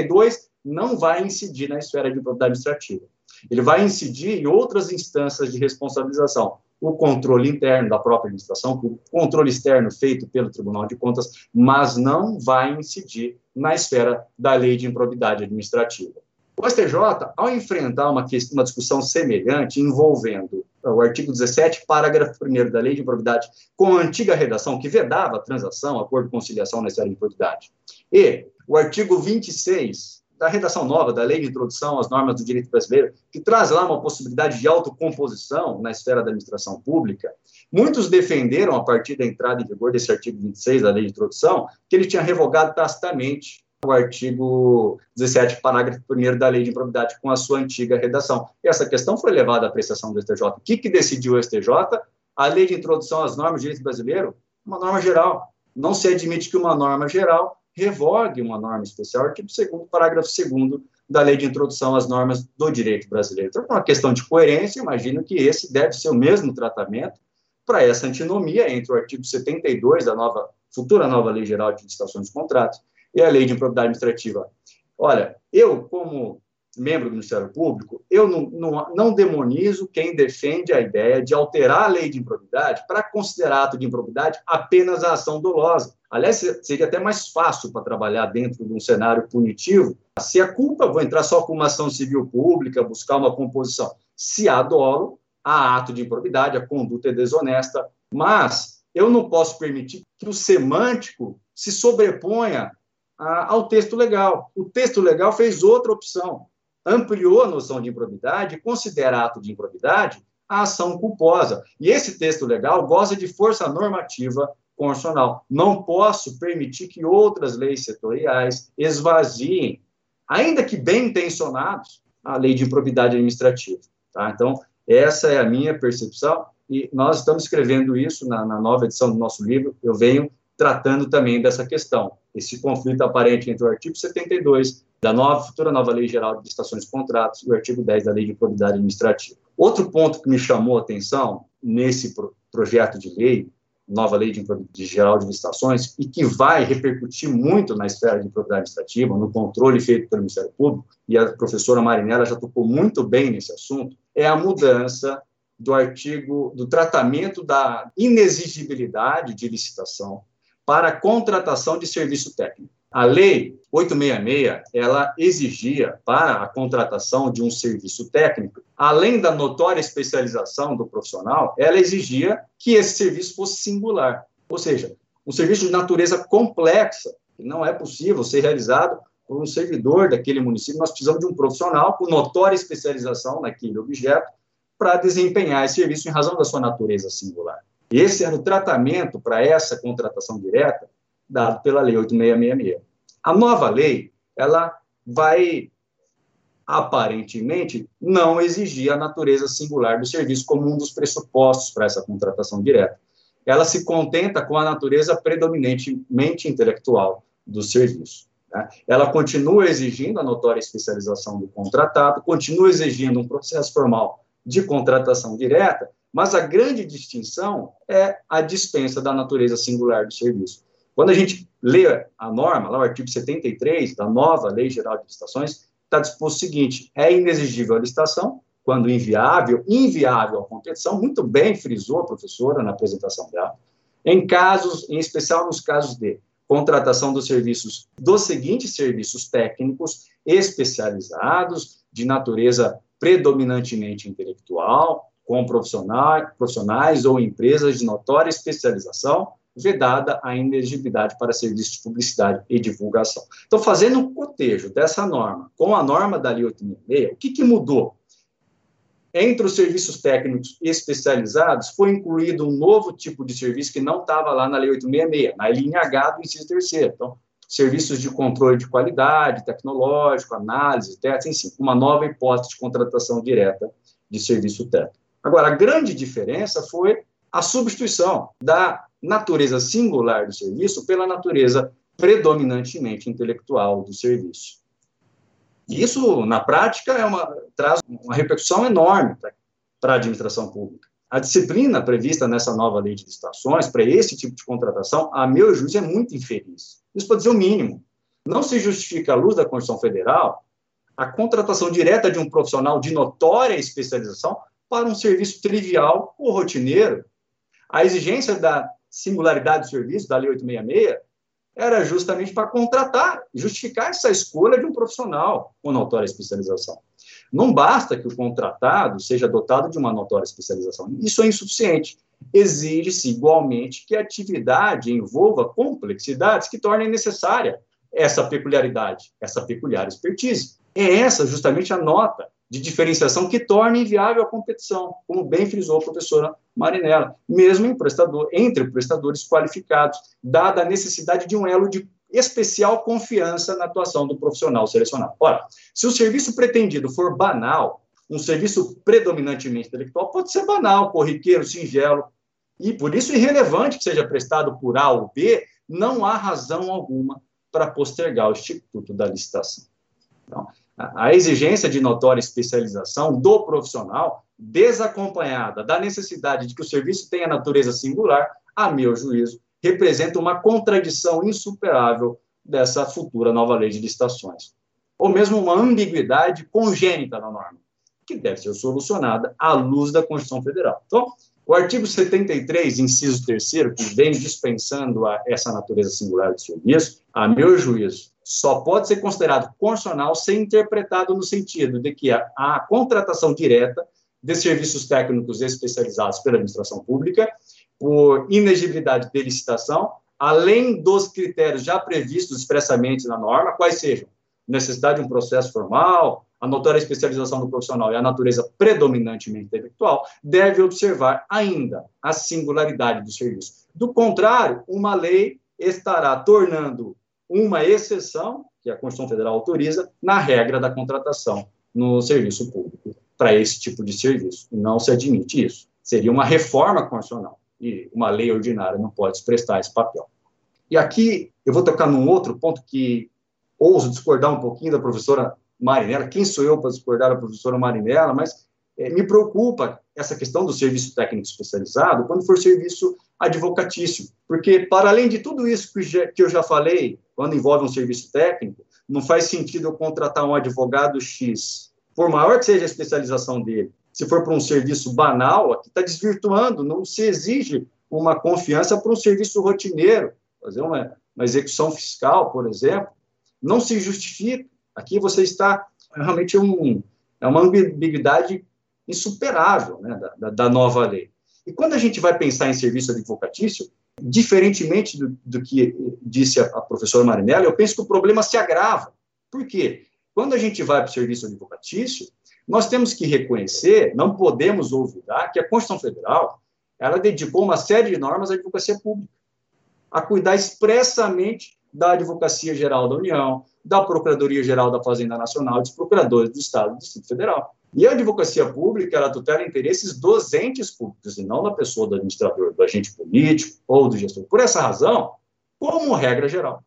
72 não vai incidir na esfera de improbidade administrativa. Ele vai incidir em outras instâncias de responsabilização. O controle interno da própria administração pública, o controle externo feito pelo Tribunal de Contas, mas não vai incidir na esfera da Lei de Improbidade Administrativa. O STJ, ao enfrentar uma discussão semelhante envolvendo o artigo 17, parágrafo 1º da Lei de Improbidade, com a antiga redação que vedava a transação, acordo de conciliação na esfera de improbidade, e o artigo 26 da redação nova da Lei de Introdução às Normas do Direito Brasileiro, que traz lá uma possibilidade de autocomposição na esfera da administração pública, muitos defenderam, a partir da entrada em vigor desse artigo 26 da Lei de Introdução, que ele tinha revogado tacitamente o artigo 17, parágrafo 1º da Lei de Improbidade, com a sua antiga redação. E essa questão foi levada à apreciação do STJ. O que decidiu o STJ? A Lei de Introdução às Normas do Direito Brasileiro, uma norma geral. Não se admite que uma norma geral revogue uma norma especial, artigo 2º, parágrafo 2º da Lei de Introdução às Normas do Direito Brasileiro. Então, por uma questão de coerência, imagino que esse deve ser o mesmo tratamento para essa antinomia entre o artigo 72 da futura nova Lei Geral de Licitações de Contratos e a Lei de Improbidade Administrativa. Olha, eu, como membro do Ministério Público, eu não demonizo quem defende a ideia de alterar a Lei de Improbidade para considerar ato de improbidade apenas a ação dolosa. Aliás, seria até mais fácil para trabalhar dentro de um cenário punitivo. Se a culpa, vou entrar só com uma ação civil pública, buscar uma composição. Se há dolo, há ato de improbidade, a conduta é desonesta. Mas eu não posso permitir que o semântico se sobreponha ao texto legal. O texto legal fez outra opção, ampliou a noção de improbidade e considera ato de improbidade a ação culposa. E esse texto legal goza de força normativa constitucional. Não posso permitir que outras leis setoriais esvaziem, ainda que bem intencionados, a lei de improbidade administrativa. Tá? Então, essa é a minha percepção, e nós estamos escrevendo isso na nova edição do nosso livro. Eu venho tratando também dessa questão, esse conflito aparente entre o artigo 72 da futura nova Lei Geral de Licitações e Contratos e o artigo 10 da Lei de Improbidade Administrativa. Outro ponto que me chamou a atenção nesse projeto de lei, nova Lei de Geral de Licitações, e que vai repercutir muito na esfera de improbidade administrativa, no controle feito pelo Ministério Público, e a professora Marinella já tocou muito bem nesse assunto, é a mudança do tratamento da inexigibilidade de licitação para a contratação de serviço técnico. A Lei 866, ela exigia para a contratação de um serviço técnico, além da notória especialização do profissional, ela exigia que esse serviço fosse singular, ou seja, um serviço de natureza complexa, que não é possível ser realizado por um servidor daquele município. Nós precisamos de um profissional com notória especialização naquele objeto para desempenhar esse serviço em razão da sua natureza singular. Esse era o tratamento para essa contratação direta dado pela Lei 8666. A nova lei, ela vai, aparentemente, não exigir a natureza singular do serviço como um dos pressupostos para essa contratação direta. Ela se contenta com a natureza predominantemente intelectual do serviço. Né? Ela continua exigindo a notória especialização do contratado, continua exigindo um processo formal de contratação direta, mas a grande distinção é a dispensa da natureza singular do serviço. Quando a gente lê a norma, lá o artigo 73 da nova Lei Geral de Licitações, está disposto o seguinte: é inexigível a licitação, quando inviável a competição, muito bem frisou a professora na apresentação dela, em especial nos casos de contratação dos seguintes serviços técnicos especializados, de natureza predominantemente intelectual, com profissionais ou empresas de notória especialização, vedada a inexigibilidade para serviços de publicidade e divulgação. Então, fazendo um cotejo dessa norma com a norma da Lei 866, o que mudou? Entre os serviços técnicos especializados, foi incluído um novo tipo de serviço que não estava lá na Lei 866, na linha H do inciso 3º. Então, serviços de controle de qualidade, tecnológico, análise, testes, enfim, uma nova hipótese de contratação direta de serviço técnico. Agora, a grande diferença foi a substituição da natureza singular do serviço pela natureza predominantemente intelectual do serviço. Isso, na prática, traz uma repercussão enorme para a administração pública. A disciplina prevista nessa nova lei de licitações para esse tipo de contratação, a meu juízo, é muito infeliz. Isso pode dizer o mínimo. Não se justifica, à luz da Constituição Federal, a contratação direta de um profissional de notória especialização para um serviço trivial ou rotineiro. A exigência da singularidade do serviço, da Lei 866, era justamente para justificar essa escolha de um profissional com notória especialização. Não basta que o contratado seja dotado de uma notória especialização. Isso é insuficiente. Exige-se, igualmente, que a atividade envolva complexidades que tornem necessária essa peculiaridade, essa peculiar expertise. É essa, justamente, a nota de diferenciação que torna inviável a competição, como bem frisou a professora Marinella, mesmo entre prestadores qualificados, dada a necessidade de um elo de especial confiança na atuação do profissional selecionado. Ora, se o serviço pretendido for banal, um serviço predominantemente intelectual pode ser banal, corriqueiro, singelo, e por isso irrelevante que seja prestado por A ou B, não há razão alguma para postergar o instituto da licitação. Então, a exigência de notória especialização do profissional, desacompanhada da necessidade de que o serviço tenha natureza singular, a meu juízo, representa uma contradição insuperável dessa futura nova lei de licitações, ou mesmo uma ambiguidade congênita na norma, que deve ser solucionada à luz da Constituição Federal. Então, o artigo 73, inciso 3º, que vem dispensando essa natureza singular do serviço, a meu juízo, só pode ser considerado constitucional se interpretado no sentido de que a contratação direta de serviços técnicos especializados pela administração pública por inexigibilidade de licitação, além dos critérios já previstos expressamente na norma, quais sejam necessidade de um processo formal, a notória especialização do profissional e a natureza predominantemente intelectual, deve observar ainda a singularidade do serviço. Do contrário, uma lei estará tornando uma exceção, que a Constituição Federal autoriza, na regra da contratação no serviço público, para esse tipo de serviço. Não se admite isso. Seria uma reforma constitucional, e uma lei ordinária não pode prestar esse papel. E aqui eu vou tocar num outro ponto que ouso discordar um pouquinho da professora Marinella. Quem sou eu para discordar da professora Marinella? Mas me preocupa essa questão do serviço técnico especializado quando for serviço advocatício, porque, para além de tudo isso que eu já falei, quando envolve um serviço técnico, não faz sentido eu contratar um advogado X, por maior que seja a especialização dele. Se for para um serviço banal, aqui está desvirtuando, não se exige uma confiança para um serviço rotineiro, fazer uma execução fiscal, por exemplo, não se justifica. Aqui você está realmente é uma ambiguidade insuperável, né, da nova lei. E quando a gente vai pensar em serviço advocatício, diferentemente do que disse a professora Marinella, eu penso que o problema se agrava. Por quê? Quando a gente vai para o serviço advocatício, nós temos que reconhecer, não podemos olvidar, que a Constituição Federal ela dedicou uma série de normas à advocacia pública, a cuidar expressamente da Advocacia Geral da União, da Procuradoria-Geral da Fazenda Nacional, dos procuradores do Estado e do Distrito Federal. E a advocacia pública, ela tutela interesses dos entes públicos, e não da pessoa do administrador, do agente político ou do gestor. Por essa razão, como regra geral,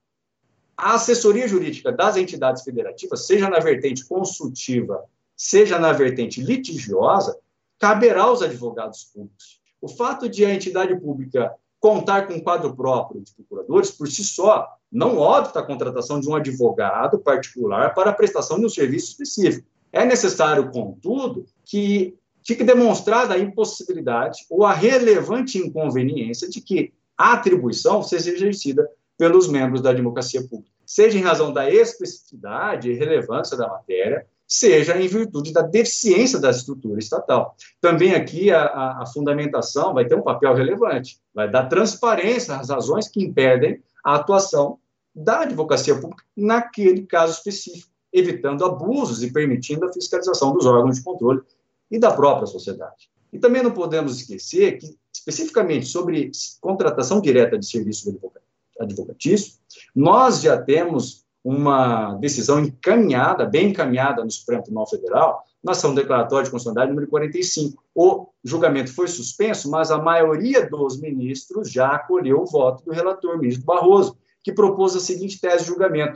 a assessoria jurídica das entidades federativas, seja na vertente consultiva, seja na vertente litigiosa, caberá aos advogados públicos. O fato de a entidade pública contar com um quadro próprio de procuradores, por si só, não obsta a contratação de um advogado particular para a prestação de um serviço específico. É necessário, contudo, que fique demonstrada a impossibilidade ou a relevante inconveniência de que a atribuição seja exercida pelos membros da advocacia pública, seja em razão da especificidade e relevância da matéria, seja em virtude da deficiência da estrutura estatal. Também aqui a fundamentação vai ter um papel relevante, vai dar transparência às razões que impedem a atuação da advocacia pública naquele caso específico, evitando abusos e permitindo a fiscalização dos órgãos de controle e da própria sociedade. E também não podemos esquecer que, especificamente sobre contratação direta de serviço advocatício, nós já temos uma decisão encaminhada, bem encaminhada no Supremo Tribunal Federal, na ação declaratória de constitucionalidade número 45. O julgamento foi suspenso, mas a maioria dos ministros já acolheu o voto do relator, ministro Barroso, que propôs a seguinte tese de julgamento.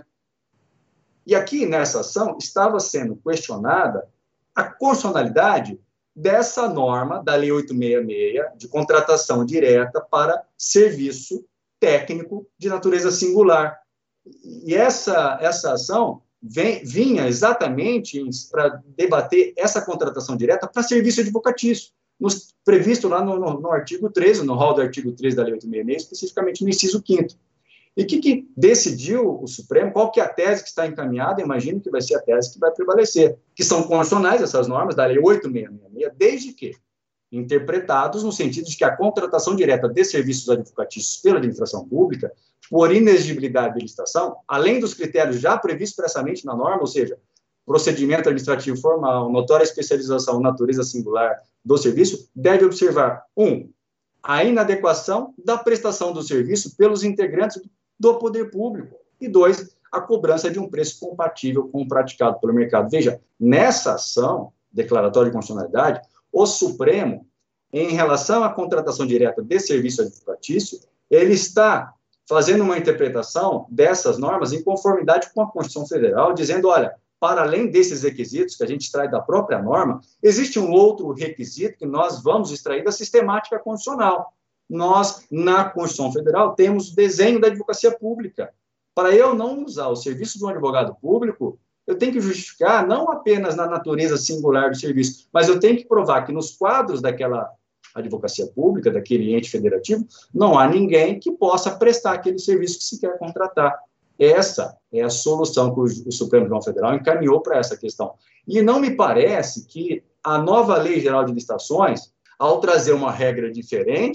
E aqui, nessa ação, estava sendo questionada a constitucionalidade dessa norma da Lei 866, de contratação direta para serviço técnico de natureza singular. E essa ação vinha exatamente para debater essa contratação direta para serviço advocatício, previsto lá no artigo 13, no rol do artigo 13 da Lei 866, especificamente no inciso 5º. E o que decidiu o Supremo? Qual que é a tese que está encaminhada? Imagino que vai ser a tese que vai prevalecer, que são constitucionais essas normas da Lei 866, desde que interpretados no sentido de que a contratação direta de serviços advocatícios pela administração pública, por inexigibilidade de licitação, além dos critérios já previstos expressamente na norma, ou seja, procedimento administrativo formal, notória especialização, natureza singular do serviço, deve observar, 1, a inadequação da prestação do serviço pelos integrantes do poder público, e 2, a cobrança de um preço compatível com o praticado pelo mercado. Veja, nessa ação declaratória de constitucionalidade, o Supremo, em relação à contratação direta de serviço advocatício, ele está fazendo uma interpretação dessas normas em conformidade com a Constituição Federal, dizendo, olha, para além desses requisitos que a gente extrai da própria norma, existe um outro requisito que nós vamos extrair da sistemática constitucional. Nós, na Constituição Federal, temos o desenho da advocacia pública. Para eu não usar o serviço de um advogado público, eu tenho que justificar não apenas na natureza singular do serviço, mas eu tenho que provar que nos quadros daquela advocacia pública, daquele ente federativo, não há ninguém que possa prestar aquele serviço que se quer contratar. Essa é a solução que o Supremo Tribunal Federal encaminhou para essa questão. E não me parece que a nova Lei Geral de Licitações, ao trazer uma regra diferente,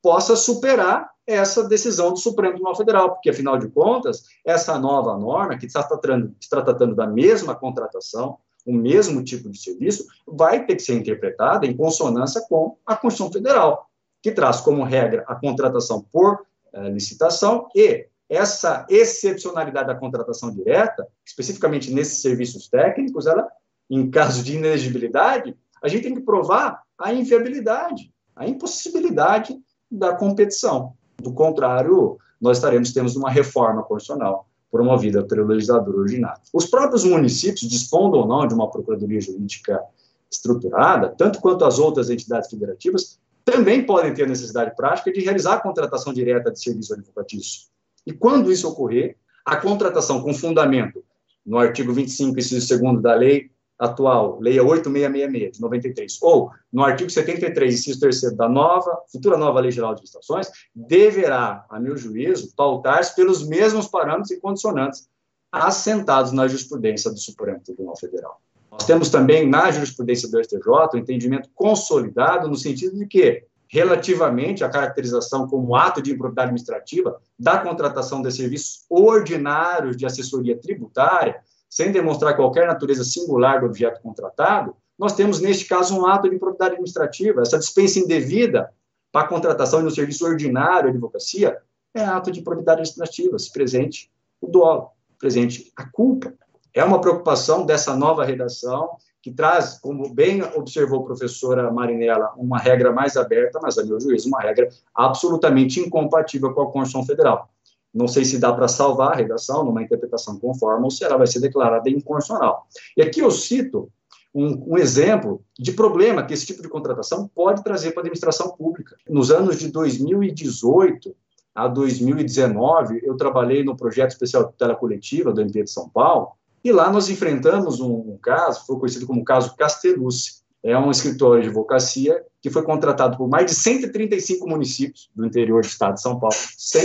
possa superar essa decisão do Supremo Tribunal Federal, porque, afinal de contas, essa nova norma, que está tratando da mesma contratação, o mesmo tipo de serviço, vai ter que ser interpretada em consonância com a Constituição Federal, que traz como regra a contratação por licitação e essa excepcionalidade da contratação direta, especificamente nesses serviços técnicos, ela, em caso de inexigibilidade, a gente tem que provar a inviabilidade, a impossibilidade da competição. Do contrário, nós temos uma reforma constitucional promovida pelo legislador ordinário. Os próprios municípios, dispondo ou não de uma procuradoria jurídica estruturada, tanto quanto as outras entidades federativas, também podem ter a necessidade prática de realizar a contratação direta de serviço advocatício. E quando isso ocorrer, a contratação com fundamento no artigo 25, inciso 2º da lei atual, Lei 8666, de 93, ou no artigo 73, inciso 3º da futura nova Lei Geral de Licitações, deverá, a meu juízo, pautar-se pelos mesmos parâmetros e condicionantes assentados na jurisprudência do Supremo Tribunal Federal. Nós temos também, na jurisprudência do STJ, o entendimento consolidado no sentido de que, relativamente à caracterização como ato de improbidade administrativa da contratação de serviços ordinários de assessoria tributária, sem demonstrar qualquer natureza singular do objeto contratado, nós temos, neste caso, um ato de improbidade administrativa. Essa dispensa indevida para a contratação de um serviço ordinário de advocacia é ato de improbidade administrativa, se presente o dolo, presente a culpa. É uma preocupação dessa nova redação, que traz, como bem observou a professora Marinella, uma regra mais aberta, mas, a meu juízo, uma regra absolutamente incompatível com a Constituição Federal. Não sei se dá para salvar a redação numa interpretação conforme ou se ela vai ser declarada inconstitucional. E aqui eu cito um exemplo de problema que esse tipo de contratação pode trazer para a administração pública. Nos anos de 2018 a 2019, eu trabalhei no projeto especial de tutela coletiva do MP de São Paulo, e lá nós enfrentamos um caso, foi conhecido como caso Castellucci. É um escritório de advocacia que foi contratado por mais de 135 municípios do interior do estado de São Paulo,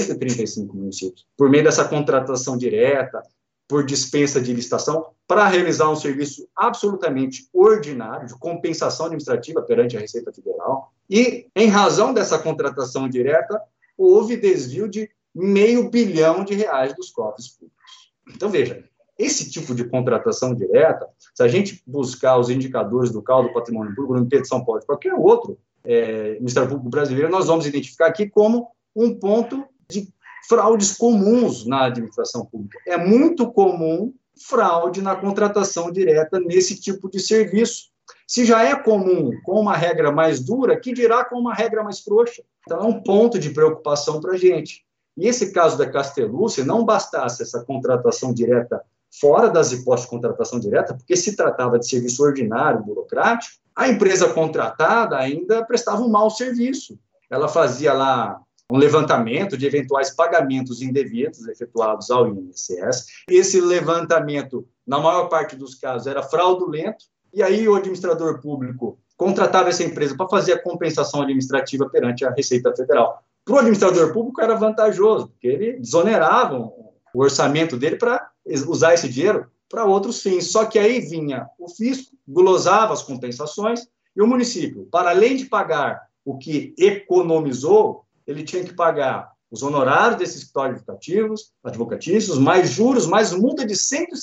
135 municípios, por meio dessa contratação direta, por dispensa de licitação, para realizar um serviço absolutamente ordinário, de compensação administrativa perante a Receita Federal. E, em razão dessa contratação direta, houve desvio de R$500 bilhão dos cofres públicos. Então, veja, esse tipo de contratação direta, se a gente buscar os indicadores do CAU do Patrimônio Público, no MP de São Paulo, de qualquer outro Ministério Público brasileiro, nós vamos identificar aqui como um ponto de fraudes comuns na administração pública. É muito comum fraude na contratação direta nesse tipo de serviço. Se já é comum com uma regra mais dura, que dirá com uma regra mais frouxa? Então, é um ponto de preocupação para a gente. E esse caso da Castellucci, não bastasse essa contratação direta fora das hipóteses de contratação direta, porque se tratava de serviço ordinário, burocrático, a empresa contratada ainda prestava um mau serviço. Ela fazia lá um levantamento de eventuais pagamentos indevidos efetuados ao INSS. Esse levantamento, na maior parte dos casos, era fraudulento, e aí o administrador público contratava essa empresa para fazer a compensação administrativa perante a Receita Federal. Para o administrador público era vantajoso, porque ele desonerava o orçamento dele para usar esse dinheiro para outros fins. Só que aí vinha o fisco, glosava as compensações, e o município, para além de pagar o que economizou, ele tinha que pagar os honorários desses escritórios advocatícios, mais juros, mais multa de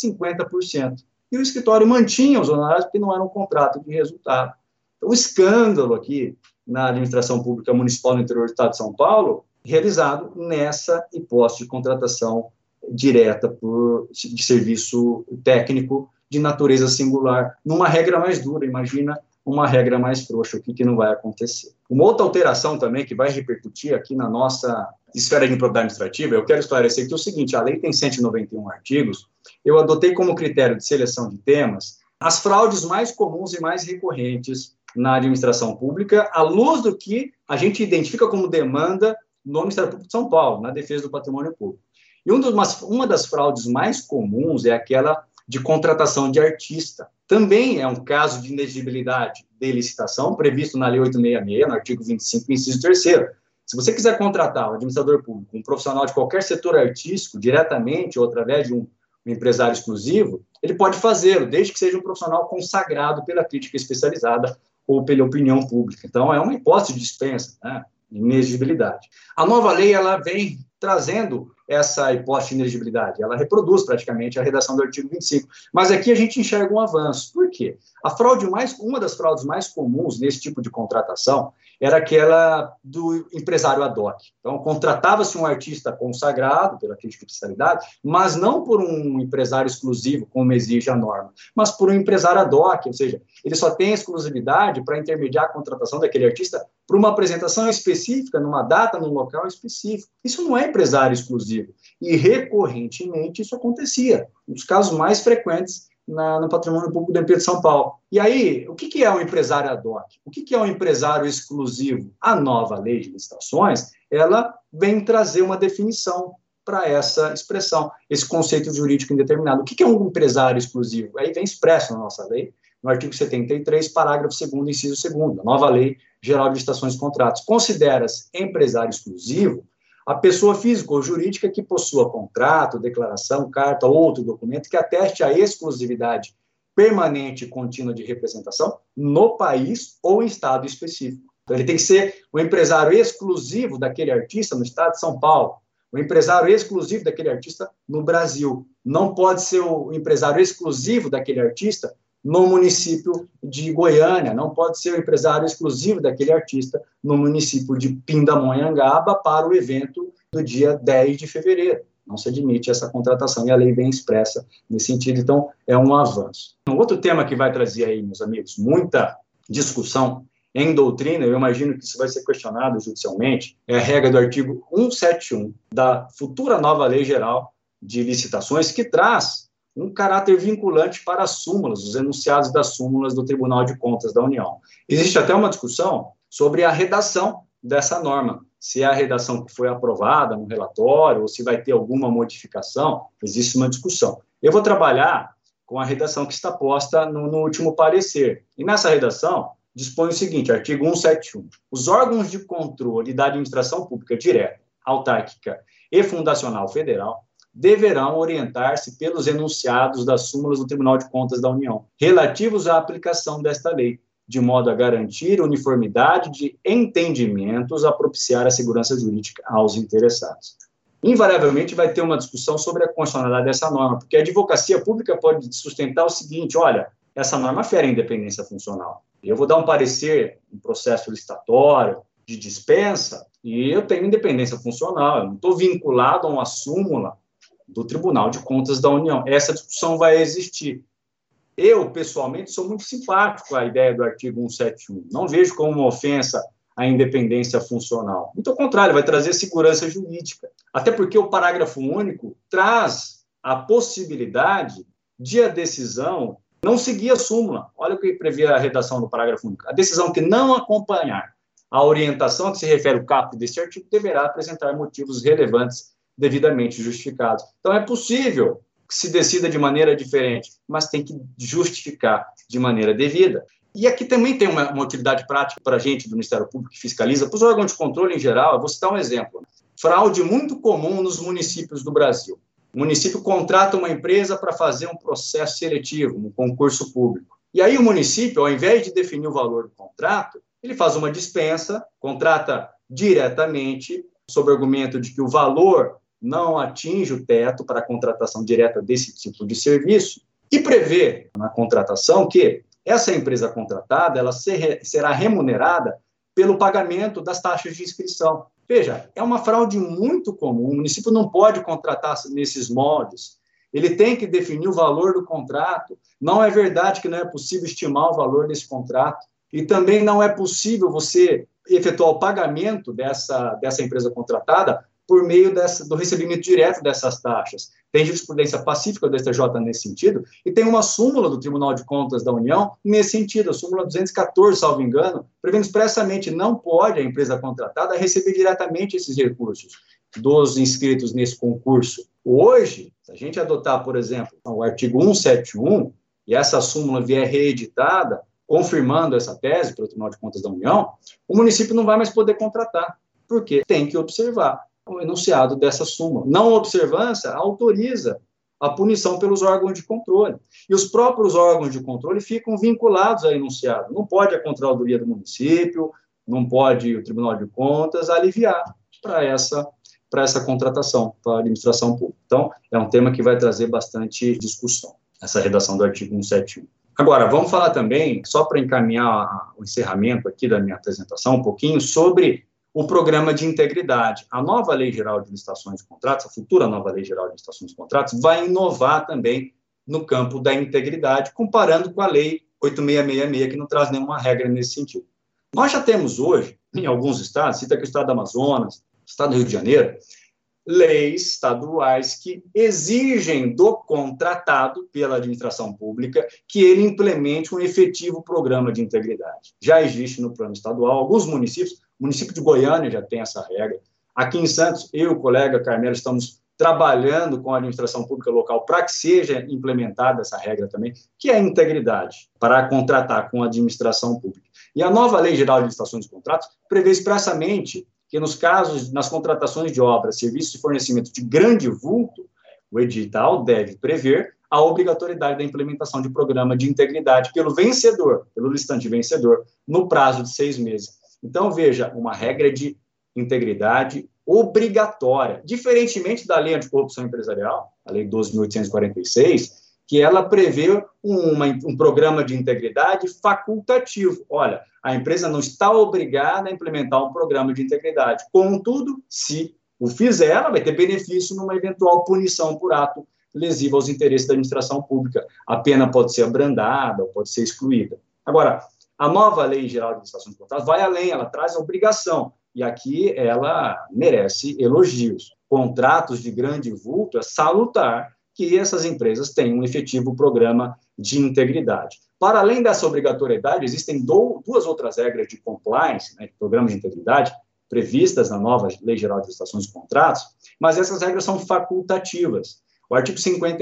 150%. E o escritório mantinha os honorários porque não era um contrato de resultado. Então, o escândalo aqui na administração pública municipal no interior do estado de São Paulo, realizado nessa hipótese de contratação direta de serviço técnico de natureza singular, numa regra mais dura, imagina uma regra mais frouxa, o que não vai acontecer. Uma outra alteração também que vai repercutir aqui na nossa esfera de improbidade administrativa, eu quero esclarecer que o seguinte, a lei tem 191 artigos, eu adotei como critério de seleção de temas as fraudes mais comuns e mais recorrentes na administração pública, à luz do que a gente identifica como demanda no Ministério Público de São Paulo, na defesa do patrimônio público. E uma das fraudes mais comuns é aquela de contratação de artista. Também é um caso de inexigibilidade de licitação, previsto na Lei 866, no artigo 25, inciso 3º. Se você quiser contratar um administrador público, um profissional de qualquer setor artístico, diretamente ou através de um empresário exclusivo, ele pode fazê-lo, desde que seja um profissional consagrado pela crítica especializada ou pela opinião pública. Então, é uma hipótese de dispensa, né? inexigibilidade. A nova lei ela vem trazendo essa hipótese de inelegibilidade. Ela reproduz praticamente a redação do artigo 25. Mas aqui a gente enxerga um avanço. Por quê? Uma das fraudes mais comuns nesse tipo de contratação era aquela do empresário ad hoc. Então, contratava-se um artista consagrado pela crítica de especialidade, mas não por um empresário exclusivo, como exige a norma, mas por um empresário ad hoc, ou seja, ele só tem exclusividade para intermediar a contratação daquele artista para uma apresentação específica, numa data, num local específico. Isso não é empresário exclusivo. E, recorrentemente, isso acontecia. Um dos casos mais frequentes no patrimônio público do MP de São Paulo. E aí, o que é um empresário ad hoc? O que é um empresário exclusivo? A nova lei de licitações, ela vem trazer uma definição para essa expressão, esse conceito jurídico indeterminado. O que é um empresário exclusivo? Aí vem expresso na nossa lei, no artigo 73, parágrafo 2º, inciso 2º, a nova Lei Geral de Licitações e Contratos. Considera-se empresário exclusivo a pessoa física ou jurídica que possua contrato, declaração, carta ou outro documento que ateste a exclusividade permanente e contínua de representação no país ou em estado específico. Então, ele tem que ser o empresário exclusivo daquele artista no estado de São Paulo, o empresário exclusivo daquele artista no Brasil. Não pode ser o empresário exclusivo daquele artista no município de Goiânia, não pode ser o empresário exclusivo daquele artista no município de Pindamonhangaba para o evento do dia 10 de fevereiro. Não se admite essa contratação e a lei bem expressa nesse sentido, então é um avanço. Um outro tema que vai trazer aí, meus amigos, muita discussão em doutrina, eu imagino que isso vai ser questionado judicialmente, é a regra do artigo 171 da futura nova Lei Geral de Licitações, que traz um caráter vinculante para as súmulas, os enunciados das súmulas do Tribunal de Contas da União. Existe até uma discussão sobre a redação dessa norma, se é a redação que foi aprovada no relatório ou se vai ter alguma modificação, existe uma discussão. Eu vou trabalhar com a redação que está posta no último parecer. E nessa redação, dispõe o seguinte, artigo 171. Os órgãos de controle da administração pública direta, autárquica e fundacional federal deverão orientar-se pelos enunciados das súmulas do Tribunal de Contas da União, relativos à aplicação desta lei, de modo a garantir uniformidade de entendimentos a propiciar a segurança jurídica aos interessados. Invariavelmente vai ter uma discussão sobre a constitucionalidade dessa norma, porque a advocacia pública pode sustentar o seguinte, olha, essa norma fere a independência funcional. Eu vou dar um parecer, um processo licitatório, de dispensa, e eu tenho independência funcional, eu não estou vinculado a uma súmula do Tribunal de Contas da União. Essa discussão vai existir. Eu, pessoalmente, sou muito simpático à ideia do artigo 171. Não vejo como uma ofensa à independência funcional. Muito ao contrário, vai trazer segurança jurídica. Até porque o parágrafo único traz a possibilidade de a decisão não seguir a súmula. Olha o que prevê a redação do parágrafo único. A decisão que não acompanhar a orientação a que se refere o caput deste artigo deverá apresentar motivos relevantes devidamente justificados. Então, é possível que se decida de maneira diferente, mas tem que justificar de maneira devida. E aqui também tem uma utilidade prática para a gente do Ministério Público que fiscaliza, para os órgãos de controle em geral. Eu vou citar um exemplo. Fraude muito comum nos municípios do Brasil. O município contrata uma empresa para fazer um processo seletivo, um concurso público. E aí o município, ao invés de definir o valor do contrato, ele faz uma dispensa, contrata diretamente, sob o argumento de que o valor não atinge o teto para a contratação direta desse tipo de serviço, e prevê na contratação que essa empresa contratada ela será remunerada pelo pagamento das taxas de inscrição. Veja, é uma fraude muito comum, o município não pode contratar nesses moldes, ele tem que definir o valor do contrato, não é verdade que não é possível estimar o valor desse contrato, e também não é possível você efetuar o pagamento dessa empresa contratada por meio do recebimento direto dessas taxas. Tem jurisprudência pacífica do STJ nesse sentido, e tem uma súmula do Tribunal de Contas da União nesse sentido, a súmula 214, salvo engano, prevendo expressamente não pode a empresa contratada receber diretamente esses recursos dos inscritos nesse concurso. Hoje, se a gente adotar, por exemplo, o artigo 171, e essa súmula vier reeditada, confirmando essa tese pelo Tribunal de Contas da União, o município não vai mais poder contratar, porque tem que observar o enunciado dessa súmula. Não observância autoriza a punição pelos órgãos de controle. E os próprios órgãos de controle ficam vinculados a enunciado. Não pode a controladoria do município, não pode o Tribunal de Contas aliviar para essa contratação, para a administração pública. Então, é um tema que vai trazer bastante discussão, essa redação do artigo 171. Agora, vamos falar também, só para encaminhar o encerramento aqui da minha apresentação, um pouquinho sobre o programa de integridade. A nova Lei Geral de Licitações e Contratos, a futura nova Lei Geral de Licitações e Contratos, vai inovar também no campo da integridade, comparando com a Lei 8666, que não traz nenhuma regra nesse sentido. Nós já temos hoje, em alguns estados, cita aqui o estado do Amazonas, o estado do Rio de Janeiro, leis estaduais que exigem do contratado pela administração pública que ele implemente um efetivo programa de integridade. Já existe no plano estadual, alguns municípios, o município de Goiânia já tem essa regra. Aqui em Santos, eu e o colega Carmelo estamos trabalhando com a administração pública local para que seja implementada essa regra também, que é a integridade, para contratar com a administração pública. E a nova Lei Geral de Licitações e Contratos prevê expressamente que nos casos, nas contratações de obras, serviços de fornecimento de grande vulto, o edital deve prever a obrigatoriedade da implementação de programa de integridade pelo vencedor, pelo licitante vencedor, no prazo de 6 meses. Então, veja, uma regra de integridade obrigatória, diferentemente da Lei Anticorrupção Empresarial, a Lei 12.846, que ela prevê um programa de integridade facultativo. Olha, a empresa não está obrigada a implementar um programa de integridade. Contudo, se o fizer, ela vai ter benefício numa eventual punição por ato lesivo aos interesses da administração pública. A pena pode ser abrandada ou pode ser excluída. Agora, a nova Lei Geral de Licitações e Contratos vai além, ela traz a obrigação, e aqui ela merece elogios. Contratos de grande vulto é salutar que essas empresas tenham um efetivo programa de integridade. Para além dessa obrigatoriedade, existem duas outras regras de compliance, né, de programa de integridade, previstas na nova Lei Geral de Licitações e Contratos, mas essas regras são facultativas. O artigo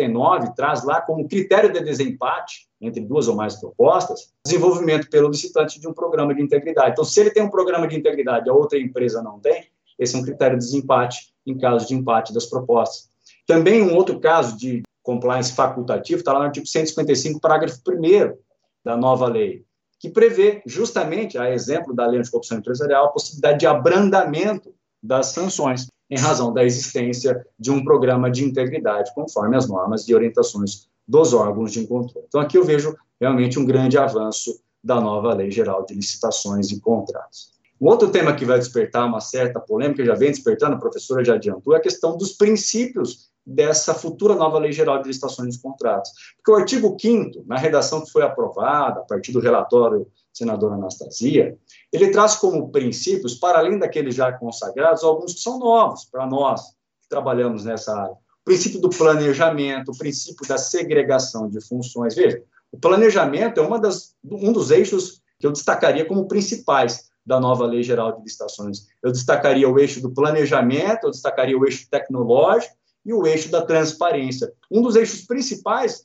59 traz lá como critério de desempate entre duas ou mais propostas, desenvolvimento pelo licitante de um programa de integridade. Então, se ele tem um programa de integridade e a outra empresa não tem, esse é um critério de desempate em caso de empate das propostas. Também um outro caso de compliance facultativo está lá no artigo 155, parágrafo 1º da nova lei, que prevê justamente, a exemplo da Lei Anticorrupção Empresarial, a possibilidade de abrandamento das sanções em razão da existência de um programa de integridade, conforme as normas e orientações dos órgãos de controle. Então, aqui eu vejo realmente um grande avanço da nova Lei Geral de Licitações e Contratos. Um outro tema que vai despertar uma certa polêmica, já vem despertando, a professora já adiantou, é a questão dos princípios dessa futura nova Lei Geral de Licitações e Contratos. Porque o artigo 5º, na redação que foi aprovada, a partir do relatório senadora Anastasia, ele traz como princípios, para além daqueles já consagrados, alguns que são novos para nós que trabalhamos nessa área. O princípio do planejamento, o princípio da segregação de funções. Veja, o planejamento é um dos eixos que eu destacaria como principais da nova Lei Geral de Licitações. Eu destacaria o eixo do planejamento, eu destacaria o eixo tecnológico e o eixo da transparência. Um dos eixos principais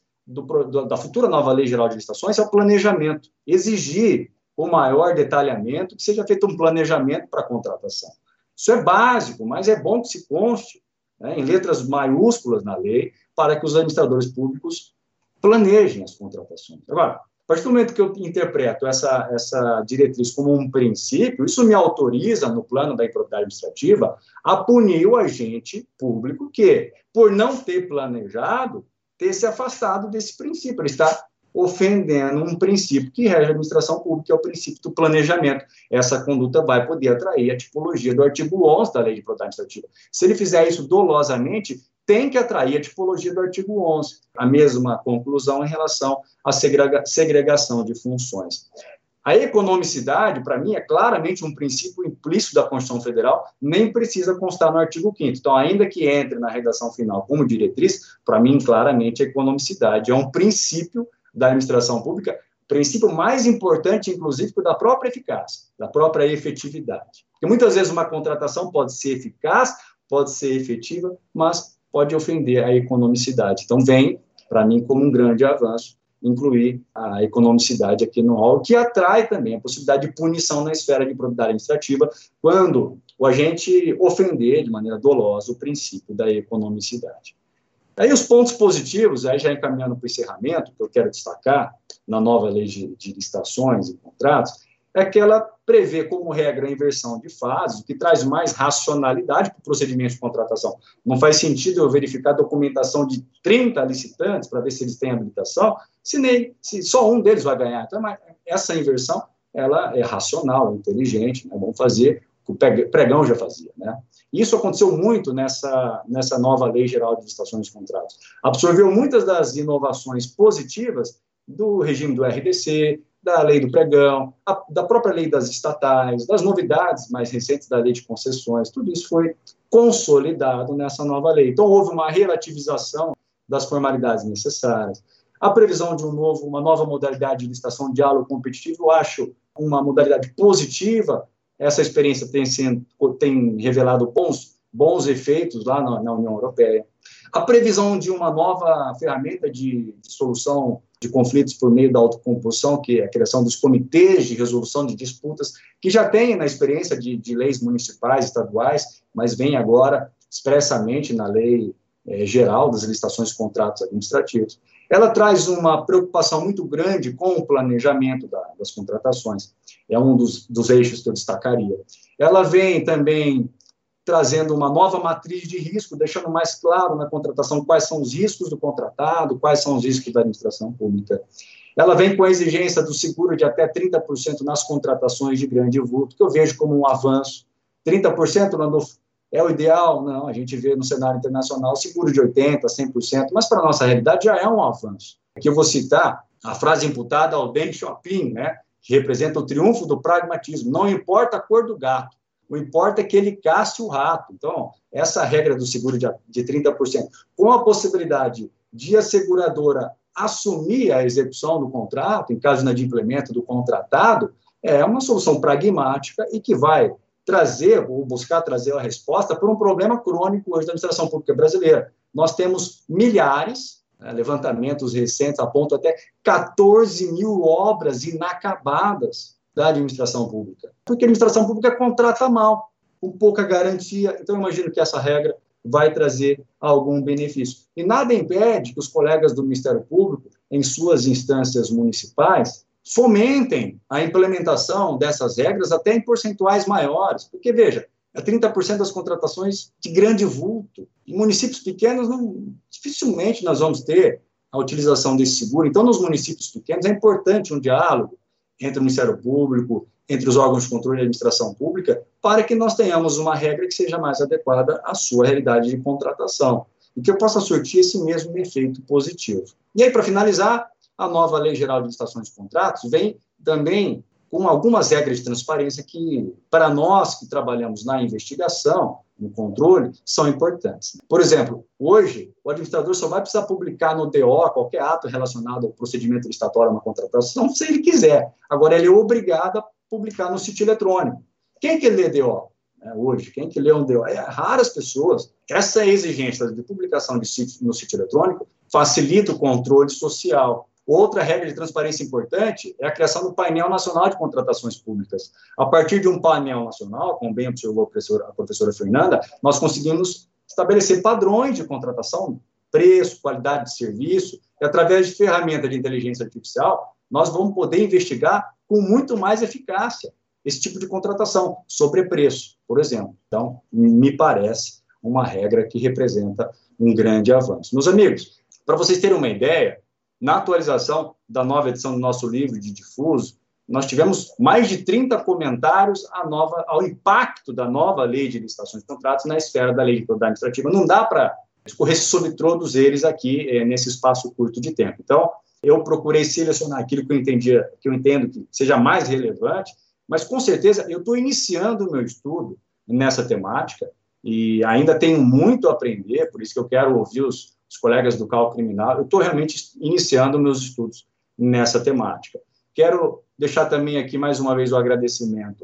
da futura nova Lei Geral de Licitações é o planejamento. Exigir o maior detalhamento, que seja feito um planejamento para a contratação. Isso é básico, mas é bom que se conste, né, em letras maiúsculas na lei, para que os administradores públicos planejem as contratações. Agora, a partir do momento que eu interpreto essa diretriz como um princípio, isso me autoriza, no plano da improbidade administrativa, a punir o agente público que, por não ter planejado, ter se afastado desse princípio. Ele está ofendendo um princípio que rege a administração pública, que é o princípio do planejamento. Essa conduta vai poder atrair a tipologia do artigo 11 da Lei de Improbidade Administrativa. Se ele fizer isso dolosamente, tem que atrair a tipologia do artigo 11. A mesma conclusão em relação à segregação de funções. A economicidade, para mim, é claramente um princípio implícito da Constituição Federal, nem precisa constar no artigo 5º. Então, ainda que entre na redação final como diretriz, para mim, claramente, a economicidade é um princípio da administração pública, princípio mais importante, inclusive, da própria eficácia, da própria efetividade. Porque muitas vezes uma contratação pode ser eficaz, pode ser efetiva, mas pode ofender a economicidade. Então, vem, para mim, como um grande avanço, incluir a economicidade aqui no rol, que atrai também a possibilidade de punição na esfera de improbidade administrativa, quando o agente ofender de maneira dolosa o princípio da economicidade. Aí os pontos positivos, aí já encaminhando para o encerramento, que eu quero destacar na nova Lei de Licitações e Contratos, é que ela prevê como regra a inversão de fases, o que traz mais racionalidade para o procedimento de contratação. Não faz sentido eu verificar a documentação de 30 licitantes para ver se eles têm habilitação, se só um deles vai ganhar. Então, essa inversão ela é racional, inteligente, né? Vamos fazer o que o Pregão já fazia, né? Isso aconteceu muito nessa nova Lei Geral de Licitações e Contratos. Absorveu muitas das inovações positivas do regime do RDC, da lei do pregão, da própria lei das estatais, das novidades mais recentes da lei de concessões, tudo isso foi consolidado nessa nova lei. Então, houve uma relativização das formalidades necessárias. A previsão de uma nova modalidade de licitação de diálogo competitivo, eu acho uma modalidade positiva. Essa experiência tem revelado bons efeitos lá na União Europeia. A previsão de uma nova ferramenta de solução de conflitos por meio da autocompulsão, que é a criação dos comitês de resolução de disputas, que já tem na experiência de leis municipais, estaduais, mas vem agora expressamente na Lei Geral das Licitações e Contratos Administrativos. Ela traz uma preocupação muito grande com o planejamento das contratações. É um dos eixos que eu destacaria. Ela vem também trazendo uma nova matriz de risco, deixando mais claro na contratação quais são os riscos do contratado, quais são os riscos da administração pública. Ela vem com a exigência do seguro de até 30% nas contratações de grande vulto, que eu vejo como um avanço. 30%, Landolfo, é o ideal? Não, a gente vê no cenário internacional seguro de 80%, 100%, mas para a nossa realidade já é um avanço. Aqui eu vou citar a frase imputada ao Deng Xiaoping, né, que representa o triunfo do pragmatismo. Não importa a cor do gato, o que importa é que ele casse o rato. Então, essa regra do seguro de 30%, com a possibilidade de a seguradora assumir a execução do contrato, em caso de inadimplemento do contratado, é uma solução pragmática e que vai buscar trazer a resposta para um problema crônico hoje da administração pública brasileira. Nós temos milhares, levantamentos recentes apontam até 14 mil obras inacabadas da administração pública, porque a administração pública contrata mal, com pouca garantia. Então, eu imagino que essa regra vai trazer algum benefício. E nada impede que os colegas do Ministério Público, em suas instâncias municipais, fomentem a implementação dessas regras até em percentuais maiores, porque, veja, é 30% das contratações de grande vulto. Em municípios pequenos, dificilmente nós vamos ter a utilização desse seguro. Então, nos municípios pequenos, é importante um diálogo entre o Ministério Público, entre os órgãos de controle e administração pública, para que nós tenhamos uma regra que seja mais adequada à sua realidade de contratação e que eu possa surtir esse mesmo efeito positivo. E aí, para finalizar, a nova Lei Geral de Licitações e Contratos vem também com algumas regras de transparência que, para nós que trabalhamos na investigação, no controle, são importantes. Por exemplo, hoje, o administrador só vai precisar publicar no DO qualquer ato relacionado ao procedimento licitatório a uma contratação, se ele quiser. Agora, ele é obrigado a publicar no sítio eletrônico. Quem que lê DO hoje? Quem que lê um DO? Raras pessoas. Essa exigência de publicação no sítio eletrônico facilita o controle social. Outra regra de transparência importante é a criação do painel nacional de contratações públicas. A partir de um painel nacional, como bem observou a professora Fernanda, nós conseguimos estabelecer padrões de contratação, preço, qualidade de serviço, e através de ferramentas de inteligência artificial, nós vamos poder investigar com muito mais eficácia esse tipo de contratação, sobrepreço, por exemplo. Então, me parece uma regra que representa um grande avanço. Meus amigos, para vocês terem uma ideia, na atualização da nova edição do nosso livro de difuso, nós tivemos mais de 30 comentários ao impacto da nova Lei de Licitações e Contratos na esfera da Lei de Propriedade Administrativa. Não dá para escorrer sobre todos eles aqui nesse espaço curto de tempo. Então, eu procurei selecionar aquilo que eu entendo que seja mais relevante, mas, com certeza, eu estou iniciando o meu estudo nessa temática e ainda tenho muito a aprender, por isso que eu quero ouvir os colegas do cálculo criminal. Eu estou realmente iniciando meus estudos nessa temática. Quero deixar também aqui, mais uma vez, o agradecimento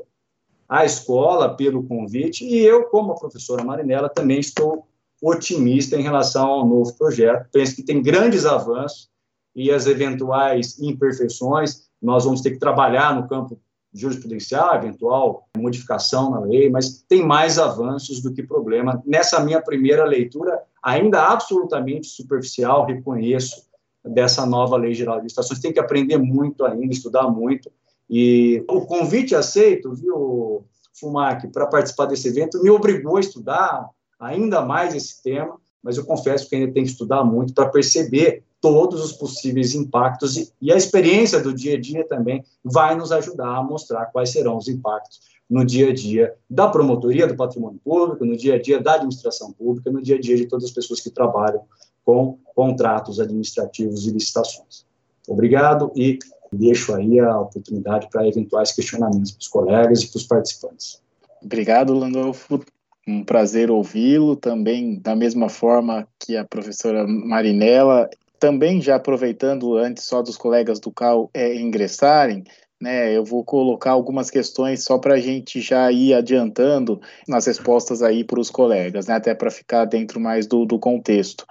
à escola pelo convite e eu, como a professora Marinella, também estou otimista em relação ao novo projeto. Penso que tem grandes avanços e as eventuais imperfeições nós vamos ter que trabalhar no campo jurisprudencial, eventual modificação na lei, mas tem mais avanços do que problema. Nessa minha primeira leitura, ainda absolutamente superficial, reconheço, dessa nova Lei Geral de Licitações. Tem que aprender muito ainda, estudar muito, E o convite aceito, viu, Fumac, para participar desse evento, me obrigou a estudar ainda mais esse tema, mas eu confesso que ainda tem que estudar muito para perceber todos os possíveis impactos, e a experiência do dia a dia também vai nos ajudar a mostrar quais serão os impactos no dia a dia da promotoria do patrimônio público, no dia a dia da administração pública, no dia a dia de todas as pessoas que trabalham com contratos administrativos e licitações. Obrigado e deixo aí a oportunidade para eventuais questionamentos para os colegas e para os participantes. Obrigado, Landolfo. Um prazer ouvi-lo, também da mesma forma que a professora Marinella, também já aproveitando antes só dos colegas do CAU ingressarem, né, eu vou colocar algumas questões só para a gente já ir adiantando nas respostas aí para os colegas, né, até para ficar dentro mais do contexto.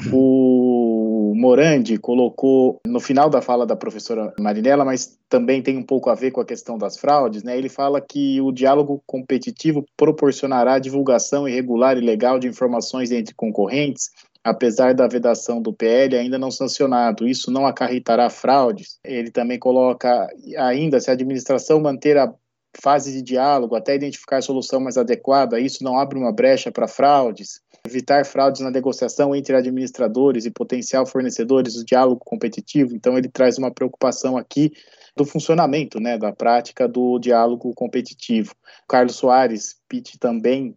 O Morandi colocou no final da fala da professora Marinella, mas também tem um pouco a ver com a questão das fraudes, né, ele fala que o diálogo competitivo proporcionará a divulgação irregular e ilegal de informações entre concorrentes, apesar da vedação do PL ainda não sancionado. Isso não acarretará fraudes. Ele também coloca ainda, se a administração manter a fase de diálogo até identificar a solução mais adequada, isso não abre uma brecha para fraudes. Evitar fraudes na negociação entre administradores e potencial fornecedores, o diálogo competitivo. Então, ele traz uma preocupação aqui do funcionamento, né, da prática do diálogo competitivo. Carlos Soares Pitti também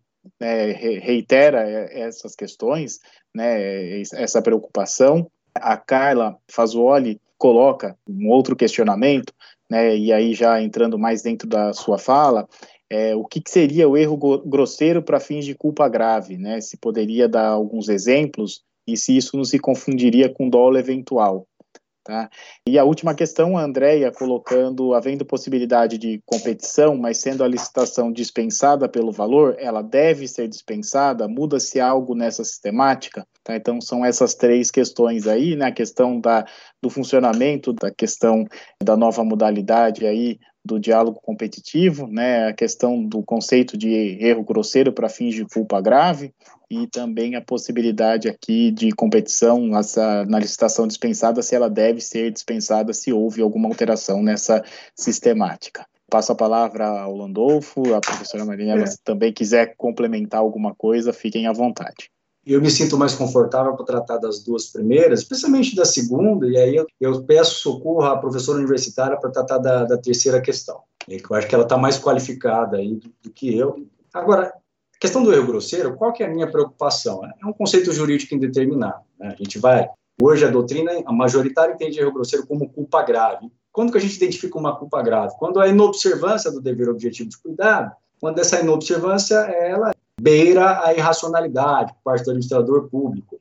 reitera essas questões, né, essa preocupação. A Carla Fasuoli coloca um outro questionamento, né, e aí já entrando mais dentro da sua fala, o que seria o erro grosseiro para fins de culpa grave, né, se poderia dar alguns exemplos e se isso não se confundiria com dolo eventual. Tá? E a última questão, a Andréia colocando, havendo possibilidade de competição, mas sendo a licitação dispensada pelo valor, ela deve ser dispensada? Muda-se algo nessa sistemática? Tá? Então, são essas três questões aí, né? A questão do funcionamento, da questão da nova modalidade aí, do diálogo competitivo, né? A questão do conceito de erro grosseiro para fins de culpa grave, e também a possibilidade aqui de competição na licitação dispensada, se ela deve ser dispensada, se houve alguma alteração nessa sistemática. Passo a palavra ao Landolfo, a professora Marinella, se também quiser complementar alguma coisa, fiquem à vontade. Eu me sinto mais confortável para tratar das duas primeiras, especialmente da segunda, e aí eu peço socorro à professora universitária para tratar da terceira questão. Eu acho que ela está mais qualificada aí do que eu. Agora, a questão do erro grosseiro, qual que é a minha preocupação? É um conceito jurídico indeterminado, né? A gente hoje a doutrina, a majoritária entende erro grosseiro como culpa grave. Quando que a gente identifica uma culpa grave? Quando a inobservância do dever objetivo de cuidado, quando essa inobservância, ela beira a irracionalidade por parte do administrador público.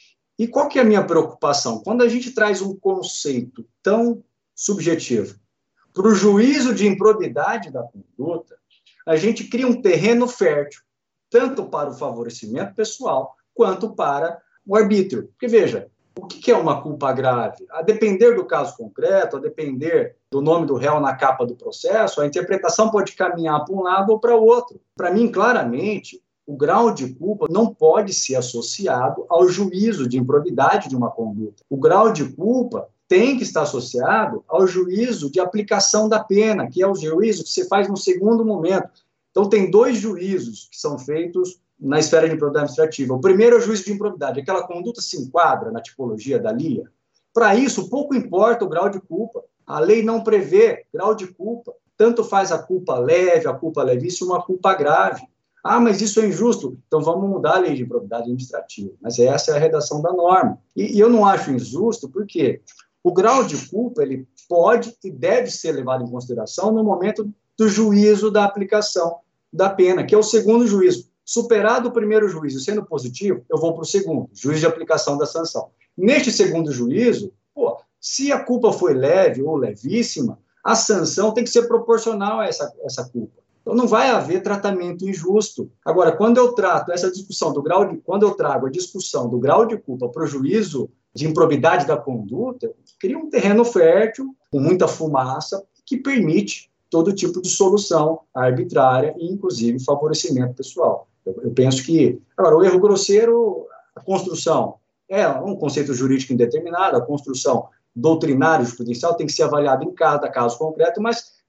E qual que é a minha preocupação? Quando a gente traz um conceito tão subjetivo para o juízo de improbidade da conduta, a gente cria um terreno fértil, tanto para o favorecimento pessoal, quanto para o arbítrio. Porque, veja, o que é uma culpa grave? A depender do caso concreto, a depender do nome do réu na capa do processo, a interpretação pode caminhar para um lado ou para o outro. Para mim, claramente, o grau de culpa não pode ser associado ao juízo de improbidade de uma conduta. O grau de culpa tem que estar associado ao juízo de aplicação da pena, que é o juízo que você faz no segundo momento. Então, tem dois juízos que são feitos na esfera de improbidade administrativa. O primeiro é o juízo de improbidade. Aquela conduta se enquadra na tipologia da LIA. Para isso, pouco importa o grau de culpa. A lei não prevê grau de culpa. Tanto faz a culpa leve, a culpa levíssima, uma culpa grave. Ah, mas isso é injusto. Então, vamos mudar a lei de improbidade administrativa. Mas essa é a redação da norma. E eu não acho injusto porque o grau de culpa ele pode e deve ser levado em consideração no momento do juízo da aplicação da pena, que é o segundo juízo. Superado o primeiro juízo sendo positivo, eu vou para o segundo, juízo de aplicação da sanção. Neste segundo juízo, se a culpa foi leve ou levíssima, a sanção tem que ser proporcional a essa culpa. Então, não vai haver tratamento injusto. Agora, quando eu trato essa discussão quando eu trago a discussão do grau de culpa para o juízo de improbidade da conduta, cria um terreno fértil, com muita fumaça, que permite todo tipo de solução arbitrária e, inclusive, favorecimento pessoal. Eu penso que... Agora, o erro grosseiro, a construção é um conceito jurídico indeterminado, a construção doutrinária e jurisprudencial tem que ser avaliada em cada caso concreto, mas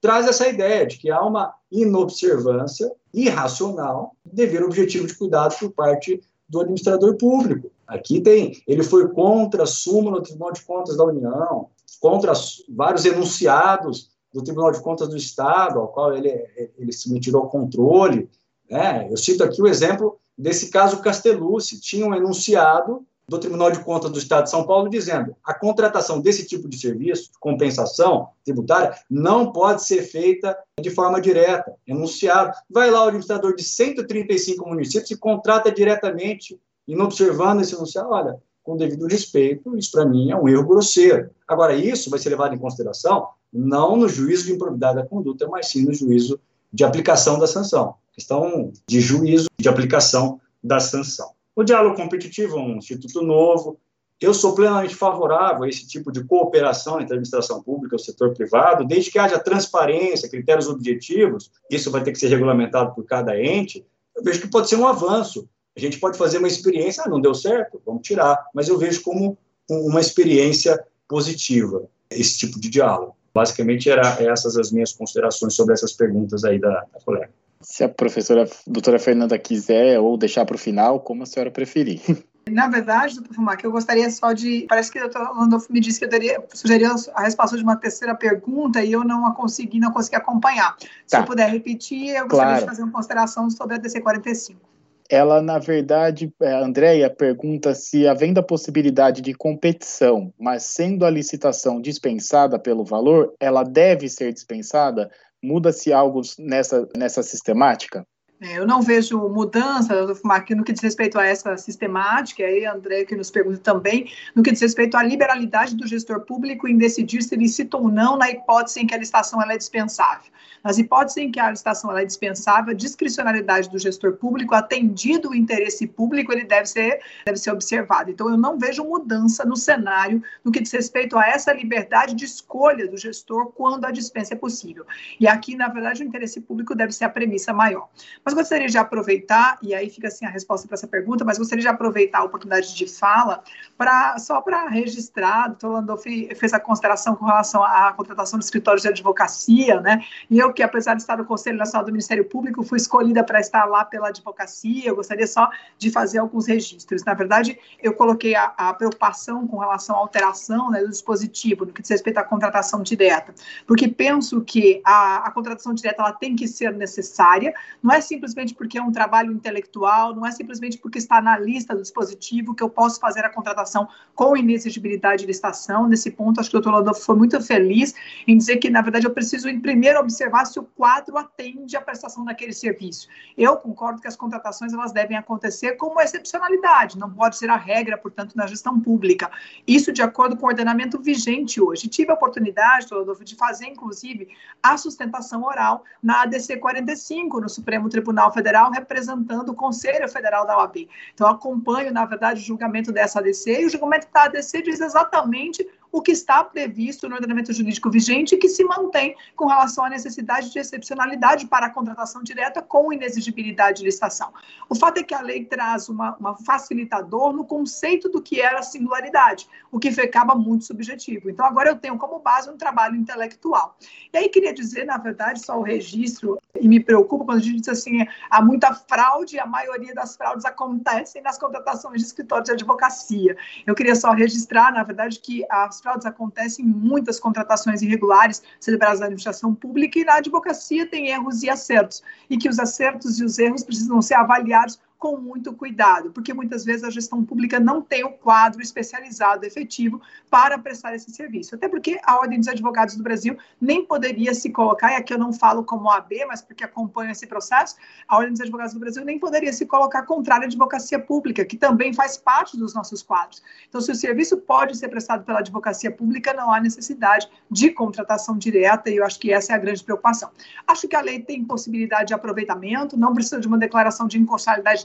traz essa ideia de que há uma inobservância irracional do dever objetivo de cuidado por parte do administrador público. Aqui ele foi contra a súmula do Tribunal de Contas da União, contra vários enunciados do Tribunal de Contas do Estado, ao qual ele se submeteu ao controle. Né? Eu cito aqui o exemplo desse caso Castellucci. Tinha um enunciado do Tribunal de Contas do Estado de São Paulo dizendo: a contratação desse tipo de serviço, compensação tributária, não pode ser feita de forma direta. Enunciado. Vai lá o administrador de 135 municípios e contrata diretamente, inobservando esse enunciado. Olha, com devido respeito, isso para mim é um erro grosseiro. Agora, isso vai ser levado em consideração não no juízo de improbidade da conduta, mas sim no juízo de aplicação da sanção. Questão de juízo de aplicação da sanção. O diálogo competitivo é um instituto novo. Eu sou plenamente favorável a esse tipo de cooperação entre a administração pública e o setor privado, desde que haja transparência, critérios objetivos. Isso vai ter que ser regulamentado por cada ente. Eu vejo que pode ser um avanço. A gente pode fazer uma experiência, não deu certo, vamos tirar. Mas eu vejo como uma experiência positiva esse tipo de diálogo. Basicamente, eram essas as minhas considerações sobre essas perguntas aí da colega. Se a doutora Fernanda quiser ou deixar para o final, como a senhora preferir. Na verdade, doutor Fumac, eu gostaria só de... Parece que o doutor Landolfo me disse que eu sugeria a resposta de uma terceira pergunta e eu não consegui acompanhar. Se eu puder repetir, eu gostaria de fazer uma consideração sobre a DC 45. Ela, na verdade, a Andréia pergunta se, havendo a possibilidade de competição, mas sendo a licitação dispensada pelo valor, ela deve ser dispensada? Muda-se algo nessa sistemática? Eu não vejo mudança, doutor Fumac, no que diz respeito a essa sistemática, e aí a André que nos pergunta também, no que diz respeito à liberalidade do gestor público em decidir se licita ou não na hipótese em que a licitação ela é dispensável. Nas hipóteses em que a licitação ela é dispensável, a discricionalidade do gestor público, atendido o interesse público, ele deve ser observado. Então, eu não vejo mudança no cenário no que diz respeito a essa liberdade de escolha do gestor quando a dispensa é possível. E aqui, na verdade, o interesse público deve ser a premissa maior. Mas gostaria de aproveitar, e aí fica assim a resposta para essa pergunta, mas gostaria de aproveitar a oportunidade de fala só para registrar, o doutor Landolfo fez a consideração com relação à contratação de escritórios de advocacia, né? E eu que, apesar de estar no Conselho Nacional do Ministério Público, fui escolhida para estar lá pela advocacia, eu gostaria só de fazer alguns registros. Na verdade, eu coloquei a preocupação com relação à alteração, né, do dispositivo, no que diz respeito à contratação direta, porque penso que a contratação direta ela tem que ser necessária, não é simplesmente porque é um trabalho intelectual, não é simplesmente porque está na lista do dispositivo que eu posso fazer a contratação com inexigibilidade de licitação. Nesse ponto, acho que o doutor Landolfo foi muito feliz em dizer que, na verdade, eu preciso, em primeiro, observar se o quadro atende à prestação daquele serviço. Eu concordo que as contratações elas devem acontecer como excepcionalidade, não pode ser a regra, portanto, na gestão pública. Isso de acordo com o ordenamento vigente hoje. Tive a oportunidade, doutor Landolfo, de fazer, inclusive, a sustentação oral na ADC 45, no Supremo Tribunal Federal, representando o Conselho Federal da OAB. Então, eu acompanho, na verdade, o julgamento dessa ADC, e o julgamento da ADC diz exatamente o que está previsto no ordenamento jurídico vigente e que se mantém com relação à necessidade de excepcionalidade para a contratação direta com inexigibilidade de licitação. O fato é que a lei traz uma facilitador no conceito do que era a singularidade, o que acaba muito subjetivo. Então, agora eu tenho como base um trabalho intelectual. E aí, queria dizer, na verdade, só o registro, e me preocupa quando a gente diz assim, há muita fraude, a maioria das fraudes acontecem nas contratações de escritórios de advocacia. Eu queria só registrar, na verdade, que as fraudes acontecem em muitas contratações irregulares celebradas na administração pública e na advocacia tem erros e acertos, e que os acertos e os erros precisam ser avaliados com muito cuidado, porque muitas vezes a gestão pública não tem o quadro especializado efetivo para prestar esse serviço. Até porque a Ordem dos Advogados do Brasil nem poderia se colocar, e aqui eu não falo como OAB, mas porque acompanho esse processo, a Ordem dos Advogados do Brasil nem poderia se colocar contrária à advocacia pública, que também faz parte dos nossos quadros. Então, se o serviço pode ser prestado pela advocacia pública, não há necessidade de contratação direta, e eu acho que essa é a grande preocupação. Acho que a lei tem possibilidade de aproveitamento, não precisa de uma declaração de inconstitucionalidade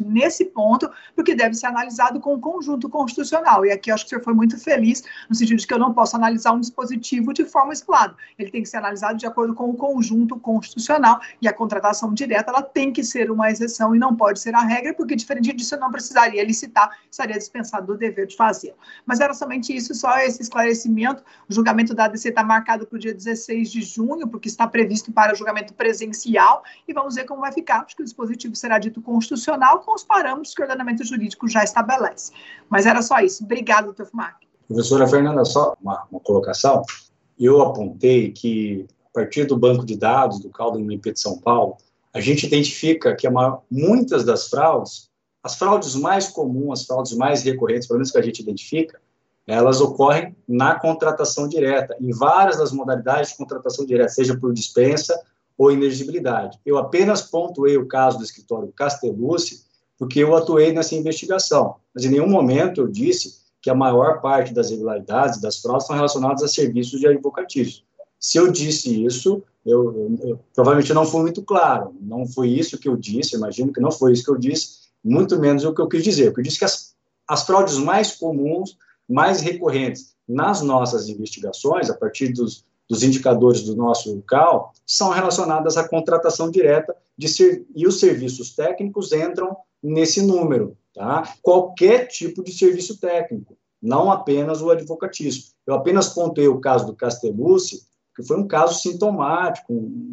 nesse ponto, porque deve ser analisado com o conjunto constitucional. E aqui eu acho que o senhor foi muito feliz, no sentido de que eu não posso analisar um dispositivo de forma isolada. Ele tem que ser analisado de acordo com o conjunto constitucional, e a contratação direta ela tem que ser uma exceção e não pode ser a regra, porque diferente disso eu não precisaria licitar, estaria dispensado do dever de fazer. Mas era somente isso, só esse esclarecimento. O julgamento da ADC está marcado para o dia 16 de junho, porque está previsto para julgamento presencial, e vamos ver como vai ficar, porque o dispositivo será dito constitucional com os parâmetros que o ordenamento jurídico já estabelece. Mas era só isso. Obrigada, doutor Fumac. Professora Fernanda, só uma colocação. Eu apontei que, a partir do banco de dados do CAU do MP de São Paulo, a gente identifica que muitas das fraudes, as fraudes mais comuns, as fraudes mais recorrentes, pelo menos que a gente identifica, elas ocorrem na contratação direta, em várias das modalidades de contratação direta, seja por dispensa ou inexigibilidade. Eu apenas pontuei o caso do escritório Castellucci, porque eu atuei nessa investigação, mas em nenhum momento eu disse que a maior parte das irregularidades, das fraudes, são relacionadas a serviços de advocatício. Se eu disse isso, eu provavelmente não fui muito claro, não foi isso que eu disse, imagino que não foi isso que eu disse, muito menos o que eu quis dizer. Eu disse que as fraudes mais comuns, mais recorrentes nas nossas investigações, a partir dos indicadores do nosso CAU, são relacionadas à contratação direta e os serviços técnicos entram nesse número, tá? Qualquer tipo de serviço técnico, não apenas o advocatício. Eu apenas pontei o caso do Castellucci, que foi um caso sintomático,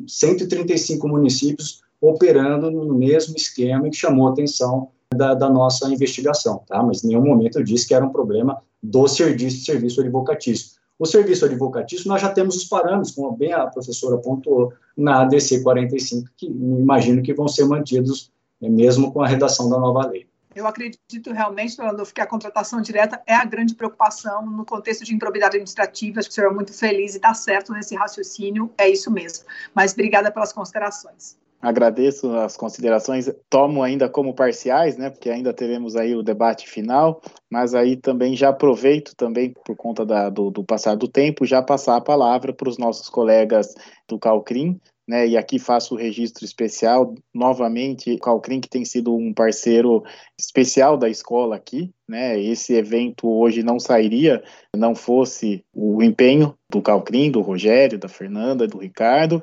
135 municípios operando no mesmo esquema e que chamou a atenção da nossa investigação, tá? Mas em nenhum momento eu disse que era um problema do serviço advocatício. O serviço advocatício, nós já temos os parâmetros, como bem a professora pontuou, na ADC 45, que imagino que vão ser mantidos mesmo com a redação da nova lei. Eu acredito realmente, Landolfo, que a contratação direta é a grande preocupação no contexto de improbidade administrativa. Acho que o senhor é muito feliz e está certo nesse raciocínio, é isso mesmo. Mas obrigada pelas considerações. Agradeço as considerações, tomo ainda como parciais, né, porque ainda teremos aí o debate final, mas aí também já aproveito também, por conta do passar do tempo, já passar a palavra para os nossos colegas do CAUCRIM, né, e aqui faço o registro especial, novamente, o CAUCRIM, que tem sido um parceiro especial da escola aqui, né, esse evento hoje não sairia, não fosse o empenho do CAUCRIM, do Rogério, da Fernanda, do Ricardo.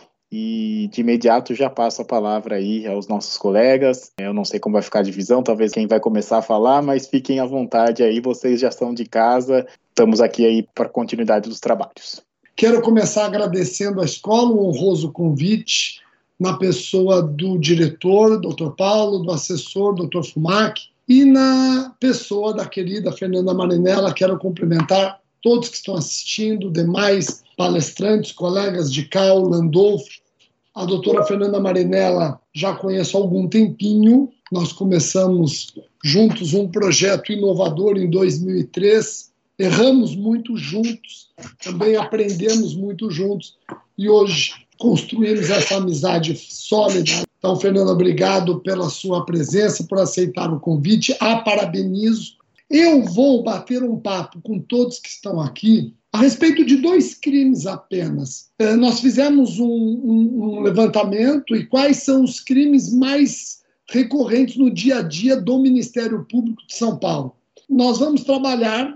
E de imediato já passo a palavra aí aos nossos colegas. Eu não sei como vai ficar a divisão, talvez quem vai começar a falar, mas fiquem à vontade aí, vocês já estão de casa, estamos aqui aí para a continuidade dos trabalhos. Quero começar agradecendo à escola o honroso convite, na pessoa do diretor, Dr. Paulo, do assessor, Dr. Fumac, e na pessoa da querida Fernanda Marinella. Quero cumprimentar todos que estão assistindo, demais palestrantes, colegas de CAU, Landolfo. A doutora Fernanda Marinella já conheço há algum tempinho. Nós começamos juntos um projeto inovador em 2003. Erramos muito juntos, também aprendemos muito juntos. E hoje construímos essa amizade sólida. Então, Fernanda, obrigado pela sua presença, por aceitar o convite. A parabenizo. Eu vou bater um papo com todos que estão aqui a respeito de 2 crimes apenas. Nós fizemos um levantamento e quais são os crimes mais recorrentes no dia a dia do Ministério Público de São Paulo. Nós vamos trabalhar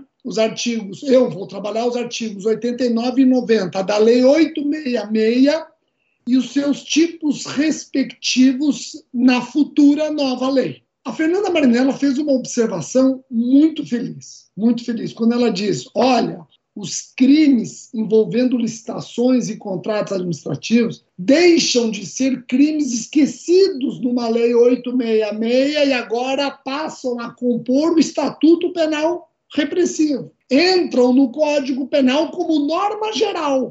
eu vou trabalhar os artigos 89 e 90 da Lei 866 e os seus tipos respectivos na futura nova lei. A Fernanda Marinella fez uma observação muito feliz, quando ela diz, olha, os crimes envolvendo licitações e contratos administrativos deixam de ser crimes esquecidos numa lei 866 e agora passam a compor o Estatuto Penal Repressivo. Entram no Código Penal como norma geral.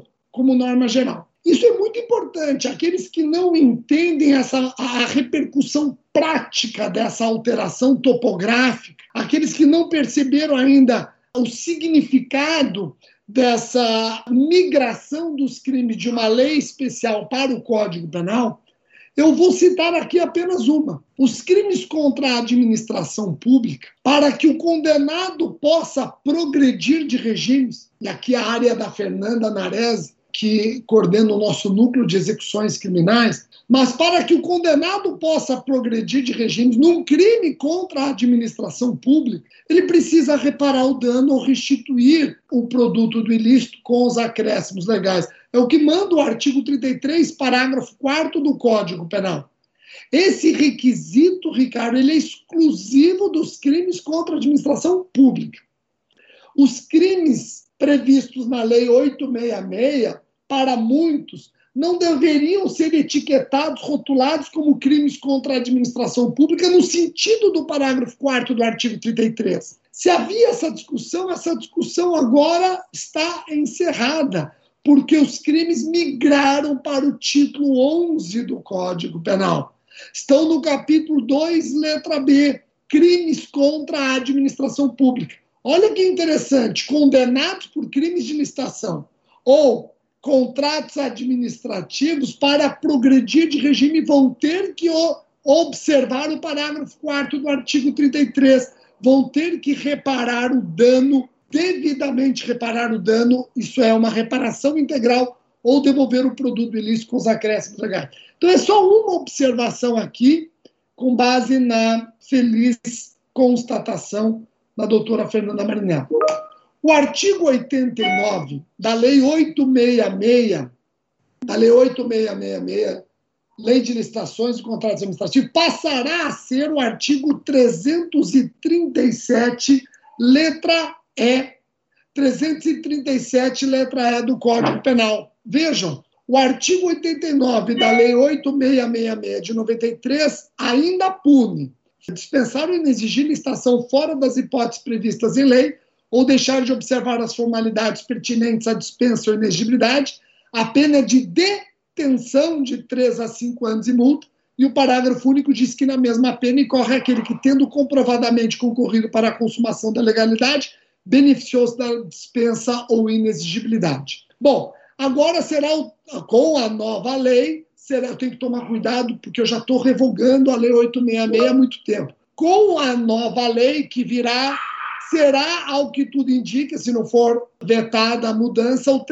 Isso é muito importante. Aqueles que não entendem a repercussão prática dessa alteração topográfica, aqueles que não perceberam ainda o significado dessa migração dos crimes de uma lei especial para o Código Penal, eu vou citar aqui apenas uma. Os crimes contra a administração pública, para que o condenado possa progredir de regimes, e aqui a área da Fernanda Nares, que coordena o nosso núcleo de execuções criminais, mas para que o condenado possa progredir de regimes num crime contra a administração pública, ele precisa reparar o dano ou restituir o produto do ilícito com os acréscimos legais. É o que manda o artigo 33, parágrafo 4º do Código Penal. Esse requisito, Ricardo, ele é exclusivo dos crimes contra a administração pública. Os crimes previstos na Lei 866, para muitos, não deveriam ser etiquetados, rotulados como crimes contra a administração pública no sentido do parágrafo 4º do artigo 33. Se havia essa discussão agora está encerrada, porque os crimes migraram para o título 11 do Código Penal. Estão no capítulo 2, letra B, crimes contra a administração pública. Olha que interessante, condenados por crimes de licitação ou contratos administrativos para progredir de regime vão ter que observar o parágrafo 4º do artigo 33, vão ter que reparar o dano, devidamente reparar o dano, isso é uma reparação integral, ou devolver o produto ilícito com os acréscimos legais. Então é só uma observação aqui, com base na feliz constatação da doutora Fernanda Marinello. O artigo 89 da Lei 8.666, Lei de Licitações e Contratos Administrativos, passará a ser o artigo 337, letra E. 337, letra E do Código Penal. Vejam, o artigo 89 da Lei 8.666 de 93 ainda pune dispensar ou inexigir licitação fora das hipóteses previstas em lei ou deixar de observar as formalidades pertinentes à dispensa ou inexigibilidade, a pena de detenção de 3 a 5 anos e multa, e o parágrafo único diz que na mesma pena incorre aquele que, tendo comprovadamente concorrido para a consumação da legalidade, beneficiou-se da dispensa ou inexigibilidade. Bom, agora será, com a nova lei, eu tenho que tomar cuidado, porque eu já estou revogando a Lei 866 há muito tempo. Com a nova lei que virá, será, ao que tudo indica, se não for vetada a mudança, o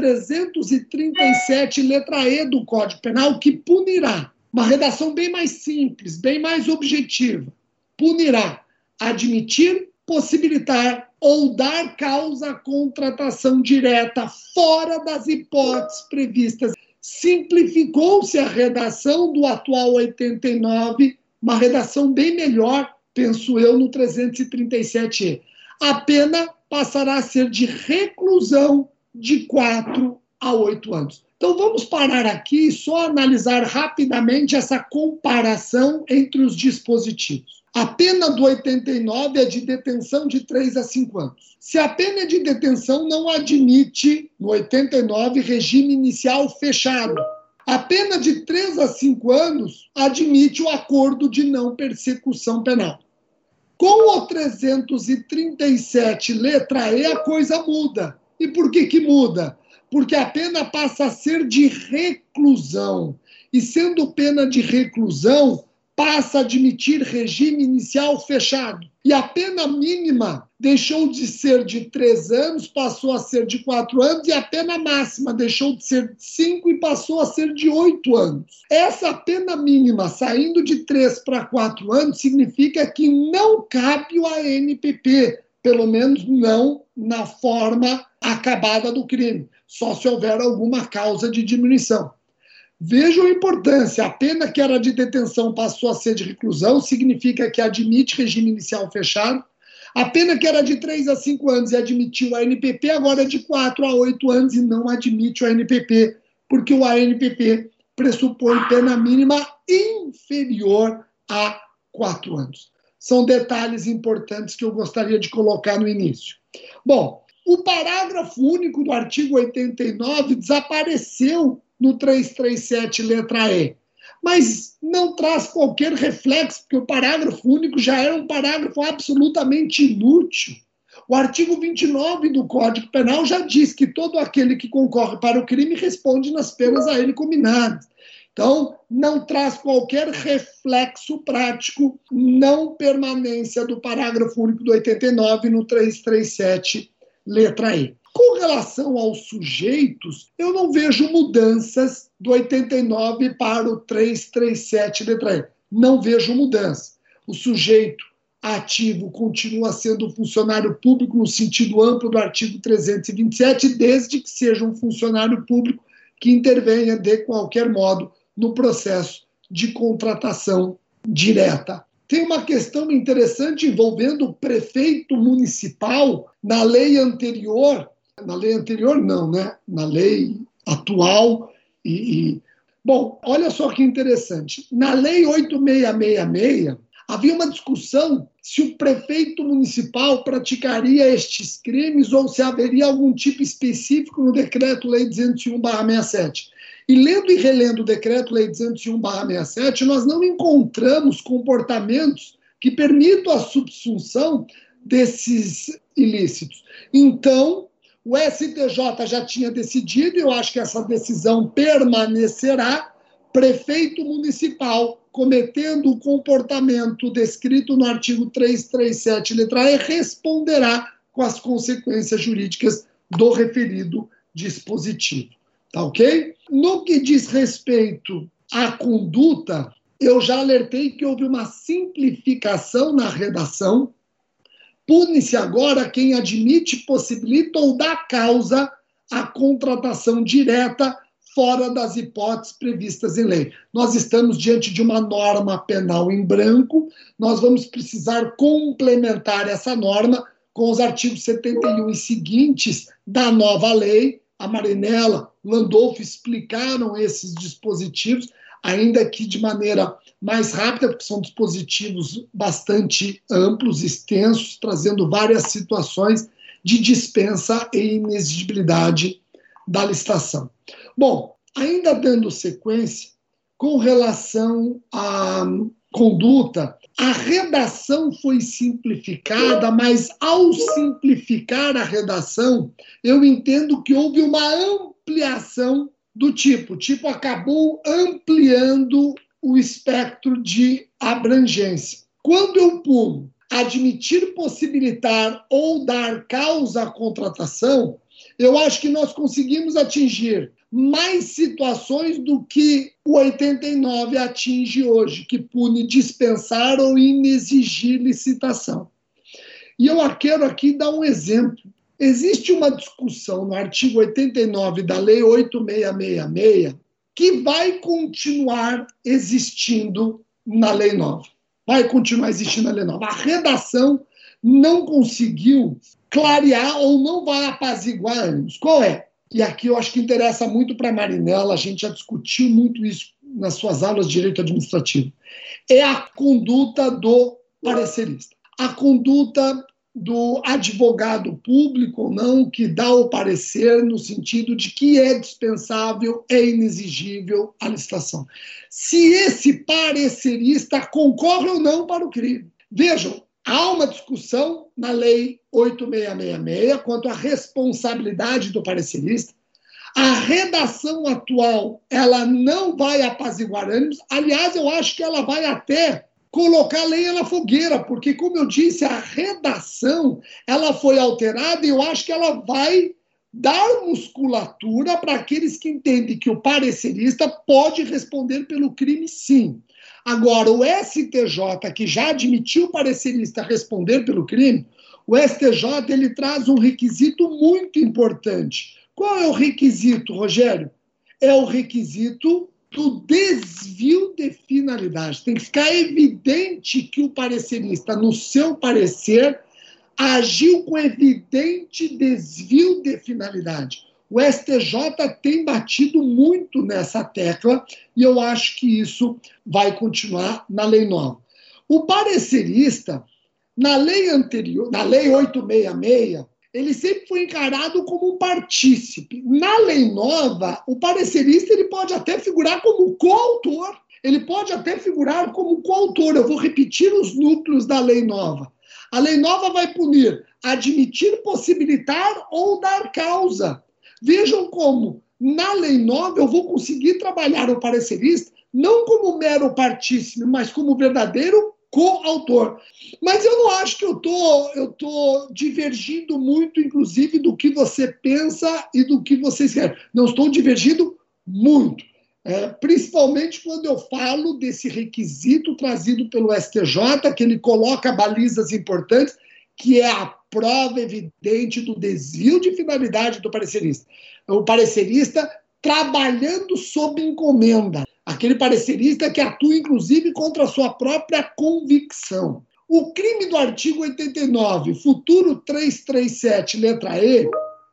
337, letra E do Código Penal, que punirá, uma redação bem mais simples, bem mais objetiva, punirá admitir, possibilitar ou dar causa à contratação direta fora das hipóteses previstas. Simplificou-se a redação do atual 89, uma redação bem melhor, penso eu, no 337E. A pena passará a ser de reclusão de 4 a 8 anos. Então vamos parar aqui e só analisar rapidamente essa comparação entre os dispositivos. A pena do 89 é de detenção de 3 a 5 anos. Se a pena de detenção não admite, no 89, regime inicial fechado. A pena de 3 a 5 anos admite o acordo de não persecução penal. Com o 337, letra E, a coisa muda. E por que muda? Porque a pena passa a ser de reclusão. E sendo pena de reclusão, passa a admitir regime inicial fechado. E a pena mínima deixou de ser de 3 anos, passou a ser de 4 anos, e a pena máxima deixou de ser de 5 e passou a ser de 8 anos. Essa pena mínima, saindo de 3 para 4 anos, significa que não cabe o ANPP, pelo menos não na forma acabada do crime, só se houver alguma causa de diminuição. Vejam a importância, a pena que era de detenção passou a ser de reclusão, significa que admite regime inicial fechado. A pena que era de 3 a 5 anos e admitiu o ANPP, agora é de 4 a 8 anos e não admite o ANPP, porque o ANPP pressupõe pena mínima inferior a 4 anos. São detalhes importantes que eu gostaria de colocar no início. Bom, o parágrafo único do artigo 89 desapareceu no 337, letra E. Mas não traz qualquer reflexo, porque o parágrafo único já era um parágrafo absolutamente inútil. O artigo 29 do Código Penal já diz que todo aquele que concorre para o crime responde nas penas a ele combinadas. Então, não traz qualquer reflexo prático, não permanência do parágrafo único do 89 no 337, letra E. Com Com relação aos sujeitos, eu não vejo mudanças do 89 para o 337, letra E. Não vejo mudança. O sujeito ativo continua sendo funcionário público no sentido amplo do artigo 327, desde que seja um funcionário público que intervenha de qualquer modo no processo de contratação direta. Tem uma questão interessante envolvendo o prefeito municipal na lei anterior, na lei atual. Bom, olha só que interessante. Na lei 8666, havia uma discussão se o prefeito municipal praticaria estes crimes ou se haveria algum tipo específico no Decreto-Lei 201/67. E lendo e relendo o Decreto-Lei 201/67, nós não encontramos comportamentos que permitam a subsunção desses ilícitos. Então, o STJ já tinha decidido, e eu acho que essa decisão permanecerá, prefeito municipal cometendo o comportamento descrito no artigo 337, letra E, responderá com as consequências jurídicas do referido dispositivo. Tá ok? No que diz respeito à conduta, eu já alertei que houve uma simplificação na redação. Pune-se agora quem admite, possibilita ou dá causa à contratação direta fora das hipóteses previstas em lei. Nós estamos diante de uma norma penal em branco, nós vamos precisar complementar essa norma com os artigos 71 e seguintes da nova lei. A Marinella, o Landolfo explicaram esses dispositivos, ainda que de maneira mais rápida, porque são dispositivos bastante amplos, extensos, trazendo várias situações de dispensa e inexigibilidade da licitação. Bom, ainda dando sequência, com relação à conduta, a redação foi simplificada, mas ao simplificar a redação, eu entendo que houve uma ampliação do tipo. O tipo acabou ampliando o espectro de abrangência. Quando eu pulo admitir, possibilitar ou dar causa à contratação, eu acho que nós conseguimos atingir mais situações do que o 89 atinge hoje, que pune dispensar ou inexigir licitação. E eu quero aqui dar um exemplo. Existe uma discussão no artigo 89 da Lei 8666 que vai continuar existindo na Lei Nova. Vai continuar existindo na Lei Nova. A redação não conseguiu clarear ou não vai apaziguar ânimos. Qual é? E aqui eu acho que interessa muito para a Marinella, a gente já discutiu muito isso nas suas aulas de direito administrativo. É a conduta do parecerista. A conduta do advogado público ou não, que dá o parecer no sentido de que é dispensável, é inexigível a licitação. Se esse parecerista concorre ou não para o crime. Vejam, há uma discussão na Lei 8666 quanto à responsabilidade do parecerista. A redação atual, ela não vai apaziguar ânimos. Aliás, eu acho que ela vai até colocar lenha na fogueira, porque, como eu disse, a redação ela foi alterada e eu acho que ela vai dar musculatura para aqueles que entendem que o parecerista pode responder pelo crime, sim. Agora, o STJ, que já admitiu o parecerista responder pelo crime, o STJ ele traz um requisito muito importante. Qual é o requisito, Rogério? É o requisito do desvio de finalidade. Tem que ficar evidente que o parecerista, no seu parecer, agiu com evidente desvio de finalidade. O STJ tem batido muito nessa tecla e eu acho que isso vai continuar na lei nova. O parecerista, na lei anterior, na lei 866, ele sempre foi encarado como um partícipe. Na lei nova, o parecerista ele pode até figurar como coautor. Ele pode até figurar como coautor. Eu vou repetir os núcleos da lei nova. A lei nova vai punir admitir, possibilitar ou dar causa. Vejam como, na lei nova, eu vou conseguir trabalhar o parecerista não como mero partícipe, mas como verdadeiro coautor. Mas eu não acho que eu tô divergindo muito, inclusive, do que você pensa e do que vocês querem. Não estou divergindo muito. Principalmente quando eu falo desse requisito trazido pelo STJ, que ele coloca balizas importantes, que é a prova evidente do desvio de finalidade do parecerista. O parecerista trabalhando sob encomenda. Aquele parecerista que atua, inclusive, contra a sua própria convicção. O crime do artigo 89, futuro 337, letra E,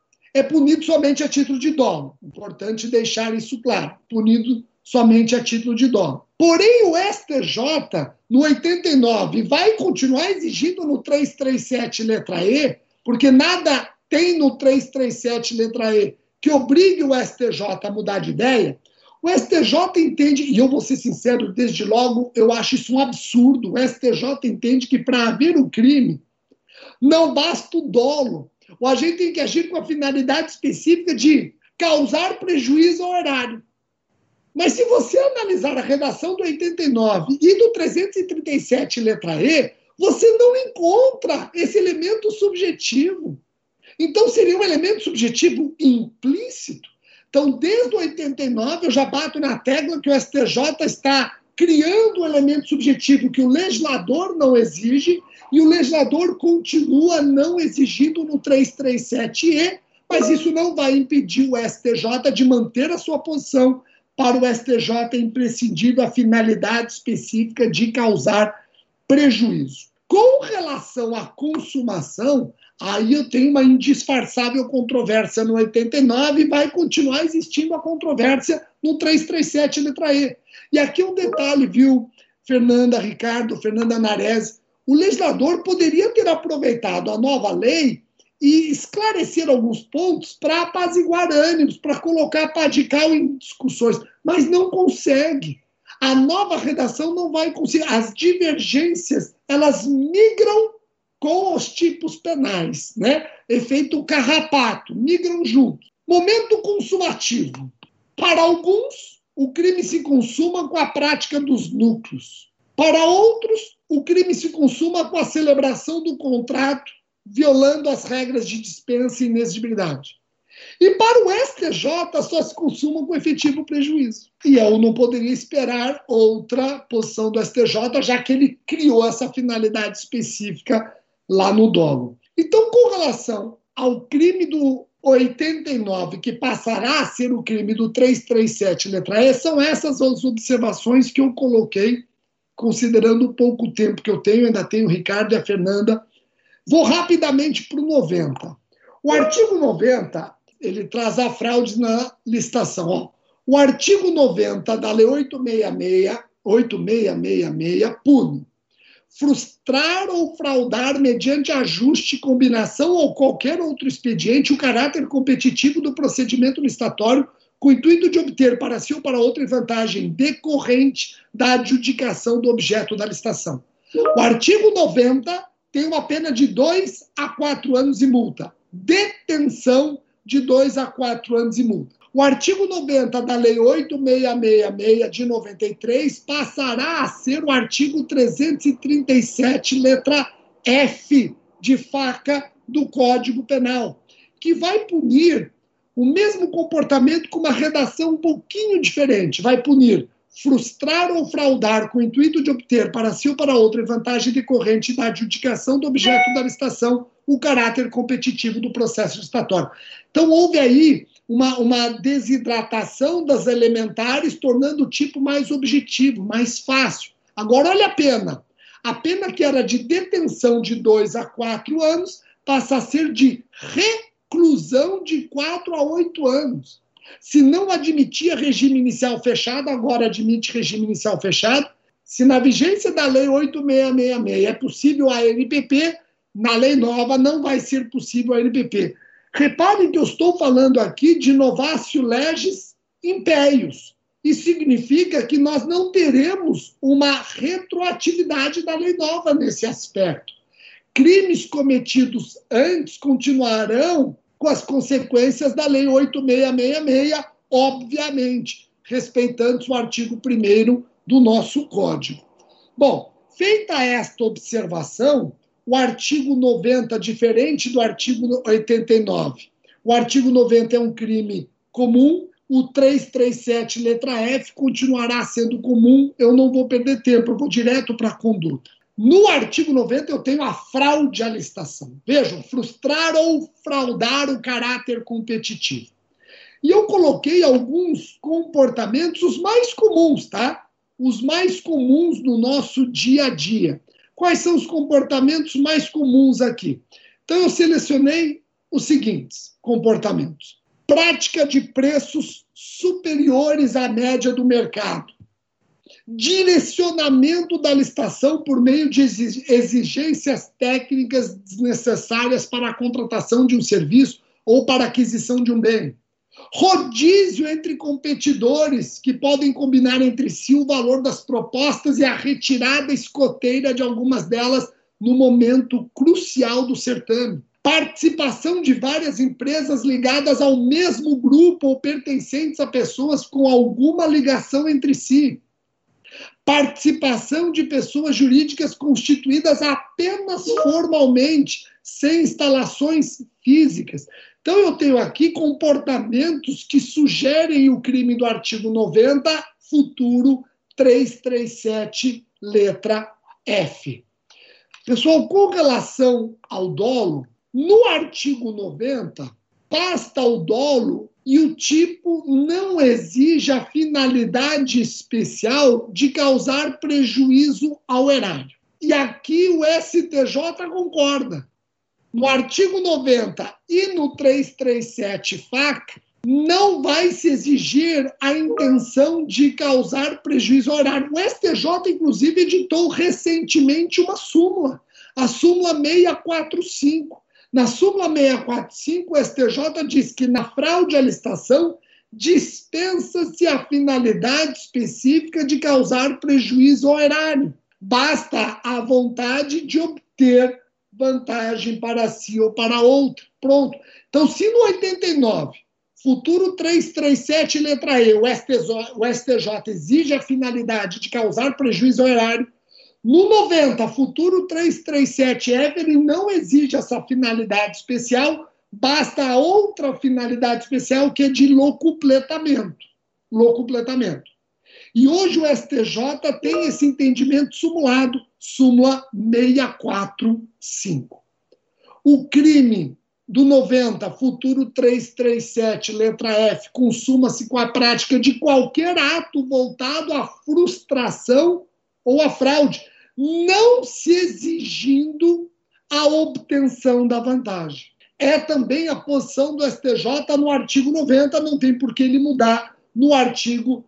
é punido somente a título de dolo. Importante deixar isso claro. Punido somente a título de dolo. Porém, o STJ, no 89, vai continuar exigindo no 337, letra E, porque nada tem no 337, letra E, que obrigue o STJ a mudar de ideia. O STJ entende, e eu vou ser sincero, desde logo, eu acho isso um absurdo. O STJ entende que para haver um crime, não basta o dolo. O agente tem que agir com a finalidade específica de causar prejuízo ao erário. Mas se você analisar a redação do 89 e do 337, letra E, você não encontra esse elemento subjetivo. Então, seria um elemento subjetivo implícito. Então, desde o 89, eu já bato na tecla que o STJ está criando um elemento subjetivo que o legislador não exige, e o legislador continua não exigindo no 337E, mas isso não vai impedir o STJ de manter a sua posição. Para o STJ é imprescindível a finalidade específica de causar prejuízo. Com relação à consumação, aí eu tenho uma indisfarçável controvérsia no 89 e vai continuar existindo a controvérsia no 337, letra E. E aqui um detalhe, viu, Fernanda, Ricardo, Fernanda Narese, o legislador poderia ter aproveitado a nova lei e esclarecer alguns pontos para apaziguar ânimos, para colocar Padical em discussões, mas não consegue. A nova redação não vai conseguir. As divergências, elas migram com os tipos penais, né? Efeito carrapato, migram juntos. Momento consumativo. Para alguns, o crime se consuma com a prática dos núcleos. Para outros, o crime se consuma com a celebração do contrato, violando as regras de dispensa e inexigibilidade. E para o STJ, só se consuma com efetivo prejuízo. E eu não poderia esperar outra posição do STJ, já que ele criou essa finalidade específica lá no dolo. Então, com relação ao crime do 89, que passará a ser o crime do 337, letra E, são essas as observações que eu coloquei, considerando o pouco tempo que eu tenho, ainda tenho o Ricardo e a Fernanda. Vou rapidamente para o 90. O artigo 90, ele traz a fraude na licitação. Ó. O artigo 90 da Lei 8666 pune frustrar ou fraudar mediante ajuste, combinação ou qualquer outro expediente o caráter competitivo do procedimento licitatório com o intuito de obter para si ou para outra vantagem decorrente da adjudicação do objeto da licitação. O artigo 90 tem uma pena de 2 a 4 anos e multa. Detenção de 2 a 4 anos e multa. O artigo 90 da Lei 8666 de 93 passará a ser o artigo 337, letra F, de faca do Código Penal, que vai punir o mesmo comportamento com uma redação um pouquinho diferente. Vai punir frustrar ou fraudar com o intuito de obter para si ou para outra vantagem decorrente da adjudicação do objeto da licitação o caráter competitivo do processo licitatório. Então, houve aí uma desidratação das elementares, tornando o tipo mais objetivo, mais fácil. Agora, olha a pena. A pena que era de detenção de 2 a 4 anos passa a ser de reclusão de 4 a 8 anos. Se não admitia regime inicial fechado, agora admite regime inicial fechado. Se na vigência da Lei 8666 é possível a NPP, na lei nova não vai ser possível a NPP. Reparem que eu estou falando aqui de novatio legis impérios. Isso significa que nós não teremos uma retroatividade da lei nova nesse aspecto. Crimes cometidos antes continuarão com as consequências da Lei 8666, obviamente, respeitando o artigo 1º do nosso Código. Bom, Feita esta observação, o artigo 90, diferente do artigo 89, o artigo 90 é um crime comum, o 337, letra F, continuará sendo comum, eu não vou perder tempo, eu vou direto para a conduta. No artigo 90, eu tenho a fraude à licitação. Vejam, frustrar ou fraudar o caráter competitivo. E eu coloquei alguns comportamentos, os mais comuns, tá? Os mais comuns no nosso dia a dia. Quais são os comportamentos mais comuns aqui? Então, eu selecionei os seguintes comportamentos. Prática de preços superiores à média do mercado. Direcionamento da licitação por meio de exigências técnicas desnecessárias para a contratação de um serviço ou para a aquisição de um bem. Rodízio entre competidores que podem combinar entre si o valor das propostas e a retirada escoteira de algumas delas no momento crucial do certame. Participação de várias empresas ligadas ao mesmo grupo ou pertencentes a pessoas com alguma ligação entre si. Participação de pessoas jurídicas constituídas apenas formalmente, sem instalações físicas. Então, eu tenho aqui comportamentos que sugerem o crime do artigo 90, futuro 337, letra F. Pessoal, com relação ao dolo, no artigo 90, basta o dolo e o tipo não exige a finalidade especial de causar prejuízo ao erário. E aqui o STJ concorda. No artigo 90 e no 337 FAC, não vai se exigir a intenção de causar prejuízo ao erário. O STJ, inclusive, editou recentemente uma súmula, a súmula 645. Na súmula 645, o STJ diz que na fraude à licitação dispensa-se a finalidade específica de causar prejuízo ao erário. Basta a vontade de obter vantagem para si ou para outro. Pronto. Então, se no 89, futuro 337, letra E, o STJ exige a finalidade de causar prejuízo ao erário, no 90, futuro 337F, ele não exige essa finalidade especial, basta a outra finalidade especial, que é de locupletamento. Locupletamento. E hoje o STJ tem esse entendimento sumulado, súmula 645. O crime do 90, futuro 337, letra F, consuma-se com a prática de qualquer ato voltado à frustração ou à fraude, não se exigindo a obtenção da vantagem. É também a posição do STJ no artigo 90, não tem por que ele mudar no artigo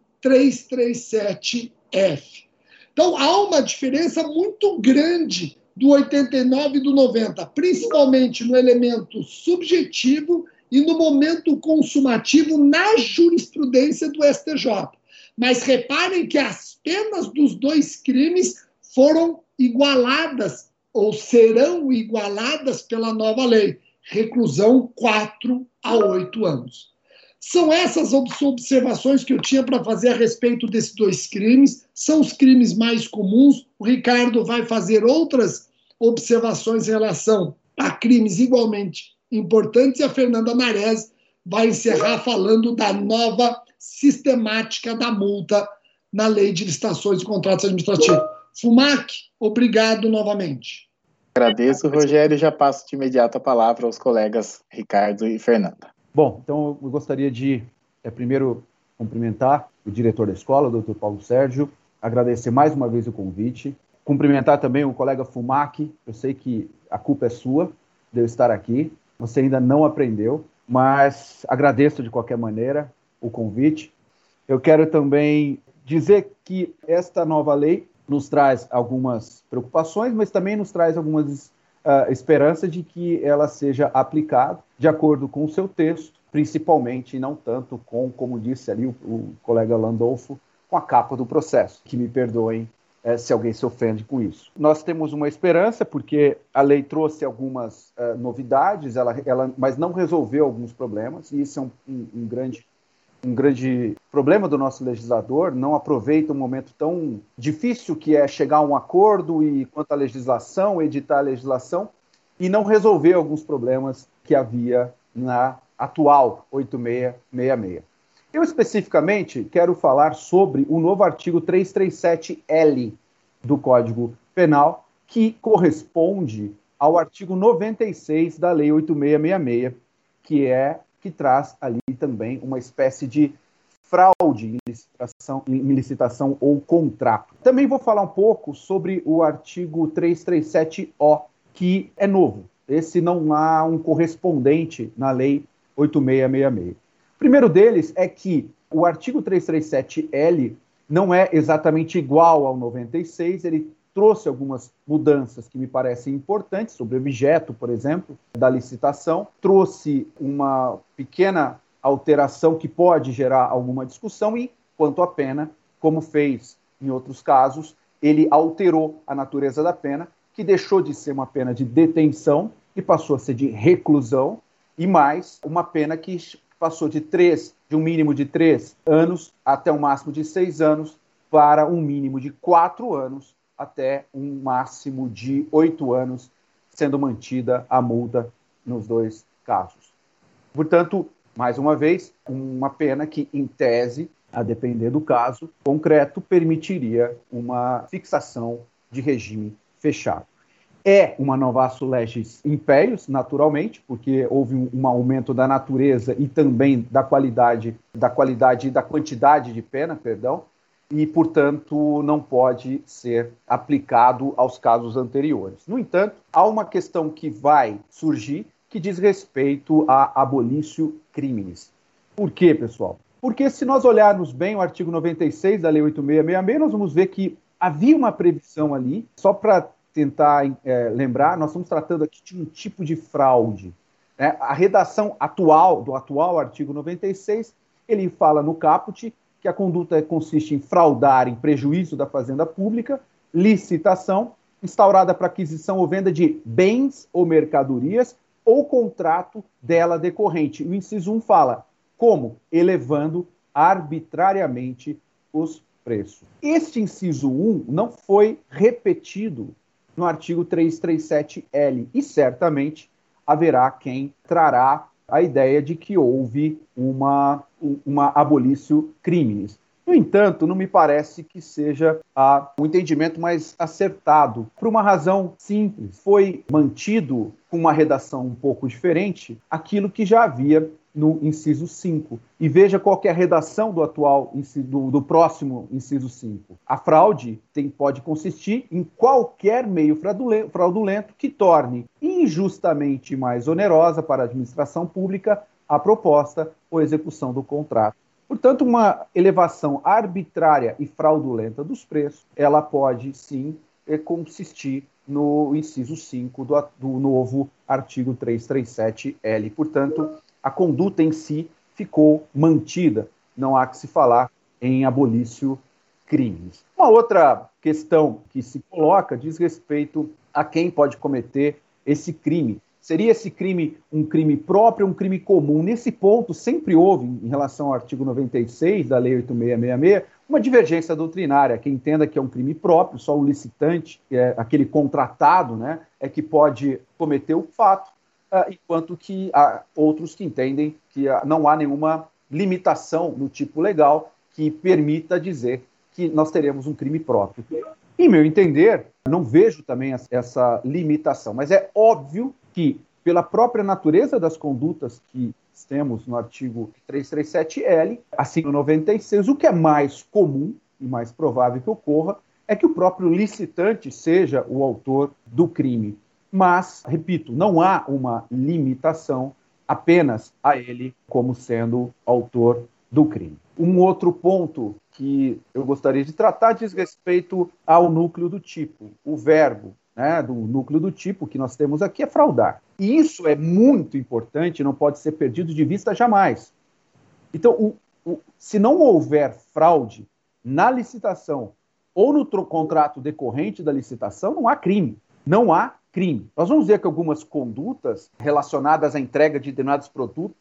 337F. Então, há uma diferença muito grande do 89 e do 90, principalmente no elemento subjetivo e no momento consumativo na jurisprudência do STJ. Mas reparem que as penas dos dois crimes foram igualadas, ou serão igualadas pela nova lei, reclusão 4 a 8 anos. São essas observações que eu tinha para fazer a respeito desses dois crimes, são os crimes mais comuns. O Ricardo vai fazer outras observações em relação a crimes igualmente importantes, e a Fernanda Marés vai encerrar falando da nova sistemática da multa na Lei de Licitações e Contratos Administrativos. Fumac, obrigado novamente. Agradeço, Rogério, e já passo de imediato a palavra aos colegas Ricardo e Fernanda. Bom, então eu gostaria de, primeiro, cumprimentar o diretor da escola, o Dr. Paulo Sérgio, agradecer mais uma vez o convite, cumprimentar também o colega Fumac. Eu sei que a culpa é sua de eu estar aqui, você ainda não aprendeu, mas agradeço de qualquer maneira o convite. Eu quero também dizer que esta nova lei nos traz algumas preocupações, mas também nos traz algumas esperanças de que ela seja aplicada de acordo com o seu texto, principalmente, e não tanto com, como disse ali o colega Landolfo, com a capa do processo. Que me perdoem se alguém se ofende com isso. Nós temos uma esperança, porque a lei trouxe algumas novidades, mas não resolveu alguns problemas, e isso é um grande um grande problema do nosso legislador, não aproveita um momento tão difícil que é chegar a um acordo e quanto à legislação, editar a legislação, e não resolver alguns problemas que havia na atual 8666. Eu especificamente quero falar sobre o novo artigo 337L do Código Penal, que corresponde ao artigo 96 da Lei 8666, que traz ali também uma espécie de fraude em licitação ou contrato. Também vou falar um pouco sobre o artigo 337O, que é novo. Esse não há um correspondente na Lei 8666. O primeiro deles é que o artigo 337L não é exatamente igual ao 96, ele trouxe algumas mudanças que me parecem importantes, sobre o objeto, por exemplo, da licitação, trouxe uma pequena alteração que pode gerar alguma discussão e, quanto à pena, como fez em outros casos, ele alterou a natureza da pena, que deixou de ser uma pena de detenção e passou a ser de reclusão, e mais uma pena que passou de um mínimo de 3 anos até um máximo de 6 anos para um mínimo de 4 anos até um máximo de 8 anos, sendo mantida a multa nos 2 casos. Portanto, mais uma vez, uma pena que, em tese, a depender do caso concreto, permitiria uma fixação de regime fechado. É uma novatio legis imperius, naturalmente, porque houve um aumento da natureza e também da qualidade e da quantidade de pena, e, portanto, não pode ser aplicado aos casos anteriores. No entanto, há uma questão que vai surgir que diz respeito a abolitio criminis. Por quê, pessoal? Porque se nós olharmos bem o artigo 96 da Lei 8666, nós vamos ver que havia uma previsão ali, só para tentar lembrar, nós estamos tratando aqui de um tipo de fraude. Né? A redação do atual artigo 96, ele fala no caput que a conduta consiste em fraudar em prejuízo da fazenda pública, licitação, instaurada para aquisição ou venda de bens ou mercadorias, ou contrato dela decorrente. O inciso 1 fala como? Elevando arbitrariamente os preços. Este inciso 1 não foi repetido no artigo 337L, e certamente haverá quem trará a ideia de que houve uma abolitio criminis. No entanto, não me parece que seja o entendimento mais acertado, por uma razão simples. Foi mantido, com uma redação um pouco diferente, aquilo que já havia no inciso 5. E veja qual que é a redação do próximo inciso 5. A fraude pode consistir em qualquer meio fraudulento que torne injustamente mais onerosa para a administração pública a proposta ou execução do contrato. Portanto, uma elevação arbitrária e fraudulenta dos preços, ela pode, sim, consistir no inciso 5 do novo artigo 337L. Portanto, a conduta em si ficou mantida. Não há que se falar em abolitio criminis. Uma outra questão que se coloca diz respeito a quem pode cometer esse crime. Seria esse crime um crime próprio ou um crime comum? Nesse ponto, sempre houve, em relação ao artigo 96 da Lei 8666, uma divergência doutrinária, que entenda que é um crime próprio, só o licitante, que é aquele contratado, né, é que pode cometer o fato, enquanto que há outros que entendem que não há nenhuma limitação no tipo legal que permita dizer que nós teremos um crime próprio. Em meu entender, não vejo também essa limitação, mas é óbvio que, pela própria natureza das condutas que temos no artigo 337L, assim no 96, o que é mais comum e mais provável que ocorra é que o próprio licitante seja o autor do crime. Mas, repito, não há uma limitação apenas a ele como sendo autor do crime. Um outro ponto que eu gostaria de tratar diz respeito ao núcleo do tipo. O verbo, né, do núcleo do tipo que nós temos aqui é fraudar. E isso é muito importante, não pode ser perdido de vista jamais. Então, se não houver fraude na licitação ou no contrato decorrente da licitação, não há crime. Não há crime. Nós vamos ver que algumas condutas relacionadas à entrega de determinados produtos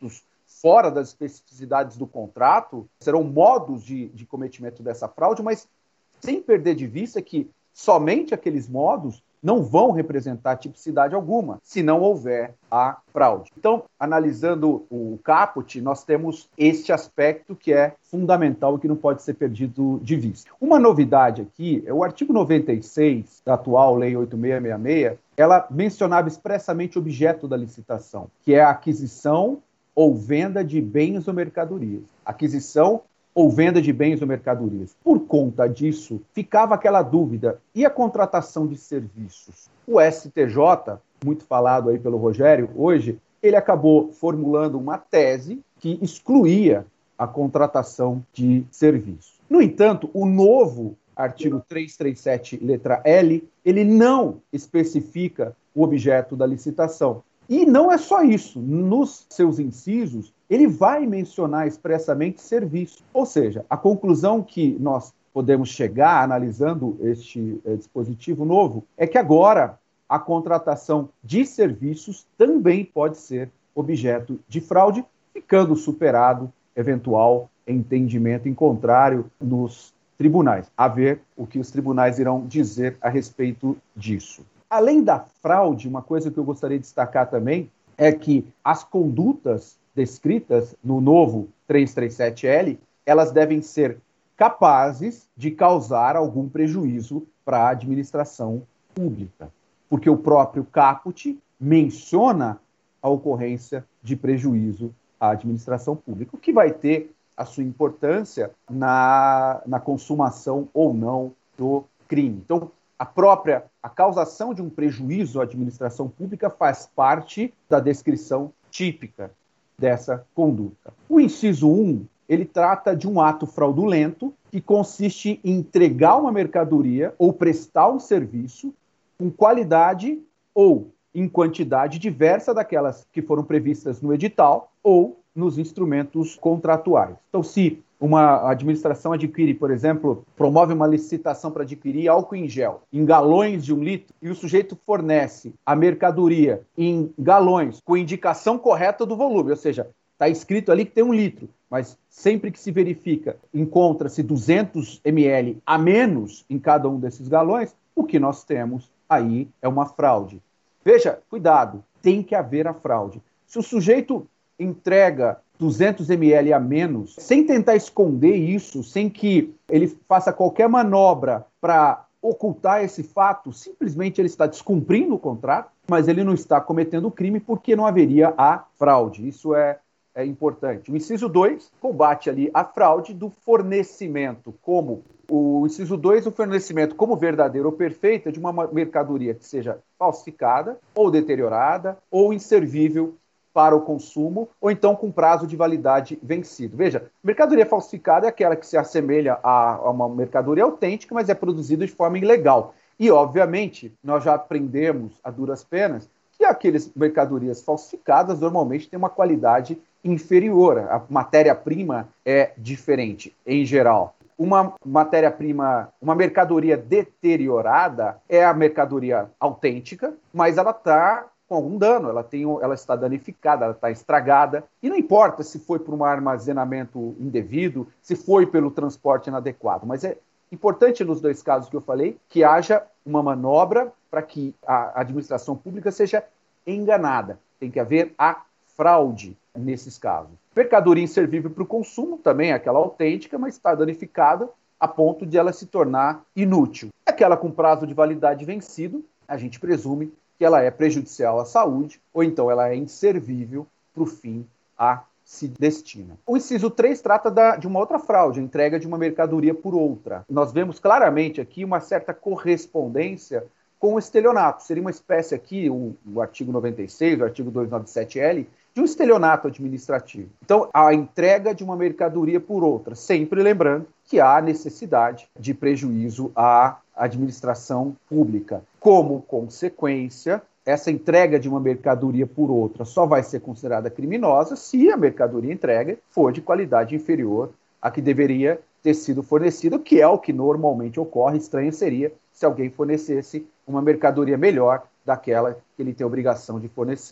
fora das especificidades do contrato, serão modos de cometimento dessa fraude, mas sem perder de vista que somente aqueles modos não vão representar tipicidade alguma, se não houver a fraude. Então, analisando o caput, nós temos este aspecto que é fundamental e que não pode ser perdido de vista. Uma novidade aqui é o artigo 96 da atual Lei 8666, ela mencionava expressamente o objeto da licitação, que é a aquisição ou venda de bens ou mercadorias. Aquisição ou venda de bens ou mercadorias. Por conta disso, ficava aquela dúvida, e a contratação de serviços? O STJ, muito falado aí pelo Rogério hoje, ele acabou formulando uma tese que excluía a contratação de serviços. No entanto, o novo artigo 337, letra L, ele não especifica o objeto da licitação. E não é só isso, nos seus incisos, ele vai mencionar expressamente serviço. Ou seja, a conclusão que nós podemos chegar analisando este dispositivo novo é que agora a contratação de serviços também pode ser objeto de fraude, ficando superado eventual entendimento em contrário nos tribunais. A ver o que os tribunais irão dizer a respeito disso. Além da fraude, uma coisa que eu gostaria de destacar também é que as condutas descritas no novo 337L, elas devem ser capazes de causar algum prejuízo para a administração pública, porque o próprio caput menciona a ocorrência de prejuízo à administração pública, o que vai ter a sua importância na consumação ou não do crime. Então, a causação de um prejuízo à administração pública faz parte da descrição típica dessa conduta. O inciso 1, ele trata de um ato fraudulento que consiste em entregar uma mercadoria ou prestar um serviço com qualidade ou em quantidade diversa daquelas que foram previstas no edital ou nos instrumentos contratuais. Então, se uma administração adquire, por exemplo, promove uma licitação para adquirir álcool em gel em galões de 1 litro e o sujeito fornece a mercadoria em galões com indicação correta do volume, ou seja, está escrito ali que tem 1 litro, mas sempre que se verifica, encontra-se 200 ml a menos em cada um desses galões, o que nós temos aí é uma fraude. Veja, cuidado, tem que haver a fraude. Se o sujeito entrega 200 ml a menos, sem tentar esconder isso, sem que ele faça qualquer manobra para ocultar esse fato, simplesmente ele está descumprindo o contrato, mas ele não está cometendo crime porque não haveria a fraude. Isso é importante. O inciso 2 combate ali a fraude do fornecimento, como o inciso 2, o fornecimento como verdadeiro ou perfeito de uma mercadoria que seja falsificada ou deteriorada ou inservível para o consumo, ou então com prazo de validade vencido. Veja, mercadoria falsificada é aquela que se assemelha a uma mercadoria autêntica, mas é produzida de forma ilegal. E, obviamente, nós já aprendemos a duras penas que aquelas mercadorias falsificadas normalmente têm uma qualidade inferior. A matéria-prima é diferente, em geral. Uma matéria-prima, uma mercadoria deteriorada é a mercadoria autêntica, mas ela está com algum dano, ela está danificada, ela está estragada, e não importa se foi por um armazenamento indevido, se foi pelo transporte inadequado, mas é importante nos dois casos que eu falei, que haja uma manobra para que a administração pública seja enganada. Tem que haver a fraude nesses casos. Mercadoria inservível para o consumo, também é aquela autêntica, mas está danificada a ponto de ela se tornar inútil. Aquela com prazo de validade vencido, a gente presume que ela é prejudicial à saúde, ou então ela é inservível para o fim a se destina. O inciso 3 trata de uma outra fraude, a entrega de uma mercadoria por outra. Nós vemos claramente aqui uma certa correspondência com o estelionato. Seria uma espécie aqui, o artigo 96, o artigo 297L, de um estelionato administrativo. Então, a entrega de uma mercadoria por outra, sempre lembrando que há necessidade de prejuízo à administração pública. Como consequência, essa entrega de uma mercadoria por outra só vai ser considerada criminosa se a mercadoria entregue for de qualidade inferior à que deveria ter sido fornecida, que é o que normalmente ocorre. Estranho seria se alguém fornecesse uma mercadoria melhor daquela que ele tem obrigação de fornecer.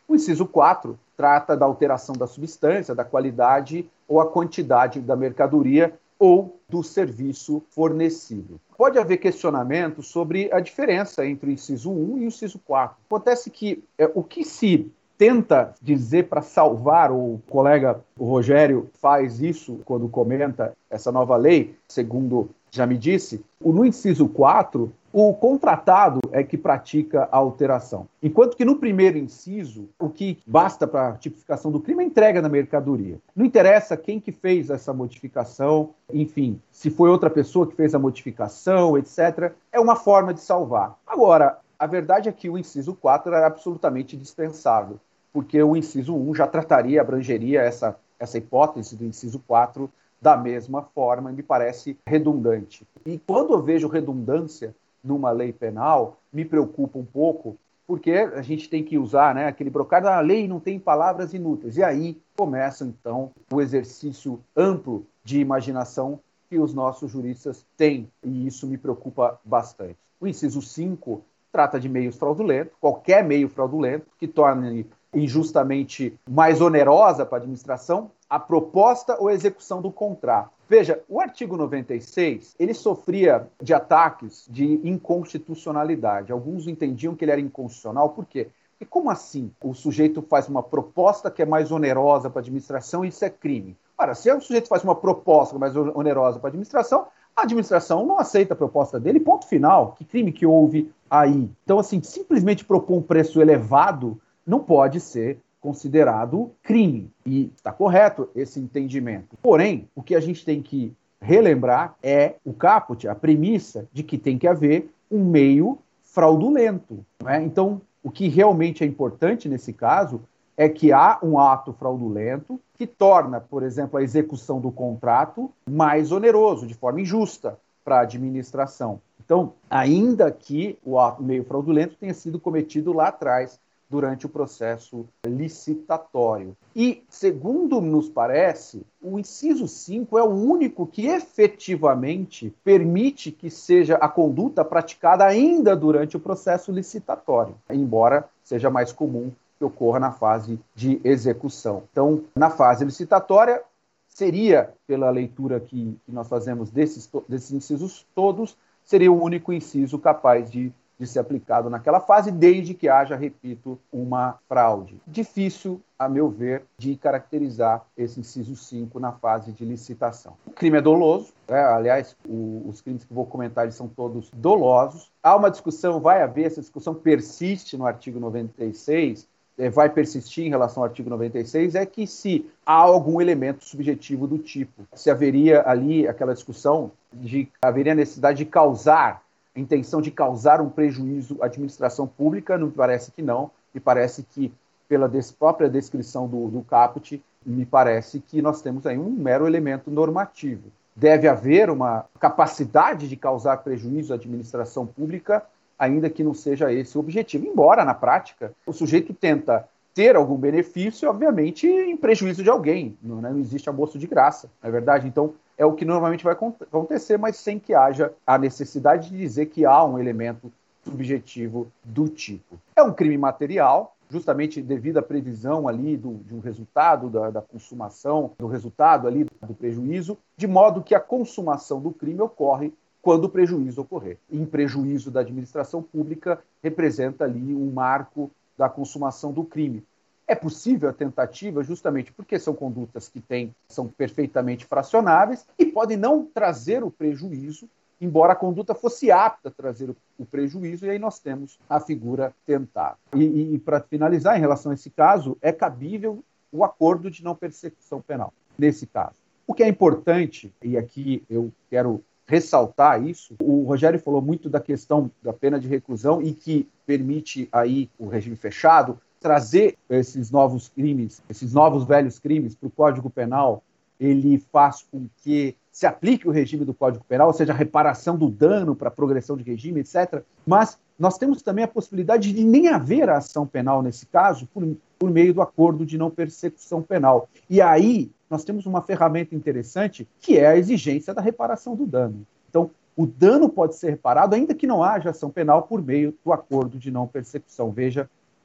O inciso 4 trata da alteração da substância, da qualidade ou a quantidade da mercadoria ou do serviço fornecido. Pode haver questionamento sobre a diferença entre o inciso 1 e o inciso 4. Acontece que o que se tenta dizer para salvar, o colega o Rogério faz isso quando comenta essa nova lei, segundo já me disse, no inciso 4, o contratado é que pratica a alteração. Enquanto que no primeiro inciso, o que basta para a tipificação do crime é a entrega da mercadoria. Não interessa quem que fez essa modificação, enfim, se foi outra pessoa que fez a modificação, etc. É uma forma de salvar. Agora, a verdade é que o inciso 4 era absolutamente dispensável, porque o inciso 1 já trataria, abrangeria essa hipótese do inciso 4 da mesma forma, e me parece redundante. E quando eu vejo redundância numa lei penal, me preocupa um pouco, porque a gente tem que usar, né, aquele brocado, a lei não tem palavras inúteis. E aí começa, então, o exercício amplo de imaginação que os nossos juristas têm, e isso me preocupa bastante. O inciso 5 trata de meios fraudulentos, qualquer meio fraudulento que torne injustamente mais onerosa para a administração a proposta ou execução do contrato. Veja, o artigo 96, ele sofria de ataques de inconstitucionalidade. Alguns entendiam que ele era inconstitucional, por quê? Porque como assim o sujeito faz uma proposta que é mais onerosa para a administração e isso é crime? Ora, se o sujeito faz uma proposta mais onerosa para a administração não aceita a proposta dele, ponto final. Que crime que houve aí? Então, assim, simplesmente propor um preço elevado não pode ser considerado crime. E está correto esse entendimento. Porém, o que a gente tem que relembrar é o caput, a premissa de que tem que haver um meio fraudulento. Não é? Então, o que realmente é importante nesse caso é que há um ato fraudulento que torna, por exemplo, a execução do contrato mais oneroso, de forma injusta para a administração. Então, ainda que o ato meio fraudulento tenha sido cometido lá atrás, durante o processo licitatório. E, segundo nos parece, o inciso 5 é o único que efetivamente permite que seja a conduta praticada ainda durante o processo licitatório, embora seja mais comum que ocorra na fase de execução. Então, na fase licitatória, seria, pela leitura que nós fazemos desses incisos todos, seria o único inciso capaz de ser aplicado naquela fase, desde que haja, repito, uma fraude. Difícil, a meu ver, de caracterizar esse inciso 5 na fase de licitação. O crime é doloso, aliás, os crimes que vou comentar eles são todos dolosos. Há uma discussão, vai haver, essa discussão persiste no artigo 96, vai persistir em relação ao artigo 96, é que se há algum elemento subjetivo do tipo, se haveria ali aquela discussão haveria necessidade de causar, a intenção de causar um prejuízo à administração pública, não me parece que não, me parece que, pela própria descrição do caput, me parece que nós temos aí um mero elemento normativo. Deve haver uma capacidade de causar prejuízo à administração pública, ainda que não seja esse o objetivo. Embora, na prática, o sujeito tenta ter algum benefício, obviamente, em prejuízo de alguém. Não existe almoço de graça, não é verdade? Então, é o que normalmente vai acontecer, mas sem que haja a necessidade de dizer que há um elemento subjetivo do tipo. É um crime material, justamente devido à previsão ali de um resultado da consumação, do resultado ali do prejuízo, de modo que a consumação do crime ocorre quando o prejuízo ocorrer. Em prejuízo da administração pública, representa ali um marco da consumação do crime. É possível a tentativa justamente porque são condutas que são perfeitamente fracionáveis e podem não trazer o prejuízo, embora a conduta fosse apta a trazer o prejuízo, e aí nós temos a figura tentada. E para finalizar, em relação a esse caso, é cabível o acordo de não persecução penal, nesse caso. O que é importante, e aqui eu quero ressaltar isso, o Rogério falou muito da questão da pena de reclusão e que permite aí o regime fechado, trazer esses novos crimes, esses novos velhos crimes para o Código Penal, ele faz com que se aplique o regime do Código Penal, ou seja, a reparação do dano para a progressão de regime, etc. Mas nós temos também a possibilidade de nem haver a ação penal nesse caso por meio do acordo de não persecução penal. E aí nós temos uma ferramenta interessante, que é a exigência da reparação do dano. Então, o dano pode ser reparado, ainda que não haja ação penal, por meio do acordo de não persecução. Veja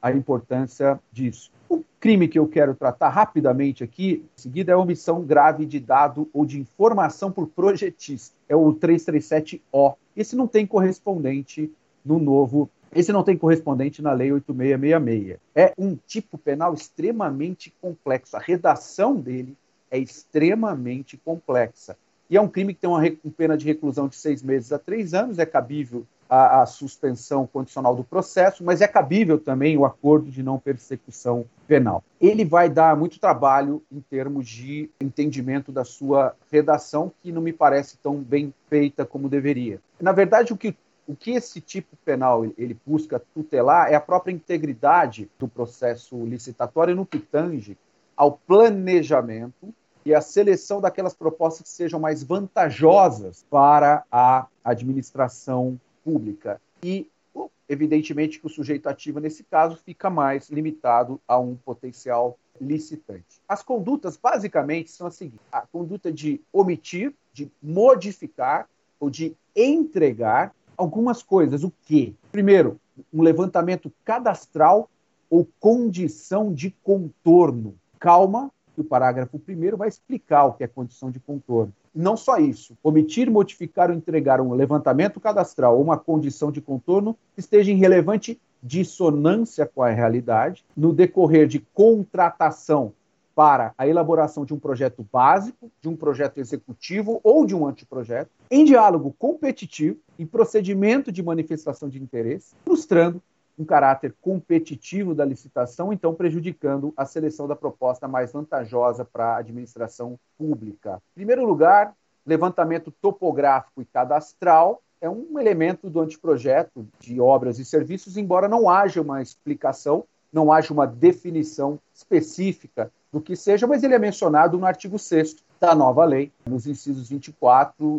a importância disso. O crime que eu quero tratar rapidamente aqui, em seguida, é a omissão grave de dado ou de informação por projetista. É o 337-O. Esse não tem correspondente no novo. Esse não tem correspondente na Lei 8666. É um tipo penal extremamente complexo. A redação dele é extremamente complexa. E é um crime que tem uma pena de reclusão de 6 meses a 3 anos, é cabível a suspensão condicional do processo, mas é cabível também o acordo de não persecução penal. Ele vai dar muito trabalho em termos de entendimento da sua redação, que não me parece tão bem feita como deveria. Na verdade, o que esse tipo penal ele busca tutelar é a própria integridade do processo licitatório no que tange ao planejamento e a seleção daquelas propostas que sejam mais vantajosas para a administração pública. E, evidentemente, que o sujeito ativo, nesse caso, fica mais limitado a um potencial licitante. As condutas, basicamente, são as seguintes. A conduta de omitir, de modificar ou de entregar algumas coisas. O quê? Primeiro, um levantamento cadastral ou condição de contorno. Calma, que o parágrafo 1º vai explicar o que é condição de contorno. Não só isso, omitir, modificar ou entregar um levantamento cadastral ou uma condição de contorno que esteja em relevante dissonância com a realidade no decorrer de contratação para a elaboração de um projeto básico, de um projeto executivo ou de um anteprojeto, em diálogo competitivo e procedimento de manifestação de interesse, frustrando um caráter competitivo da licitação, então prejudicando a seleção da proposta mais vantajosa para a administração pública. Em primeiro lugar, levantamento topográfico e cadastral é um elemento do anteprojeto de obras e serviços, embora não haja uma explicação, não haja uma definição específica do que seja, mas ele é mencionado no artigo 6º da nova lei, nos incisos 24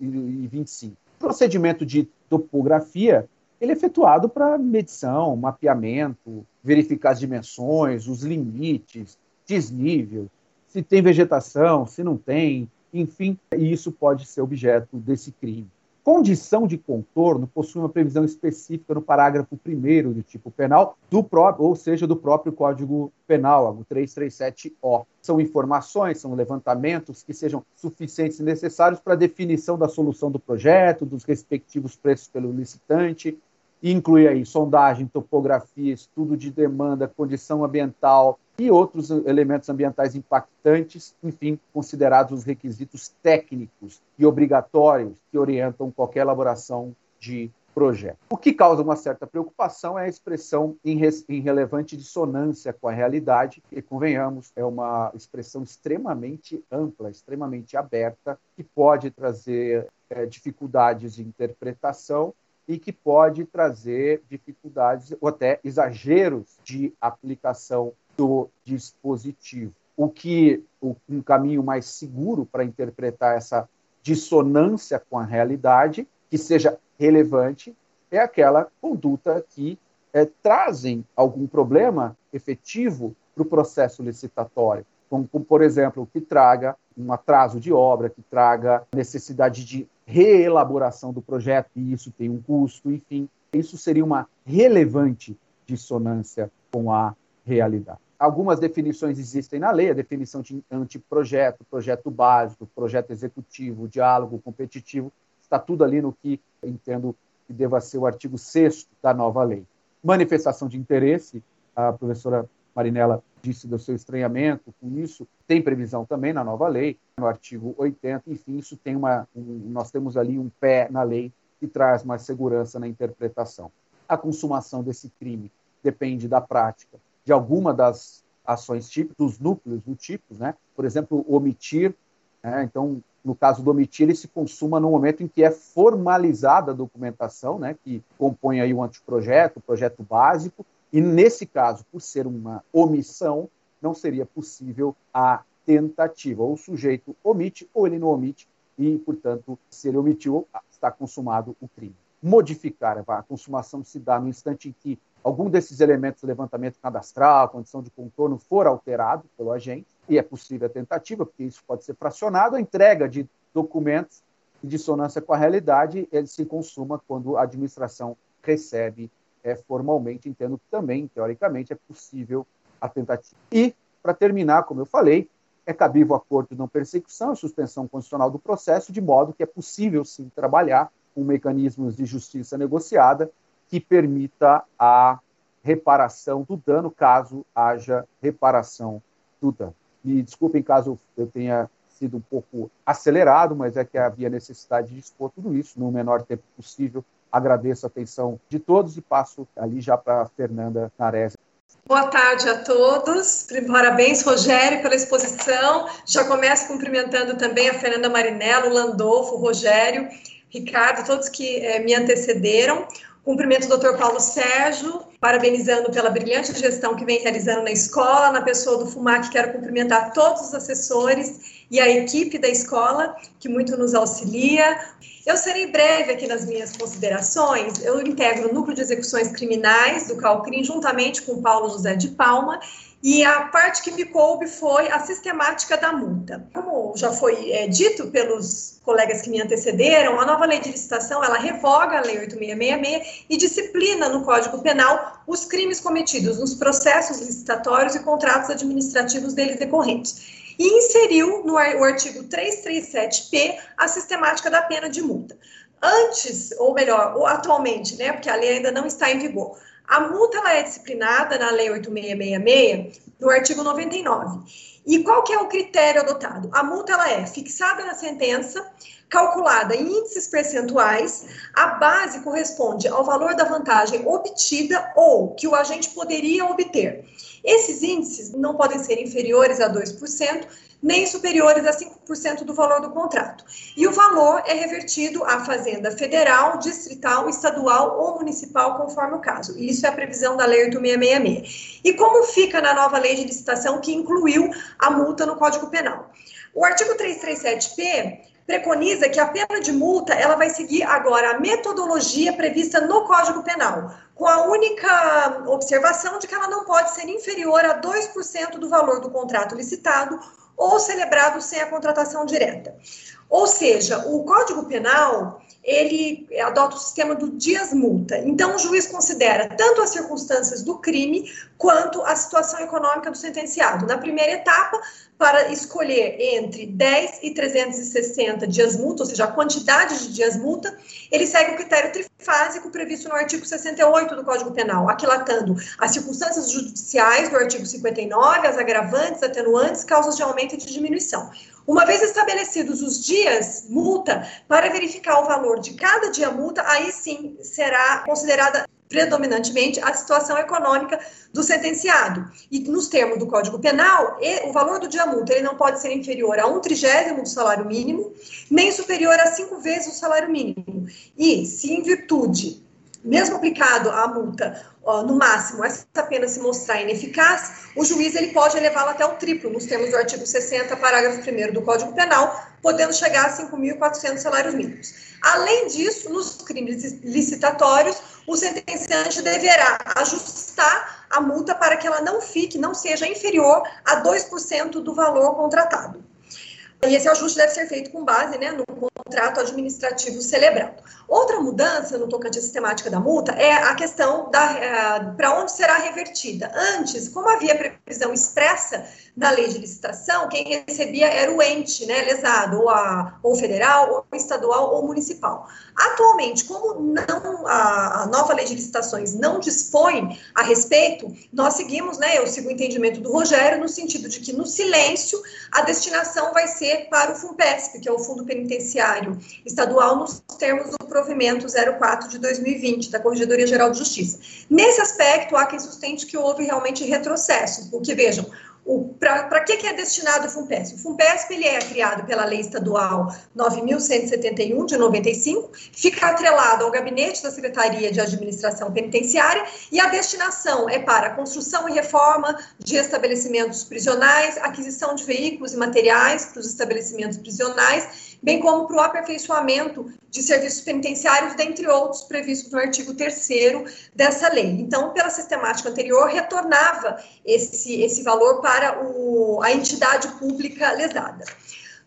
e 25. O procedimento de topografia ele é efetuado para medição, mapeamento, verificar as dimensões, os limites, desnível, se tem vegetação, se não tem, enfim, e isso pode ser objeto desse crime. Condição de contorno possui uma previsão específica no parágrafo 1º do tipo penal, do próprio Código Penal, o 337-O. São informações, são levantamentos que sejam suficientes e necessários para a definição da solução do projeto, dos respectivos preços pelo licitante, e inclui aí sondagem, topografia, estudo de demanda, condição ambiental e outros elementos ambientais impactantes, enfim, considerados os requisitos técnicos e obrigatórios que orientam qualquer elaboração de projeto. O que causa uma certa preocupação é a expressão em relevante dissonância com a realidade, e, convenhamos, é uma expressão extremamente ampla, extremamente aberta, que pode trazer dificuldades de interpretação e que pode trazer dificuldades ou até exageros de aplicação do dispositivo. Um caminho mais seguro para interpretar essa dissonância com a realidade, que seja relevante, é aquela conduta que trazem algum problema efetivo para o processo licitatório, como, por exemplo, que traga um atraso de obra, que traga necessidade de reelaboração do projeto, e isso tem um custo, enfim. Isso seria uma relevante dissonância com a realidade. Algumas definições existem na lei, a definição de anteprojeto, projeto básico, projeto executivo, diálogo competitivo, está tudo ali no que entendo que deva ser o artigo 6º da nova lei. Manifestação de interesse, a professora Marinella disse do seu estranhamento com isso, tem previsão também na nova lei, no artigo 80, enfim, isso tem nós temos ali um pé na lei que traz mais segurança na interpretação. A consumação desse crime depende da prática de alguma das ações típicas, dos núcleos do tipo, né? Por exemplo, omitir, né? Então, no caso do omitir, ele se consuma no momento em que é formalizada a documentação, né? Que compõe aí o anteprojeto, o projeto básico, e nesse caso, por ser uma omissão, não seria possível a tentativa. Ou o sujeito omite ou ele não omite e, portanto, se ele omitiu, está consumado o crime. Modificar, a consumação se dá no instante em que algum desses elementos do levantamento cadastral, condição de contorno, for alterado pelo agente, e é possível a tentativa, porque isso pode ser fracionado, a entrega de documentos em dissonância com a realidade, ele se consuma quando a administração recebe formalmente entendo que também, teoricamente, é possível a tentativa. E, para terminar, como eu falei, é cabível acordo de não persecução e suspensão constitucional do processo, de modo que é possível, sim, trabalhar com mecanismos de justiça negociada que permita a reparação do dano, caso haja reparação do dano. Me desculpem caso eu tenha sido um pouco acelerado, mas é que havia necessidade de expor tudo isso no menor tempo possível. Agradeço a atenção de todos e passo ali já para a Fernanda Narese. Boa tarde a todos. Parabéns, Rogério, pela exposição. Já começo cumprimentando também a Fernanda Marinello, o Landolfo, o Rogério, Ricardo, todos que me antecederam. Cumprimento o Dr. Paulo Sérgio, parabenizando pela brilhante gestão que vem realizando na escola. Na pessoa do FUMAC, quero cumprimentar todos os assessores e a equipe da escola, que muito nos auxilia. Eu serei breve aqui nas minhas considerações. Eu integro o Núcleo de Execuções Criminais do CALCRIM, juntamente com o Paulo José de Palma, e a parte que me coube foi a sistemática da multa. Como já foi dito pelos colegas que me antecederam, a nova lei de licitação, ela revoga a Lei 8666 e disciplina no Código Penal os crimes cometidos nos processos licitatórios e contratos administrativos deles decorrentes. E inseriu no artigo 337-P a sistemática da pena de multa. Antes, ou melhor, atualmente, né, porque a lei ainda não está em vigor, a multa ela é disciplinada na Lei 8666, no artigo 99. E qual que é o critério adotado? A multa ela é fixada na sentença, calculada em índices percentuais, a base corresponde ao valor da vantagem obtida ou que o agente poderia obter. Esses índices não podem ser inferiores a 2%, nem superiores a 5% do valor do contrato. E o valor é revertido à Fazenda Federal, Distrital, Estadual ou Municipal, conforme o caso. Isso é a previsão da Lei 8666. E como fica na nova lei de licitação que incluiu a multa no Código Penal? O artigo 337-P preconiza que a pena de multa ela vai seguir agora a metodologia prevista no Código Penal, com a única observação de que ela não pode ser inferior a 2% do valor do contrato licitado ou celebrado sem a contratação direta. Ou seja, o Código Penal, ele adota o sistema do dias-multa. Então, o juiz considera tanto as circunstâncias do crime quanto a situação econômica do sentenciado. Na primeira etapa, para escolher entre 10 e 360 dias-multa, ou seja, a quantidade de dias-multa, ele segue o critério trifásico previsto no artigo 68 do Código Penal, aquilatando as circunstâncias judiciais do artigo 59, as agravantes, atenuantes, causas de aumento e de diminuição. Uma vez estabelecidos os dias multa, para verificar o valor de cada dia multa, aí sim será considerada predominantemente a situação econômica do sentenciado. E nos termos do Código Penal, o valor do dia multa ele não pode ser inferior a 1/30 do salário mínimo, nem superior a 5 vezes o salário mínimo. E se em virtude, mesmo aplicado a multa, no máximo, essa pena se mostrar ineficaz, o juiz ele pode elevá-la até o triplo, nos termos do artigo 60, parágrafo 1º do Código Penal, podendo chegar a 5.400 salários mínimos. Além disso, nos crimes licitatórios, o sentenciante deverá ajustar a multa para que ela não seja inferior a 2% do valor contratado. E esse ajuste deve ser feito com base, né, no contrato administrativo celebrado. Outra mudança no tocante à sistemática da multa é a questão para onde será revertida. Antes, como havia previsão expressa na lei de licitação, quem recebia era o ente, né, lesado, ou federal, ou estadual, ou municipal. Atualmente, como a nova lei de licitações não dispõe a respeito, nós seguimos, né, eu sigo o entendimento do Rogério, no sentido de que, no silêncio, a destinação vai ser para o FUNPESP, que é o Fundo Penitenciário Estadual, nos termos do provimento 04 de 2020, da Corregedoria Geral de Justiça. Nesse aspecto, há quem sustente que houve realmente retrocesso, porque, vejam, para que é destinado o FUNPESP? O FUNPESP ele é criado pela Lei Estadual 9.171, de 95, fica atrelado ao Gabinete da Secretaria de Administração Penitenciária e a destinação é para construção e reforma de estabelecimentos prisionais, aquisição de veículos e materiais para os estabelecimentos prisionais, bem como para o aperfeiçoamento de serviços penitenciários, dentre outros previstos no artigo 3º dessa lei. Então, pela sistemática anterior, retornava esse valor para a entidade pública lesada.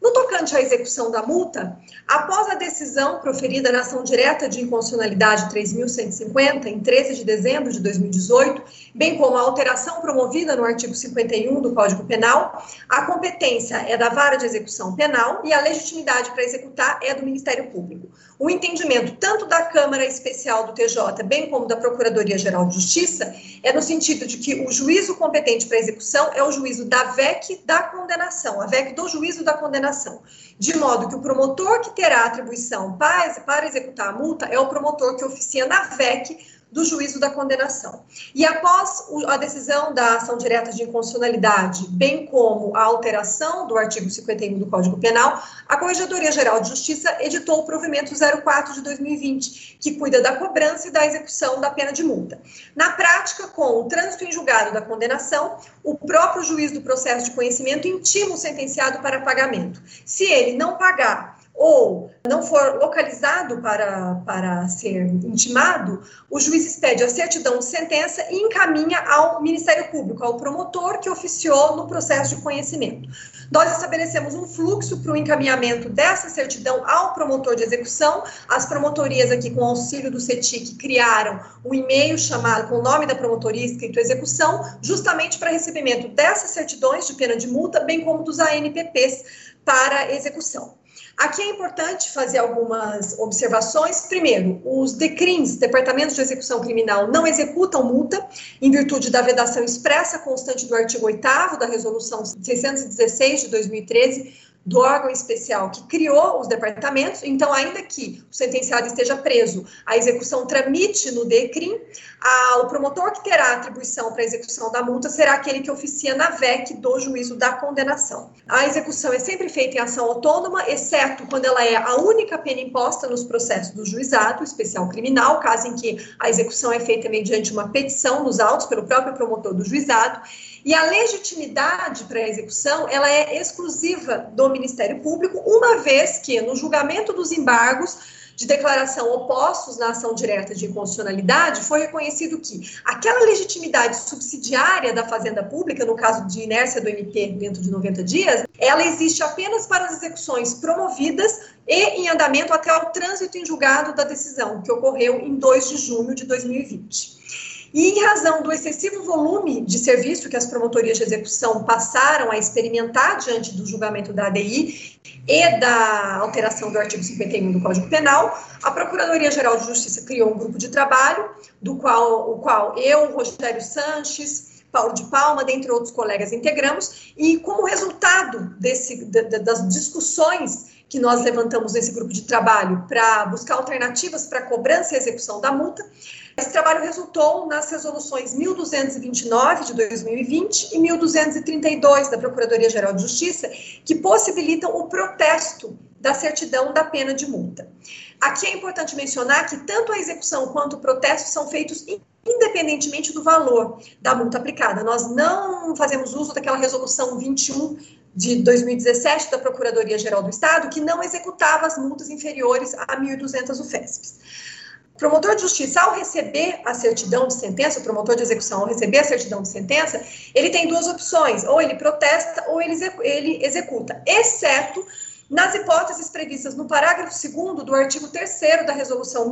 No tocante à execução da multa, após a decisão proferida na ação direta de inconstitucionalidade 3.150, em 13 de dezembro de 2018, bem como a alteração promovida no artigo 51 do Código Penal, a competência é da Vara de Execução Penal e a legitimidade para executar é do Ministério Público. O entendimento tanto da Câmara Especial do TJ, bem como da Procuradoria-Geral de Justiça, é no sentido de que o juízo competente para execução é o juízo da VEC da condenação, a VEC do juízo da condenação, de modo que o promotor que terá atribuição para executar a multa é o promotor que oficia na VEC do juízo da condenação. E após a decisão da ação direta de inconstitucionalidade, bem como a alteração do artigo 51 do Código Penal, a Corregedoria-Geral de Justiça editou o provimento 04 de 2020, que cuida da cobrança e da execução da pena de multa. Na prática, com o trânsito em julgado da condenação, o próprio juiz do processo de conhecimento intima o sentenciado para pagamento. Se ele não pagar ou não for localizado para ser intimado, o juiz expede a certidão de sentença e encaminha ao Ministério Público, ao promotor que oficiou no processo de conhecimento. Nós estabelecemos um fluxo para o encaminhamento dessa certidão ao promotor de execução. As promotorias aqui, com auxílio do CETIC, criaram um e-mail chamado com o nome da promotoria escrito execução, justamente para recebimento dessas certidões de pena de multa, bem como dos ANPPs para execução. Aqui é importante fazer algumas observações. Primeiro, os DECRIMs, Departamentos de Execução Criminal, não executam multa, em virtude da vedação expressa constante do artigo 8º da Resolução 616 de 2013, do órgão especial que criou os departamentos. Então, ainda que o sentenciado esteja preso, a execução tramite no DECRIM, o promotor que terá atribuição para a execução da multa será aquele que oficia na VEC do juízo da condenação. A execução é sempre feita em ação autônoma, exceto quando ela é a única pena imposta nos processos do juizado especial criminal, caso em que a execução é feita mediante uma petição nos autos pelo próprio promotor do juizado. E a legitimidade para a execução, ela é exclusiva do Ministério Público, uma vez que no julgamento dos embargos de declaração opostos na ação direta de inconstitucionalidade, foi reconhecido que aquela legitimidade subsidiária da Fazenda Pública, no caso de inércia do MP dentro de 90 dias, ela existe apenas para as execuções promovidas e em andamento até o trânsito em julgado da decisão, que ocorreu em 2 de junho de 2020. E em razão do excessivo volume de serviço que as promotorias de execução passaram a experimentar diante do julgamento da ADI e da alteração do artigo 51 do Código Penal, a Procuradoria-Geral de Justiça criou um grupo de trabalho, o qual eu, Rogério Sanches, Paulo de Palma, dentre outros colegas, integramos, e como resultado das discussões que nós levantamos nesse grupo de trabalho para buscar alternativas para a cobrança e execução da multa, esse trabalho resultou nas resoluções 1229 de 2020 e 1232 da Procuradoria-Geral de Justiça, que possibilitam o protesto da certidão da pena de multa. Aqui é importante mencionar que tanto a execução quanto o protesto são feitos independentemente do valor da multa aplicada. Nós não fazemos uso daquela resolução 21 de 2017 da Procuradoria-Geral do Estado, que não executava as multas inferiores a 1.200 UFESPs. O promotor de justiça, ao receber a certidão de sentença, o promotor de execução, ao receber a certidão de sentença, ele tem 2 opções, ou ele protesta ou ele executa, exceto nas hipóteses previstas no parágrafo 2º do artigo 3º da Resolução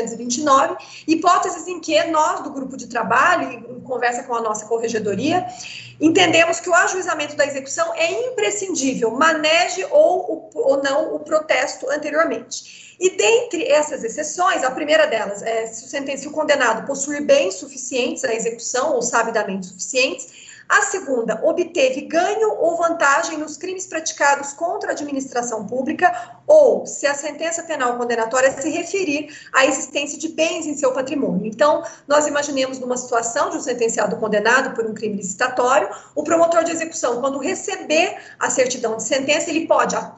1229, hipóteses em que nós, do grupo de trabalho, em conversa com a nossa corregedoria, entendemos que o ajuizamento da execução é imprescindível, maneje ou não o protesto anteriormente. E dentre essas exceções, a primeira delas é se o condenado possuir bens suficientes à execução ou sabidamente suficientes. A segunda, obteve ganho ou vantagem nos crimes praticados contra a administração pública ou se a sentença penal condenatória se referir à existência de bens em seu patrimônio. Então, nós imaginemos numa situação de um sentenciado condenado por um crime licitatório, o promotor de execução, quando receber a certidão de sentença, ele pode até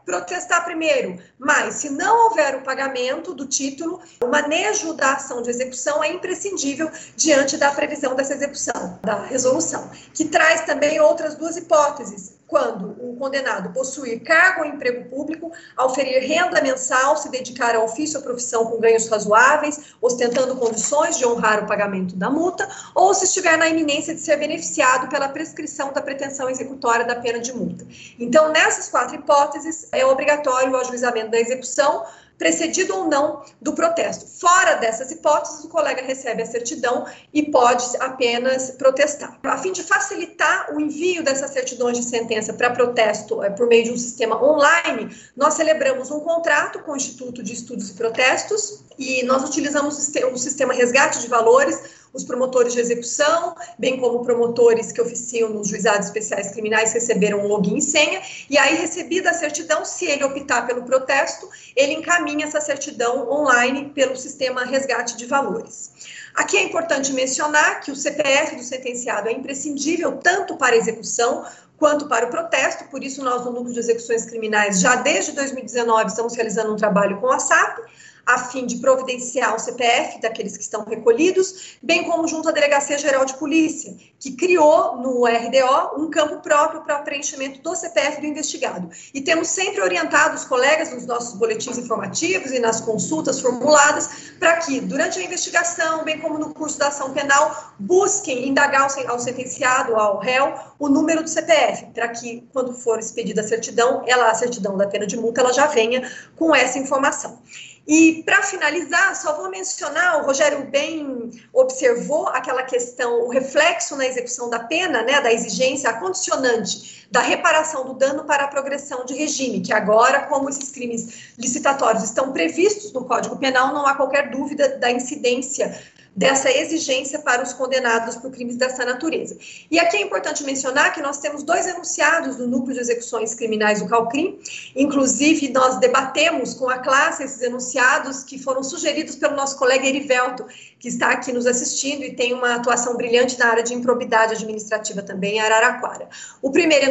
protestar primeiro, mas se não houver o pagamento do título, o manejo da ação de execução é imprescindível diante da previsão dessa execução, da resolução, que traz também outras duas hipóteses. Quando o condenado possuir cargo ou emprego público, auferir renda mensal, se dedicar a ofício ou profissão com ganhos razoáveis, ostentando condições de honrar o pagamento da multa, ou se estiver na iminência de ser beneficiado pela prescrição da pretensão executória da pena de multa. Então, nessas 4 hipóteses, é obrigatório o ajuizamento da execução, precedido ou não do protesto. Fora dessas hipóteses, o colega recebe a certidão e pode apenas protestar. A fim de facilitar o envio dessas certidões de sentença para protesto por meio de um sistema online, nós celebramos um contrato com o Instituto de Estudos e Protestos e nós utilizamos o sistema resgate de valores. Os promotores de execução, bem como promotores que oficiam nos juizados especiais criminais, receberam um login e senha, e aí, recebida a certidão, se ele optar pelo protesto, ele encaminha essa certidão online pelo sistema resgate de valores. Aqui é importante mencionar que o CPF do sentenciado é imprescindível tanto para a execução quanto para o protesto, por isso nós, no Núcleo de Execuções Criminais, já desde 2019, estamos realizando um trabalho com a SAP, a fim de providenciar o CPF daqueles que estão recolhidos, bem como junto à Delegacia Geral de Polícia, que criou no RDO um campo próprio para preenchimento do CPF do investigado. E temos sempre orientado os colegas nos nossos boletins informativos e nas consultas formuladas para que, durante a investigação, bem como no curso da ação penal, busquem indagar ao sentenciado, ao réu, o número do CPF, para que, quando for expedida a certidão da pena de multa, ela já venha com essa informação. E, para finalizar, só vou mencionar, o Rogério bem observou aquela questão, o reflexo na execução da pena, né, da exigência, a condicionante da reparação do dano para a progressão de regime, que agora, como esses crimes licitatórios estão previstos no Código Penal, não há qualquer dúvida da incidência dessa exigência para os condenados por crimes dessa natureza. E aqui é importante mencionar que nós temos 2 enunciados do Núcleo de Execuções Criminais do CALCRIM, inclusive nós debatemos com a classe esses enunciados que foram sugeridos pelo nosso colega Erivelto, que está aqui nos assistindo e tem uma atuação brilhante na área de improbidade administrativa também em Araraquara. No primeiro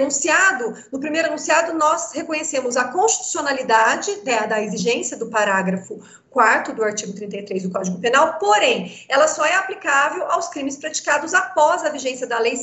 enunciado nós reconhecemos a constitucionalidade da exigência do parágrafo 4º do artigo 33 do Código Penal, porém, ela só é aplicável aos crimes praticados após a vigência da Lei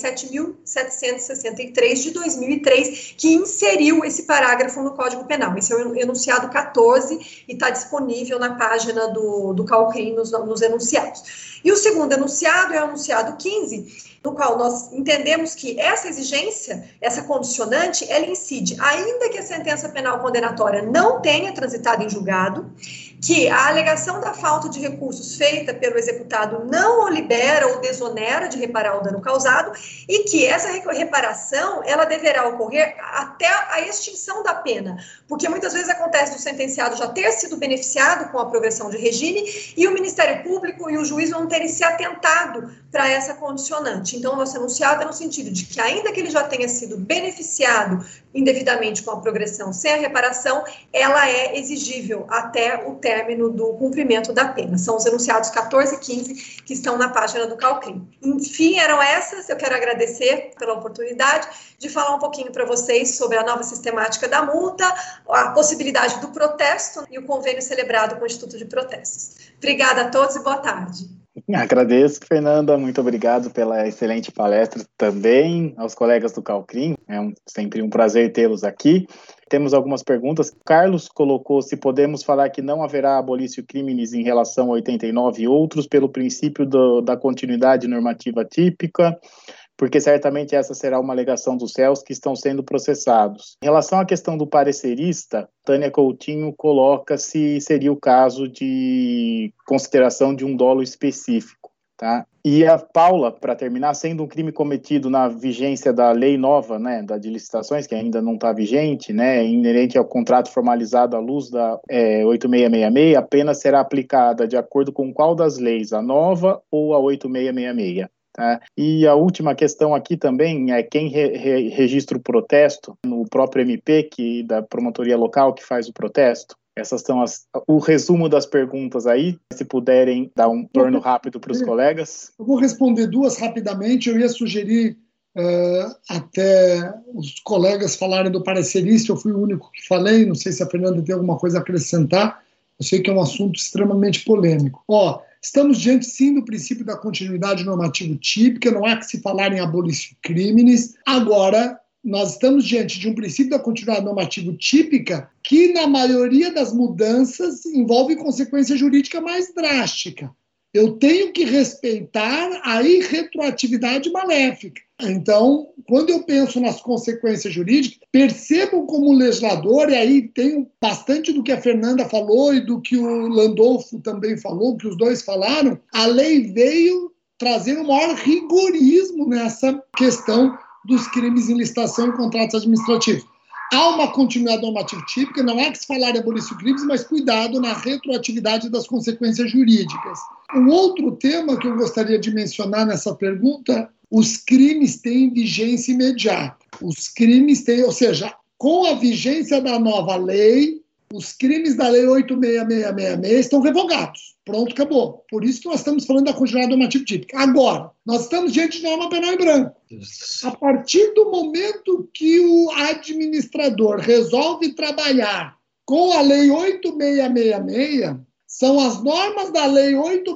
7.763 de 2003, que inseriu esse parágrafo no Código Penal. Esse é o enunciado 14 e está disponível na página do CALCRIM nos enunciados. E o segundo enunciado é o enunciado 15, no qual nós entendemos que essa exigência, essa condicionante, ela incide, ainda que a sentença penal condenatória não tenha transitado em julgado, que a alegação da falta de recursos feita pelo executado não o libera ou desonera de reparar o dano causado e que essa reparação, ela deverá ocorrer até a extinção da pena, porque muitas vezes acontece do sentenciado já ter sido beneficiado com a progressão de regime e o Ministério Público e o juiz não terem se atentado para essa condicionante. Então, o nosso enunciado é no sentido de que, ainda que ele já tenha sido beneficiado indevidamente com a progressão sem a reparação, ela é exigível até o término do cumprimento da pena. São os enunciados 14 e 15 que estão na página do CALCRIM. Enfim, eram essas. Eu quero agradecer pela oportunidade de falar um pouquinho para vocês sobre a nova sistemática da multa, a possibilidade do protesto e o convênio celebrado com o Instituto de Protestos. Obrigada a todos e boa tarde. Agradeço, Fernanda, muito obrigado pela excelente palestra também, aos colegas do CALCRIM, sempre um prazer tê-los aqui. Temos algumas perguntas. Carlos colocou se podemos falar que não haverá abolício crimes em relação a 89 e outros pelo princípio da continuidade normativa típica, porque certamente essa será uma alegação dos réus que estão sendo processados. Em relação à questão do parecerista, Tânia Coutinho coloca se seria o caso de consideração de um dolo específico. Tá? E a Paula, para terminar, sendo um crime cometido na vigência da lei nova, né, de licitações, que ainda não está vigente, né, inerente ao contrato formalizado à luz da 8666, a pena será aplicada de acordo com qual das leis, a nova ou a 8666? Tá? E a última questão aqui também é quem registra o protesto no próprio MP, da promotoria local que faz o protesto. Essas são o resumo das perguntas aí, se puderem dar um torno rápido para os colegas. Eu vou responder 2 rapidamente, eu ia sugerir até os colegas falarem do parecerista, eu fui o único que falei, não sei se a Fernanda tem alguma coisa a acrescentar, eu sei que é um assunto extremamente polêmico. Estamos diante, sim, do princípio da continuidade normativa típica, não há que se falar em abolição crimes. Agora, nós estamos diante de um princípio da continuidade normativa típica que, na maioria das mudanças, envolve consequência jurídica mais drástica. Eu tenho que respeitar a irretroatividade maléfica. Então, quando eu penso nas consequências jurídicas, percebam como legislador, e aí tem bastante do que a Fernanda falou e do que o Landolfo também falou, que os dois falaram, a lei veio trazer um maior rigorismo nessa questão dos crimes em licitação e contratos administrativos. Há uma continuidade normativa típica, não há que se falar de abolição de crimes, mas cuidado na retroatividade das consequências jurídicas. Um outro tema que eu gostaria de mencionar nessa pergunta, os crimes têm vigência imediata. Os crimes têm, ou seja, com a vigência da nova lei, os crimes da lei 86666 estão revogados. Pronto, acabou. Por isso que nós estamos falando da continuidade normativa típica. Agora, nós estamos diante de norma penal em branco. A partir do momento que o administrador resolve trabalhar com a lei 8666, são as normas da lei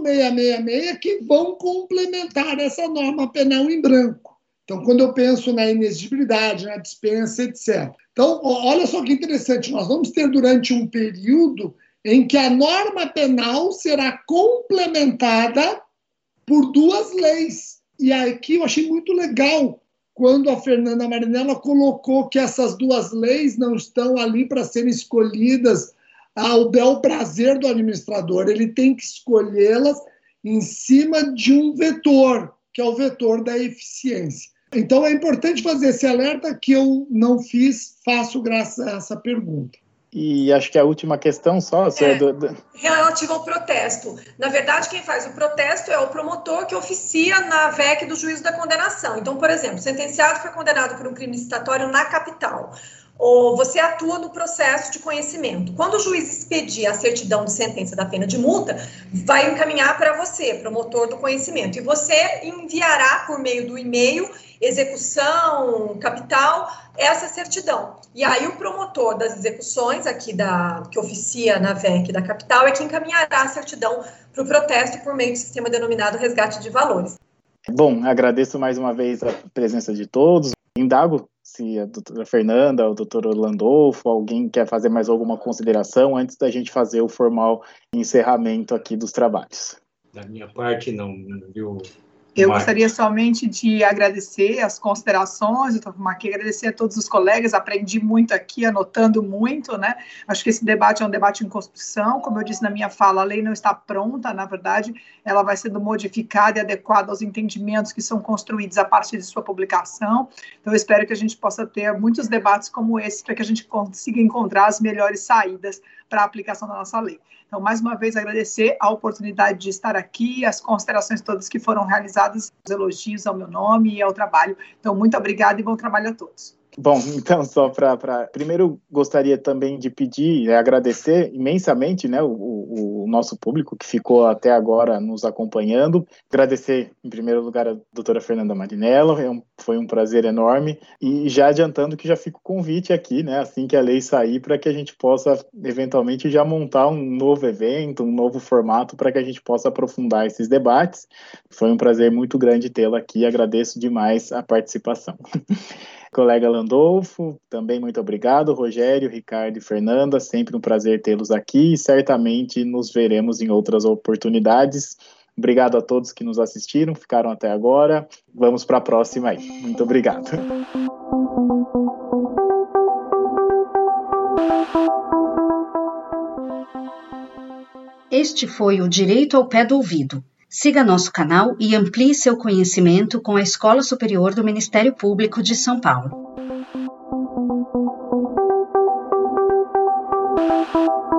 8666 que vão complementar essa norma penal em branco. Então, quando eu penso na inexigibilidade, na dispensa, etc. Então, olha só que interessante, nós vamos ter durante um período em que a norma penal será complementada por duas leis. E aqui eu achei muito legal quando a Fernanda Marinella colocou que essas duas leis não estão ali para serem escolhidas ao bel prazer do administrador. Ele tem que escolhê-las em cima de um vetor, que é o vetor da eficiência. Então é importante fazer esse alerta que eu não faço graças a essa pergunta. E acho que a última questão só... Relativo ao protesto. Na verdade, quem faz o protesto é o promotor que oficia na VEC do juízo da condenação. Então, por exemplo, o sentenciado foi condenado por um crime licitatório na capital. Ou você atua no processo de conhecimento. Quando o juiz expedir a certidão de sentença da pena de multa, vai encaminhar para você, promotor do conhecimento. E você enviará por meio do e-mail, execução, capital, essa certidão. E aí o promotor das execuções, aqui que oficia na VEC da capital, é que encaminhará a certidão para o protesto por meio do sistema denominado resgate de valores. Bom, agradeço mais uma vez a presença de todos. Indago se a doutora Fernanda, o doutor Landolfo, alguém quer fazer mais alguma consideração antes da gente fazer o formal encerramento aqui dos trabalhos. Da minha parte, não, viu? Eu gostaria somente de agradecer as considerações, eu estou aqui agradecer a todos os colegas, aprendi muito aqui, anotando muito, né? Acho que esse debate é um debate em construção, como eu disse na minha fala, a lei não está pronta, na verdade, ela vai sendo modificada e adequada aos entendimentos que são construídos a partir de sua publicação, então eu espero que a gente possa ter muitos debates como esse, para que a gente consiga encontrar as melhores saídas para a aplicação da nossa lei. Então, mais uma vez, agradecer a oportunidade de estar aqui, as considerações todas que foram realizadas, os elogios ao meu nome e ao trabalho. Então, muito obrigada e bom trabalho a todos. Bom, então, só para... Primeiro, gostaria também de pedir, agradecer imensamente, né, o nosso público que ficou até agora nos acompanhando. Agradecer, em primeiro lugar, a doutora Fernanda Marinella, foi um prazer enorme. E já adiantando que já fica o convite aqui, né, assim que a lei sair, para que a gente possa, eventualmente, já montar um novo evento, um novo formato, para que a gente possa aprofundar esses debates. Foi um prazer muito grande tê-la aqui, agradeço demais a participação. Colega Landolfo, também muito obrigado. Rogério, Ricardo e Fernanda, sempre um prazer tê-los aqui e certamente nos veremos em outras oportunidades. Obrigado a todos que nos assistiram, ficaram até agora. Vamos para a próxima aí. Muito obrigado. Este foi o Direito ao Pé do Ouvido. Siga nosso canal e amplie seu conhecimento com a Escola Superior do Ministério Público de São Paulo.